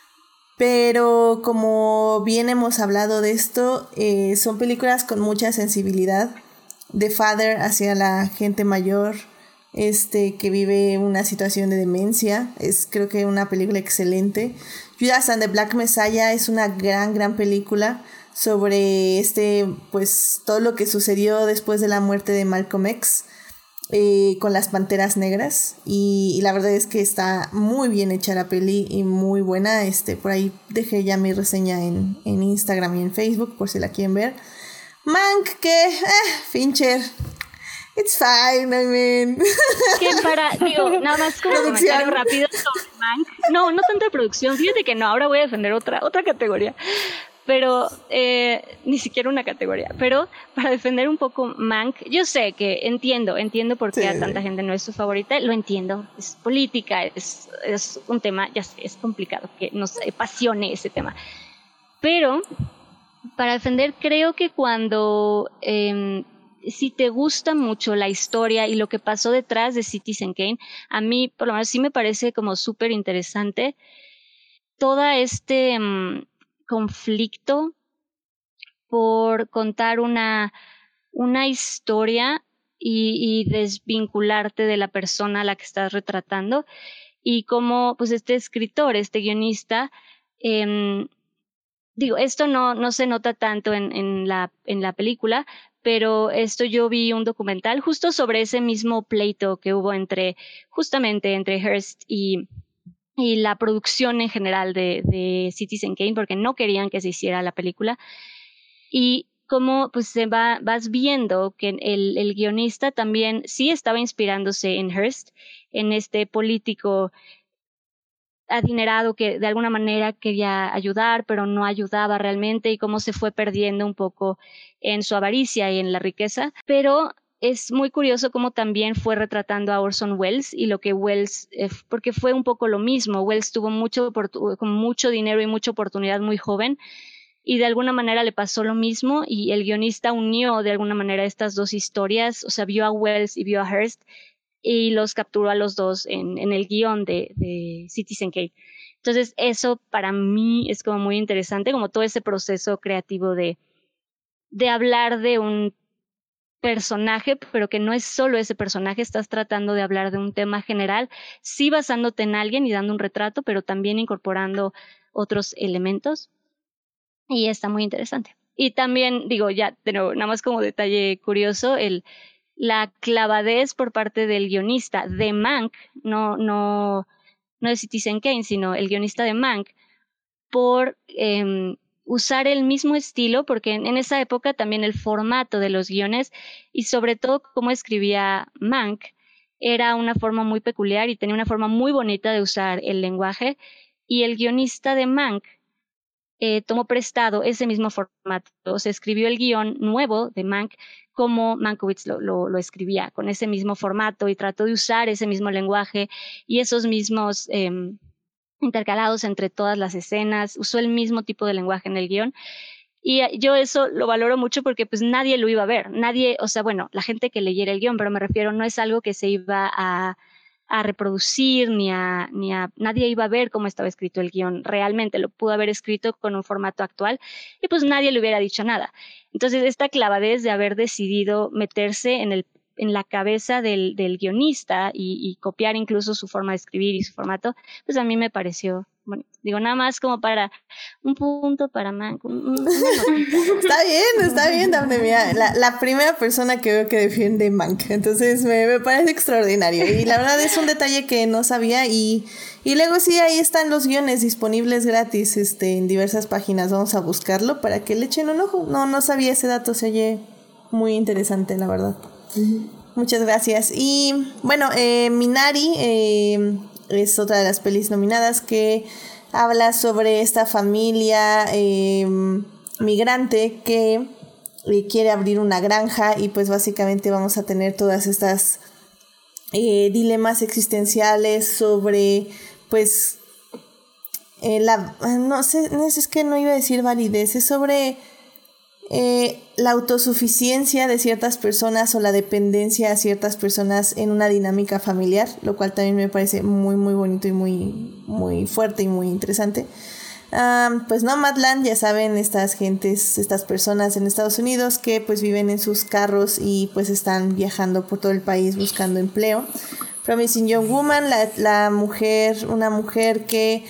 Pero como bien hemos hablado de esto, eh, son películas con mucha sensibilidad. The Father hacia la gente mayor este, que vive una situación de demencia. Es creo que una película excelente. Judas and the Black Messiah es una gran, gran película sobre este, pues, todo lo que sucedió después de la muerte de Malcolm X. Eh, con las Panteras Negras y, y la verdad es que está muy bien hecha la peli y muy buena. Este, por ahí dejé ya mi reseña en, en Instagram y en Facebook por si la quieren ver. Mank, que eh, Fincher, it's fine, I mean. Que para, digo, nada más como comentario rápido sobre Mank. No, no tanto de producción, fíjate que no, ahora voy a defender otra, otra categoría. Pero eh, ni siquiera una categoría. Pero para defender un poco Mank, yo sé que entiendo, entiendo por qué sí. A tanta gente no es su favorita, lo entiendo, es política, es, es un tema, ya sé, es complicado, que nos apasione ese tema. Pero para defender, creo que cuando, eh, si te gusta mucho la historia y lo que pasó detrás de Citizen Kane, a mí por lo menos sí me parece como súper interesante toda este... Um, conflicto por contar una, una historia y, y desvincularte de la persona a la que estás retratando y cómo pues este escritor, este guionista, eh, digo, esto no, no se nota tanto en, en, la, en la película, pero esto yo vi un documental justo sobre ese mismo pleito que hubo entre, justamente entre Hearst y y la producción en general de, de Citizen Kane, porque no querían que se hiciera la película, y cómo pues se va, vas viendo que el, el guionista también sí estaba inspirándose en Hearst, en este político adinerado que de alguna manera quería ayudar, pero no ayudaba realmente, y cómo se fue perdiendo un poco en su avaricia y en la riqueza, pero es muy curioso cómo también fue retratando a Orson Welles y lo que Welles, eh, porque fue un poco lo mismo. Welles tuvo mucho, con mucho dinero y mucha oportunidad muy joven y de alguna manera le pasó lo mismo y el guionista unió de alguna manera estas dos historias, o sea, vio a Welles y vio a Hearst y los capturó a los dos en, en el guión de, de Citizen Kane. Entonces eso para mí es como muy interesante, como todo ese proceso creativo de, de hablar de un personaje, pero que no es solo ese personaje, estás tratando de hablar de un tema general, sí basándote en alguien y dando un retrato, pero también incorporando otros elementos y está muy interesante. Y también, digo, ya, pero nada más como detalle curioso, el, la clavadez por parte del guionista de Mank, no, no, no de Citizen Kane, sino el guionista de Mank, por eh, usar el mismo estilo, porque en, en esa época también el formato de los guiones y sobre todo cómo escribía Mank era una forma muy peculiar y tenía una forma muy bonita de usar el lenguaje, y el guionista de Mank eh, tomó prestado ese mismo formato, o sea, escribió el guión nuevo de Mank como Mankiewicz lo, lo, lo escribía, con ese mismo formato, y trató de usar ese mismo lenguaje y esos mismos eh, intercalados entre todas las escenas, usó el mismo tipo de lenguaje en el guión, y yo eso lo valoro mucho porque pues nadie lo iba a ver, nadie, o sea, bueno, la gente que leyera el guión, pero me refiero, no es algo que se iba a, a reproducir, ni a, ni a, nadie iba a ver cómo estaba escrito el guión, realmente lo pudo haber escrito con un formato actual, y pues nadie le hubiera dicho nada. Entonces esta clavadez de haber decidido meterse en el en la cabeza del, del guionista y, y copiar incluso su forma de escribir y su formato, pues a mí me pareció bonito. Digo, nada más como para un punto para Mank. Está bien, está bien, Dafne. Mira, la, la primera persona que veo que defiende Mank. Entonces me, me parece extraordinario. Y la verdad es un detalle que no sabía. Y, y luego sí, ahí están los guiones disponibles gratis este, en diversas páginas. Vamos a buscarlo para que le echen un ojo. No, no sabía ese dato. Se oye muy interesante, la verdad. Uh-huh. Muchas gracias. Y bueno, eh, Minari eh, es otra de las pelis nominadas que habla sobre esta familia eh, migrante que eh, quiere abrir una granja y pues básicamente vamos a tener todas estas eh, dilemas existenciales sobre pues eh, la no sé, no sé, es que no iba a decir validez, es sobre eh, la autosuficiencia de ciertas personas o la dependencia a ciertas personas en una dinámica familiar, lo cual también me parece muy muy bonito y muy, muy fuerte y muy interesante. Um, pues Nomadland, ya saben, estas gentes, estas personas en Estados Unidos que pues viven en sus carros y pues están viajando por todo el país buscando empleo. Promising Young Woman, la, la mujer, una mujer que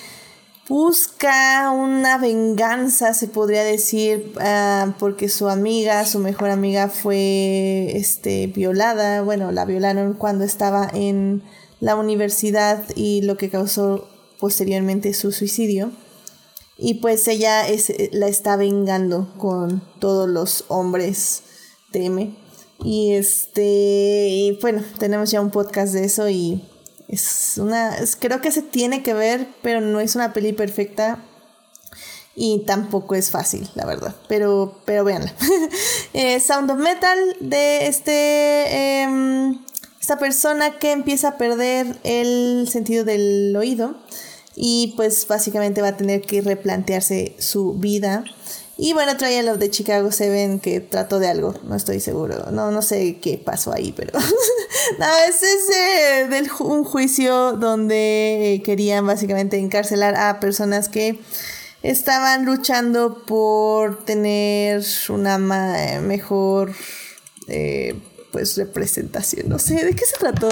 busca una venganza, se podría decir, uh, porque su amiga, su mejor amiga fue este, violada. Bueno, la violaron cuando estaba en la universidad y lo que causó posteriormente su suicidio. Y pues ella es, la está vengando con todos los hombres de M. Y este, y bueno, tenemos ya un podcast de eso y es una, es, creo que se tiene que ver, pero no es una peli perfecta y tampoco es fácil, la verdad, pero, pero véanla. eh, Sound of Metal, de este eh, esta persona que empieza a perder el sentido del oído y pues básicamente va a tener que replantearse su vida. Y bueno, Trial of the Chicago Seven, que trató de algo, no estoy seguro, no, no sé qué pasó ahí, pero no, es ese del ju- un juicio donde querían básicamente encarcelar a personas que estaban luchando por tener una ma- mejor eh, pues representación, no sé, ¿de qué se trató?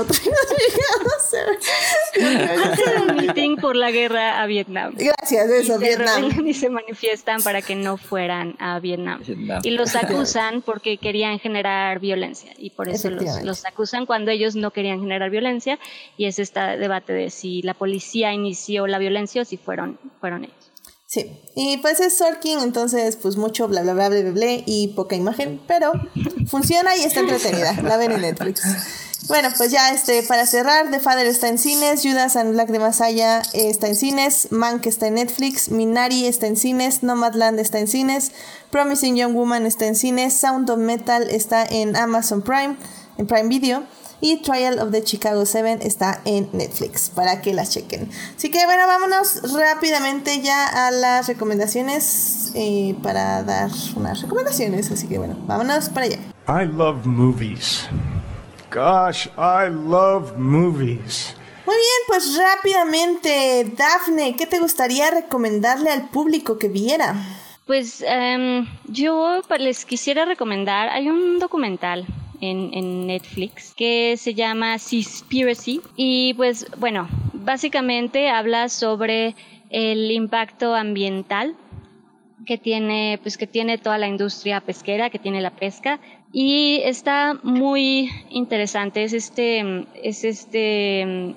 Hacen un meeting por la guerra a Vietnam. Gracias, eso, y Vietnam. Y se manifiestan para que no fueran a Vietnam. Vietnam. Y los acusan porque querían generar violencia. Y por eso los, los acusan cuando ellos no querían generar violencia. Y es este debate de si la policía inició la violencia o si fueron, fueron ellos. Sí, y pues es Sorkin, entonces pues mucho bla bla bla bla bla, bla y poca imagen, pero funciona y está entretenida, la ven en Netflix. Bueno, pues ya este para cerrar, The Father está en cines, Judas and Black de Masaya está en cines, Mank está en Netflix, Minari está en cines, Nomadland está en cines, Promising Young Woman está en cines, Sound of Metal está en Amazon Prime, en Prime Video. Y Trial of the Chicago Seven está en Netflix para que las chequen. Así que bueno, vámonos rápidamente ya a las recomendaciones eh, para dar unas recomendaciones. Así que bueno, vámonos para allá. I love movies. Gosh, I love movies. Muy bien, pues rápidamente, Dafne, ¿qué te gustaría recomendarle al público que viera? Pues um, yo les quisiera recomendar, hay un documental En, en Netflix que se llama Seaspiracy y pues bueno, básicamente habla sobre el impacto ambiental que tiene pues que tiene toda la industria pesquera, que tiene la pesca, y está muy interesante. Es este es este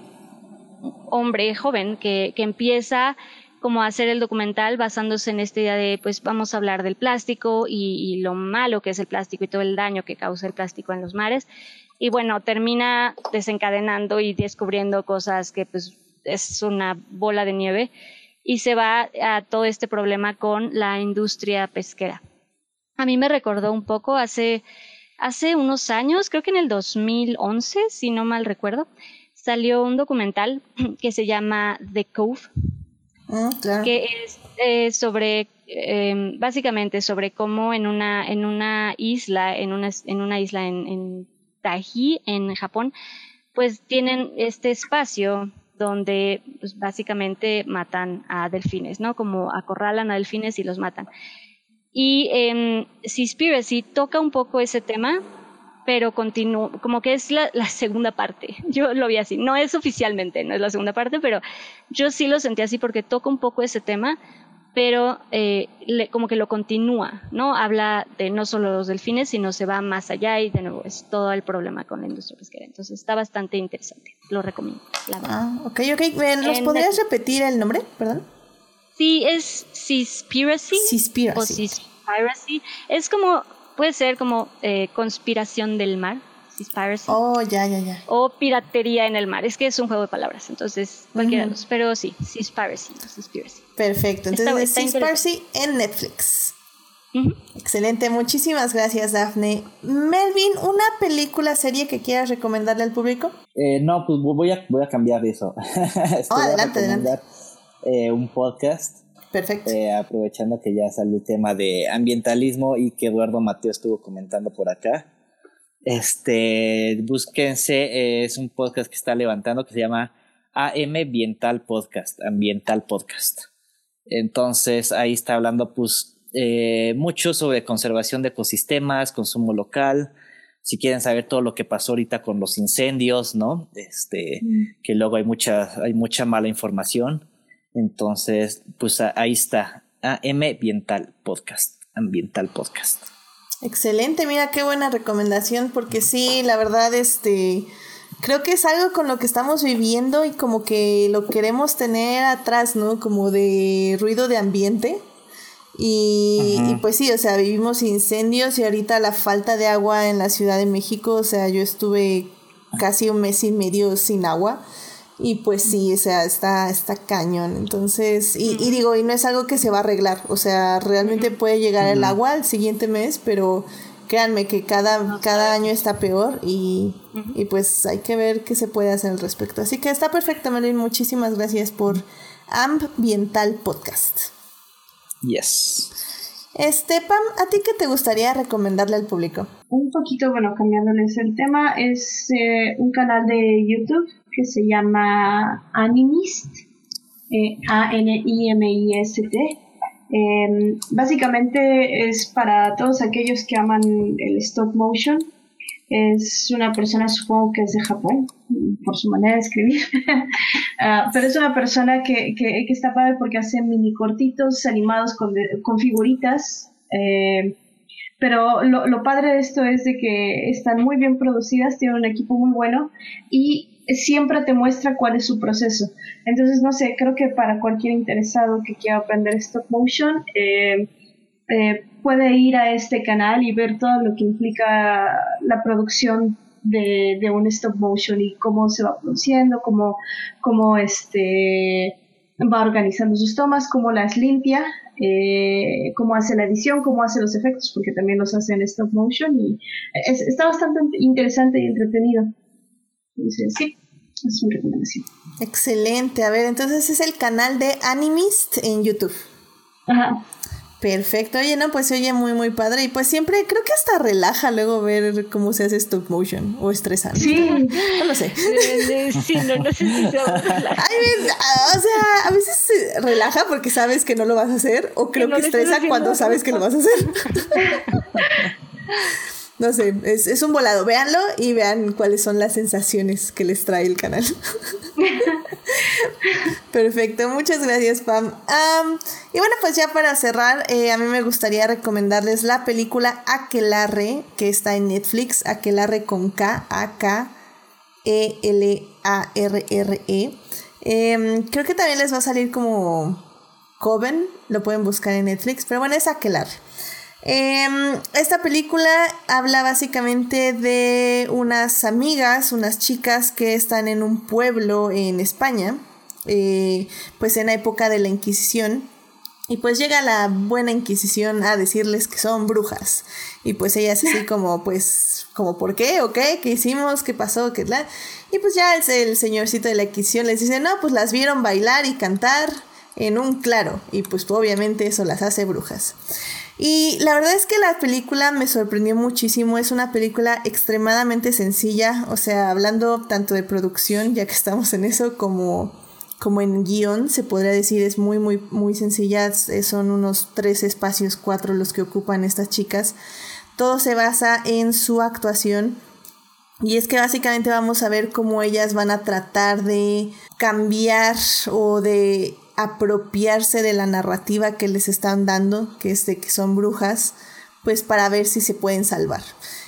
hombre joven que, que empieza como hacer el documental basándose en esta idea de pues vamos a hablar del plástico y, y lo malo que es el plástico y todo el daño que causa el plástico en los mares, y bueno, termina desencadenando y descubriendo cosas que pues es una bola de nieve y se va a todo este problema con la industria pesquera. A mí me recordó un poco hace, hace unos años, creo que en el dos mil once, si no mal recuerdo, salió un documental que se llama The Cove, Mm, claro. que es eh, sobre eh, básicamente sobre cómo en una en una isla en una en una isla en, en Taiji, en Japón, pues tienen este espacio donde pues básicamente matan a delfines, ¿no? Como acorralan a delfines y los matan. Y eh, Seaspiracy toca un poco ese tema pero continúa, como que es la, la segunda parte. Yo lo vi así, no es oficialmente, no es la segunda parte, pero yo sí lo sentí así porque toca un poco ese tema, pero eh, le, como que lo continúa, ¿no? Habla de no solo los delfines, sino se va más allá y de nuevo es todo el problema con la industria pesquera. Entonces está bastante interesante, lo recomiendo. La verdad. Ah, ok, ok. ¿Nos En podrías Netflix. repetir el nombre? Perdón. Sí, es Seaspiracy. Seaspiracy. O Seaspiracy. Es como, puede ser como eh, conspiración del mar. Seaspiracy. Oh, ya, ya, ya. O piratería en el mar. Es que es un juego de palabras. Entonces, cualquiera uh-huh. de los. Pero sí, Seaspiracy. Seaspiracy. Perfecto. Entonces, está, está Seaspiracy en Netflix. Uh-huh. Excelente. Muchísimas gracias, Dafne. Melvin, ¿una película, serie que quieras recomendarle al público? Eh, no, pues voy a, voy a cambiar eso. Oh, adelante, adelante. Eh, un podcast. Perfecto. Eh, aprovechando que ya salió el tema de ambientalismo y que Eduardo Mateo estuvo comentando por acá. Este, búsquense, eh, es un podcast que está levantando que se llama A M Ambiental Podcast, Ambiental Podcast. Entonces ahí está hablando pues eh, mucho sobre conservación de ecosistemas, consumo local. Si quieren saber todo lo que pasó ahorita con los incendios, ¿no? Este, mm. que luego hay mucha, hay mucha mala información. Entonces, pues ahí está, A M Ambiental Podcast, Ambiental Podcast. Excelente, mira qué buena recomendación, porque sí, la verdad, este, creo que es algo con lo que estamos viviendo y como que lo queremos tener atrás, ¿no? Como de ruido de ambiente. Y, uh-huh. y pues sí, o sea, vivimos incendios y ahorita la falta de agua en la Ciudad de México, o sea, yo estuve casi un mes y medio sin agua. Y pues sí, o sea, está, está cañón. Entonces, y, y digo, y no es algo que se va a arreglar. O sea, realmente puede llegar el agua el siguiente mes, pero créanme que cada, cada año está peor y, y pues hay que ver qué se puede hacer al respecto. Así que está perfecto, Melvin. Muchísimas gracias por Ambiental Podcast. Yes. Este, Pam, ¿a ti qué te gustaría recomendarle al público? Un poquito, bueno, cambiándoles el tema, es eh, un canal de YouTube que se llama Animist, eh, A N I M I S T. Eh, básicamente es para todos aquellos que aman el stop motion. Es una persona, supongo que es de Japón, por su manera de escribir, uh, pero es una persona que, que, que está padre porque hace mini cortitos animados con, de, con figuritas, eh, pero lo, lo padre de esto es de que están muy bien producidas, tienen un equipo muy bueno y siempre te muestra cuál es su proceso. Entonces, no sé, creo que para cualquier interesado que quiera aprender stop motion, eh, eh, puede ir a este canal y ver todo lo que implica la producción de, de un stop motion y cómo se va produciendo, cómo, cómo este, va organizando sus tomas, cómo las limpia, eh, cómo hace la edición, cómo hace los efectos, porque también los hace en stop motion y es, está bastante interesante y entretenido. Entonces, sí, es mi recomendación. Excelente. A ver, entonces es el canal de Animist en YouTube. Ajá. Perfecto, oye, no, pues se oye muy, muy padre. Y pues siempre, creo que hasta relaja luego ver cómo se hace stop motion o estresante. Sí. No lo sé. Sí, no, no sé si se va a relajar. Ay, o sea, a veces se relaja porque sabes que no lo vas a hacer, o creo que, no que estresa cuando sabes que lo vas a hacer. No sé, es, es un volado. Véanlo y vean cuáles son las sensaciones que les trae el canal. Perfecto, muchas gracias, Pam. Um, y bueno, pues ya para cerrar, eh, a mí me gustaría recomendarles la película Aquelarre, que está en Netflix. Aquelarre con K, A K E L A R R E. Eh, creo que también les va a salir como Coven, lo pueden buscar en Netflix, pero bueno, es Aquelarre. Eh, esta película habla básicamente de unas amigas, unas chicas que están en un pueblo en España, eh, pues en la época de la Inquisición, y pues llega la buena Inquisición a decirles que son brujas, y pues ellas así como pues, como ¿por qué? ¿O qué? ¿Qué hicimos? ¿Qué pasó? ¿Qué tal? Y pues ya el, el señorcito de la Inquisición les dice, no, pues las vieron bailar y cantar en un claro, y pues obviamente eso las hace brujas. Y la verdad es que la película me sorprendió muchísimo. Es una película extremadamente sencilla, o sea, hablando tanto de producción, ya que estamos en eso, como, como en guión, se podría decir, es muy, muy, muy sencilla. Son unos tres espacios, cuatro los que ocupan estas chicas. todo se basa en su actuación. Y es que básicamente vamos a ver cómo ellas van a tratar de cambiar o de apropiarse de la narrativa que les están dando, que es de que son brujas, pues para ver si se pueden salvar.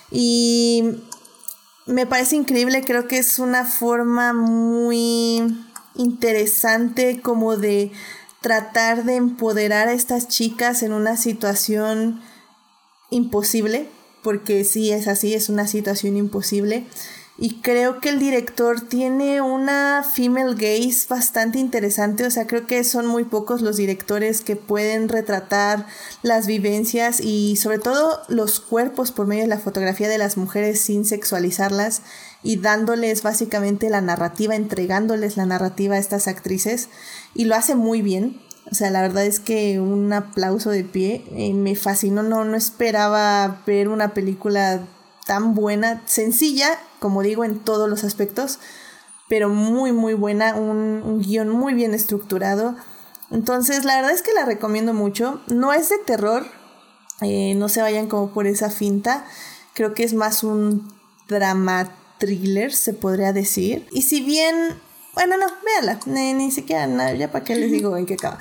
Y me parece increíble, creo que es una forma muy interesante como de tratar de empoderar a estas chicas en una situación imposible, porque sí es así, es una situación imposible. Y creo que el director tiene una female gaze bastante interesante, o sea, creo que son muy pocos los directores que pueden retratar las vivencias y sobre todo los cuerpos por medio de la fotografía de las mujeres sin sexualizarlas y dándoles básicamente la narrativa, entregándoles la narrativa a estas actrices, y lo hace muy bien. O sea, la verdad es que un aplauso de pie, eh, me fascinó, no, no esperaba ver una película tan buena, sencilla, como digo, en todos los aspectos, pero muy muy buena, un, un guión muy bien estructurado. Entonces la verdad es que la recomiendo mucho. No es de terror, eh, no se vayan como por esa finta, creo que es más un drama thriller, se podría decir. Y si bien, bueno, no, véanla, ni, ni siquiera nada, ya para qué les digo en qué acaba.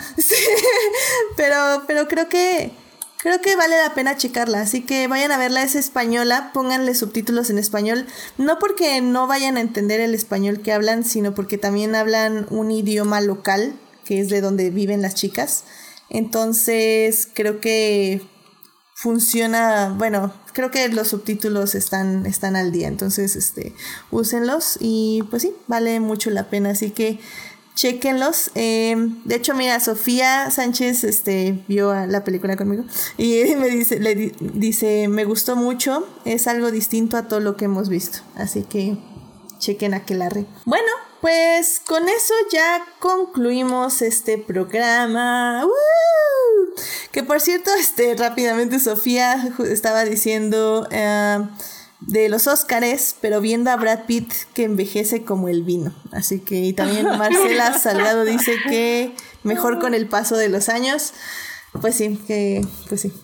pero, pero creo que Creo que vale la pena checarla, así que vayan a verla, es española, pónganle subtítulos en español, no porque no vayan a entender el español que hablan, sino porque también hablan un idioma local, que es de donde viven las chicas. Entonces creo que funciona, bueno, creo que los subtítulos están, están al día, entonces este, úsenlos y pues sí, vale mucho la pena, así que chéquenlos. Eh, de hecho, mira, Sofía Sánchez este, vio la película conmigo y me dice, le di, dice, me gustó mucho, es algo distinto a todo lo que hemos visto. Así que chequen Aquelarre. Bueno, pues con eso ya concluimos este programa. ¡Woo! Que por cierto, este, rápidamente Sofía estaba diciendo Uh, de los Óscares, pero viendo a Brad Pitt que envejece como el vino. Así que, y también Marcela Salgado dice que mejor con el paso de los años. Pues sí, que, pues sí.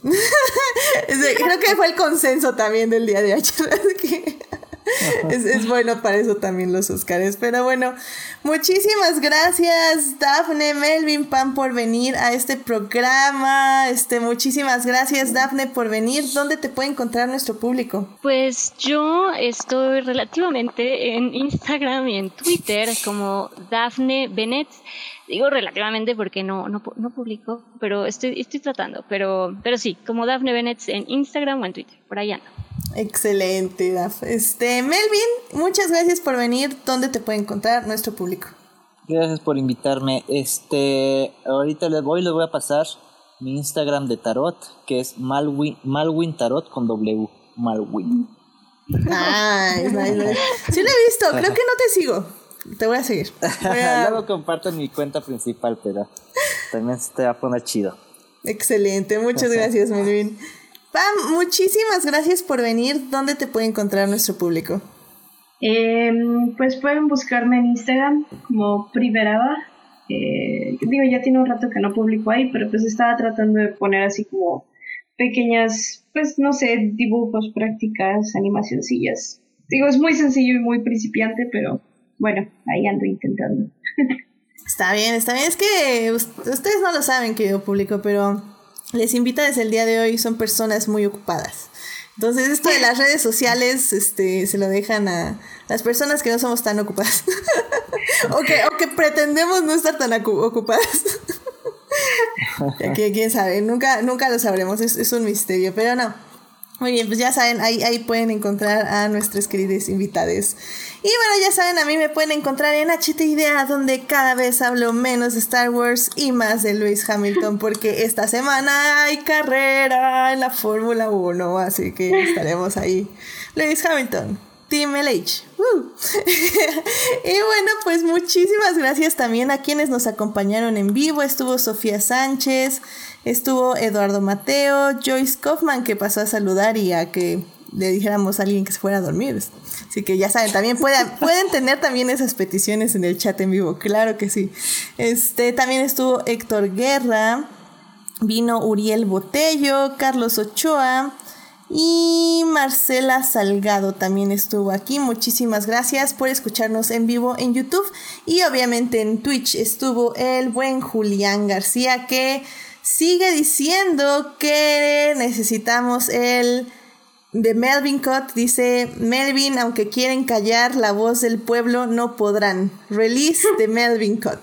Creo que fue el consenso también del día de ayer. que es, es bueno para eso también los Óscares. Pero bueno, muchísimas gracias Dafne, Melvin, Pam por venir a este programa. Este, muchísimas gracias Dafne por venir. ¿Dónde te puede encontrar nuestro público? Pues yo estoy relativamente en Instagram y en Twitter como Dafne Bennett. Digo relativamente porque no, no, no publico, pero estoy, estoy tratando. Pero, pero sí, como Dafne Bennett en Instagram o en Twitter, por allá ando. Excelente, Daf. Este, Melvin, muchas gracias por venir. ¿Dónde te puede encontrar nuestro público? Gracias por invitarme. Este, ahorita les voy, les voy a pasar mi Instagram de tarot, que es Malwin, Malwin Tarot con W. Malwin. Nice, nice, nice. Sí lo he visto, creo que no te sigo. Te voy a seguir. Voy a... Luego comparto en mi cuenta principal, pero también te va a poner chido. Excelente, muchas gracias, Melvin. Pam, muchísimas gracias por venir. ¿Dónde te puede encontrar nuestro público? Eh, pues pueden buscarme en Instagram como Priveraba. Eh, digo, ya tiene un rato que no publico ahí, pero pues estaba tratando de poner así como pequeñas, pues no sé, dibujos, prácticas, animacioncillas. Digo, es muy sencillo y muy principiante, pero bueno, ahí ando intentando. Está bien, está bien. Es que ustedes no lo saben, querido público, pero les invita desde el día de hoy, son personas muy ocupadas. Entonces esto de las redes sociales este, se lo dejan a las personas que no somos tan ocupadas. o, que, o que pretendemos no estar tan acu- ocupadas. que, quién sabe, nunca, nunca lo sabremos, es, es un misterio, pero no. Muy bien, pues ya saben, ahí, ahí pueden encontrar a nuestros queridos invitados. Y bueno, ya saben, a mí me pueden encontrar en H T Idea, donde cada vez hablo menos de Star Wars y más de Lewis Hamilton, porque esta semana hay carrera en la Fórmula uno, así que estaremos ahí. Lewis Hamilton, Team L H. ¡Woo! Y bueno, pues muchísimas gracias también a quienes nos acompañaron en vivo. Estuvo Sofía Sánchez, estuvo Eduardo Mateo, Joyce Kaufman, que pasó a saludar y a que le dijéramos a alguien que se fuera a dormir. Así que ya saben, también pueden, pueden tener también esas peticiones en el chat en vivo, claro que sí. Este, también estuvo Héctor Guerra, vino Uriel Botello, Carlos Ochoa, Y Marcela Salgado también estuvo aquí. Muchísimas gracias por escucharnos en vivo en YouTube. Y obviamente en Twitch estuvo el buen Julián García, que sigue diciendo que necesitamos el de Melvin Cott. Dice: Melvin, aunque quieren callar la voz del pueblo, no podrán. Release de Melvin Cott.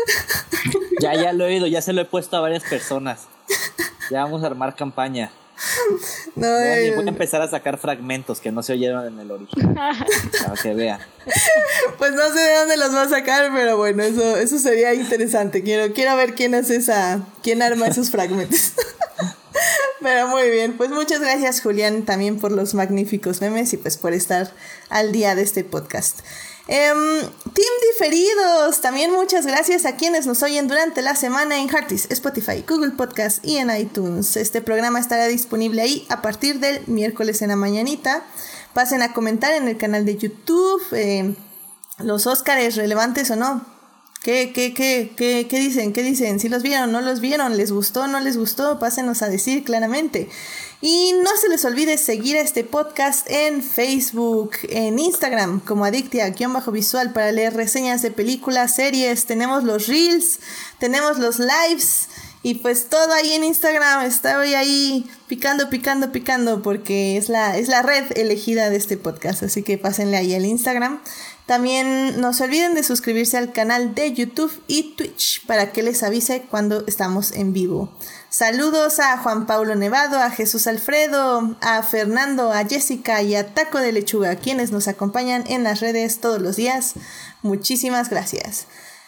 Ya, ya lo he oído, ya se lo he puesto a varias personas. Ya vamos a armar campaña. No, voy, a, eh, voy a empezar a sacar fragmentos que no se oyeron en el original para que vean. Pues no sé de dónde los va a sacar, pero bueno, eso, eso sería interesante. Quiero, quiero ver quién hace esa, quién arma esos fragmentos. Pero muy bien, pues muchas gracias, Julián, también por los magníficos memes y pues por estar al día de este podcast. Um, Team Diferidos, también muchas gracias a quienes nos oyen durante la semana en Heartis, Spotify, Google Podcast y en iTunes. Este programa estará disponible ahí a partir del miércoles en la mañanita. Pasen a comentar en el canal de YouTube eh, los Óscares, relevantes o no. ¿Qué, qué, qué, qué, qué dicen? ¿Qué dicen? ¿Si los vieron? ¿No los vieron? ¿Les gustó? ¿No les gustó? Pásenos a decir claramente. Y no se les olvide seguir a este podcast en Facebook, en Instagram como Adictia-Visual para leer reseñas de películas, series. Tenemos los Reels, tenemos los Lives y pues todo ahí en Instagram. Estoy ahí picando, picando, picando porque es la, es la red elegida de este podcast. Así que pásenle ahí al Instagram. También no se olviden de suscribirse al canal de YouTube y Twitch para que les avise cuando estamos en vivo. Saludos a Juan Pablo Nevado, a Jesús Alfredo, a Fernando, a Jessica y a Taco de Lechuga, quienes nos acompañan en las redes todos los días. Muchísimas gracias.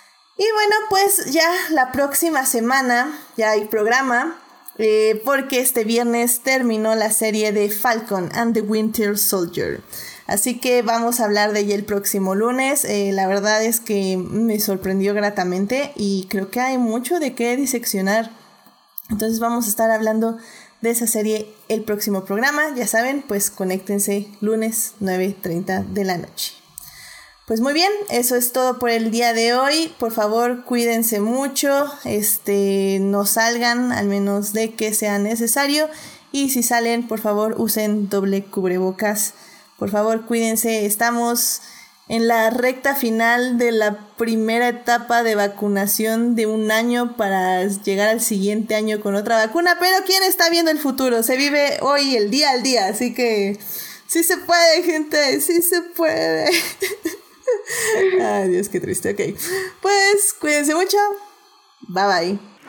Y bueno, pues ya la próxima semana ya hay programa, eh, porque este viernes terminó la serie de Falcon and the Winter Soldier. Así que vamos a hablar de ella el próximo lunes. Eh, la verdad es que me sorprendió gratamente y creo que hay mucho de qué diseccionar. Entonces vamos a estar hablando de esa serie el próximo programa. Ya saben, pues conéctense lunes nueve treinta de la noche. Pues muy bien, eso es todo por el día de hoy. Por favor, cuídense mucho. Este, no salgan, al menos de que sea necesario. Y si salen, por favor, usen doble cubrebocas. Por favor, cuídense. Estamos en la recta final de la primera etapa de vacunación de un año para llegar al siguiente año con otra vacuna. Pero ¿quién está viendo el futuro? Se vive hoy, el día al día. Así que sí se puede, gente. Sí se puede. Ay, Dios, qué triste. Ok. Pues cuídense mucho. Bye bye.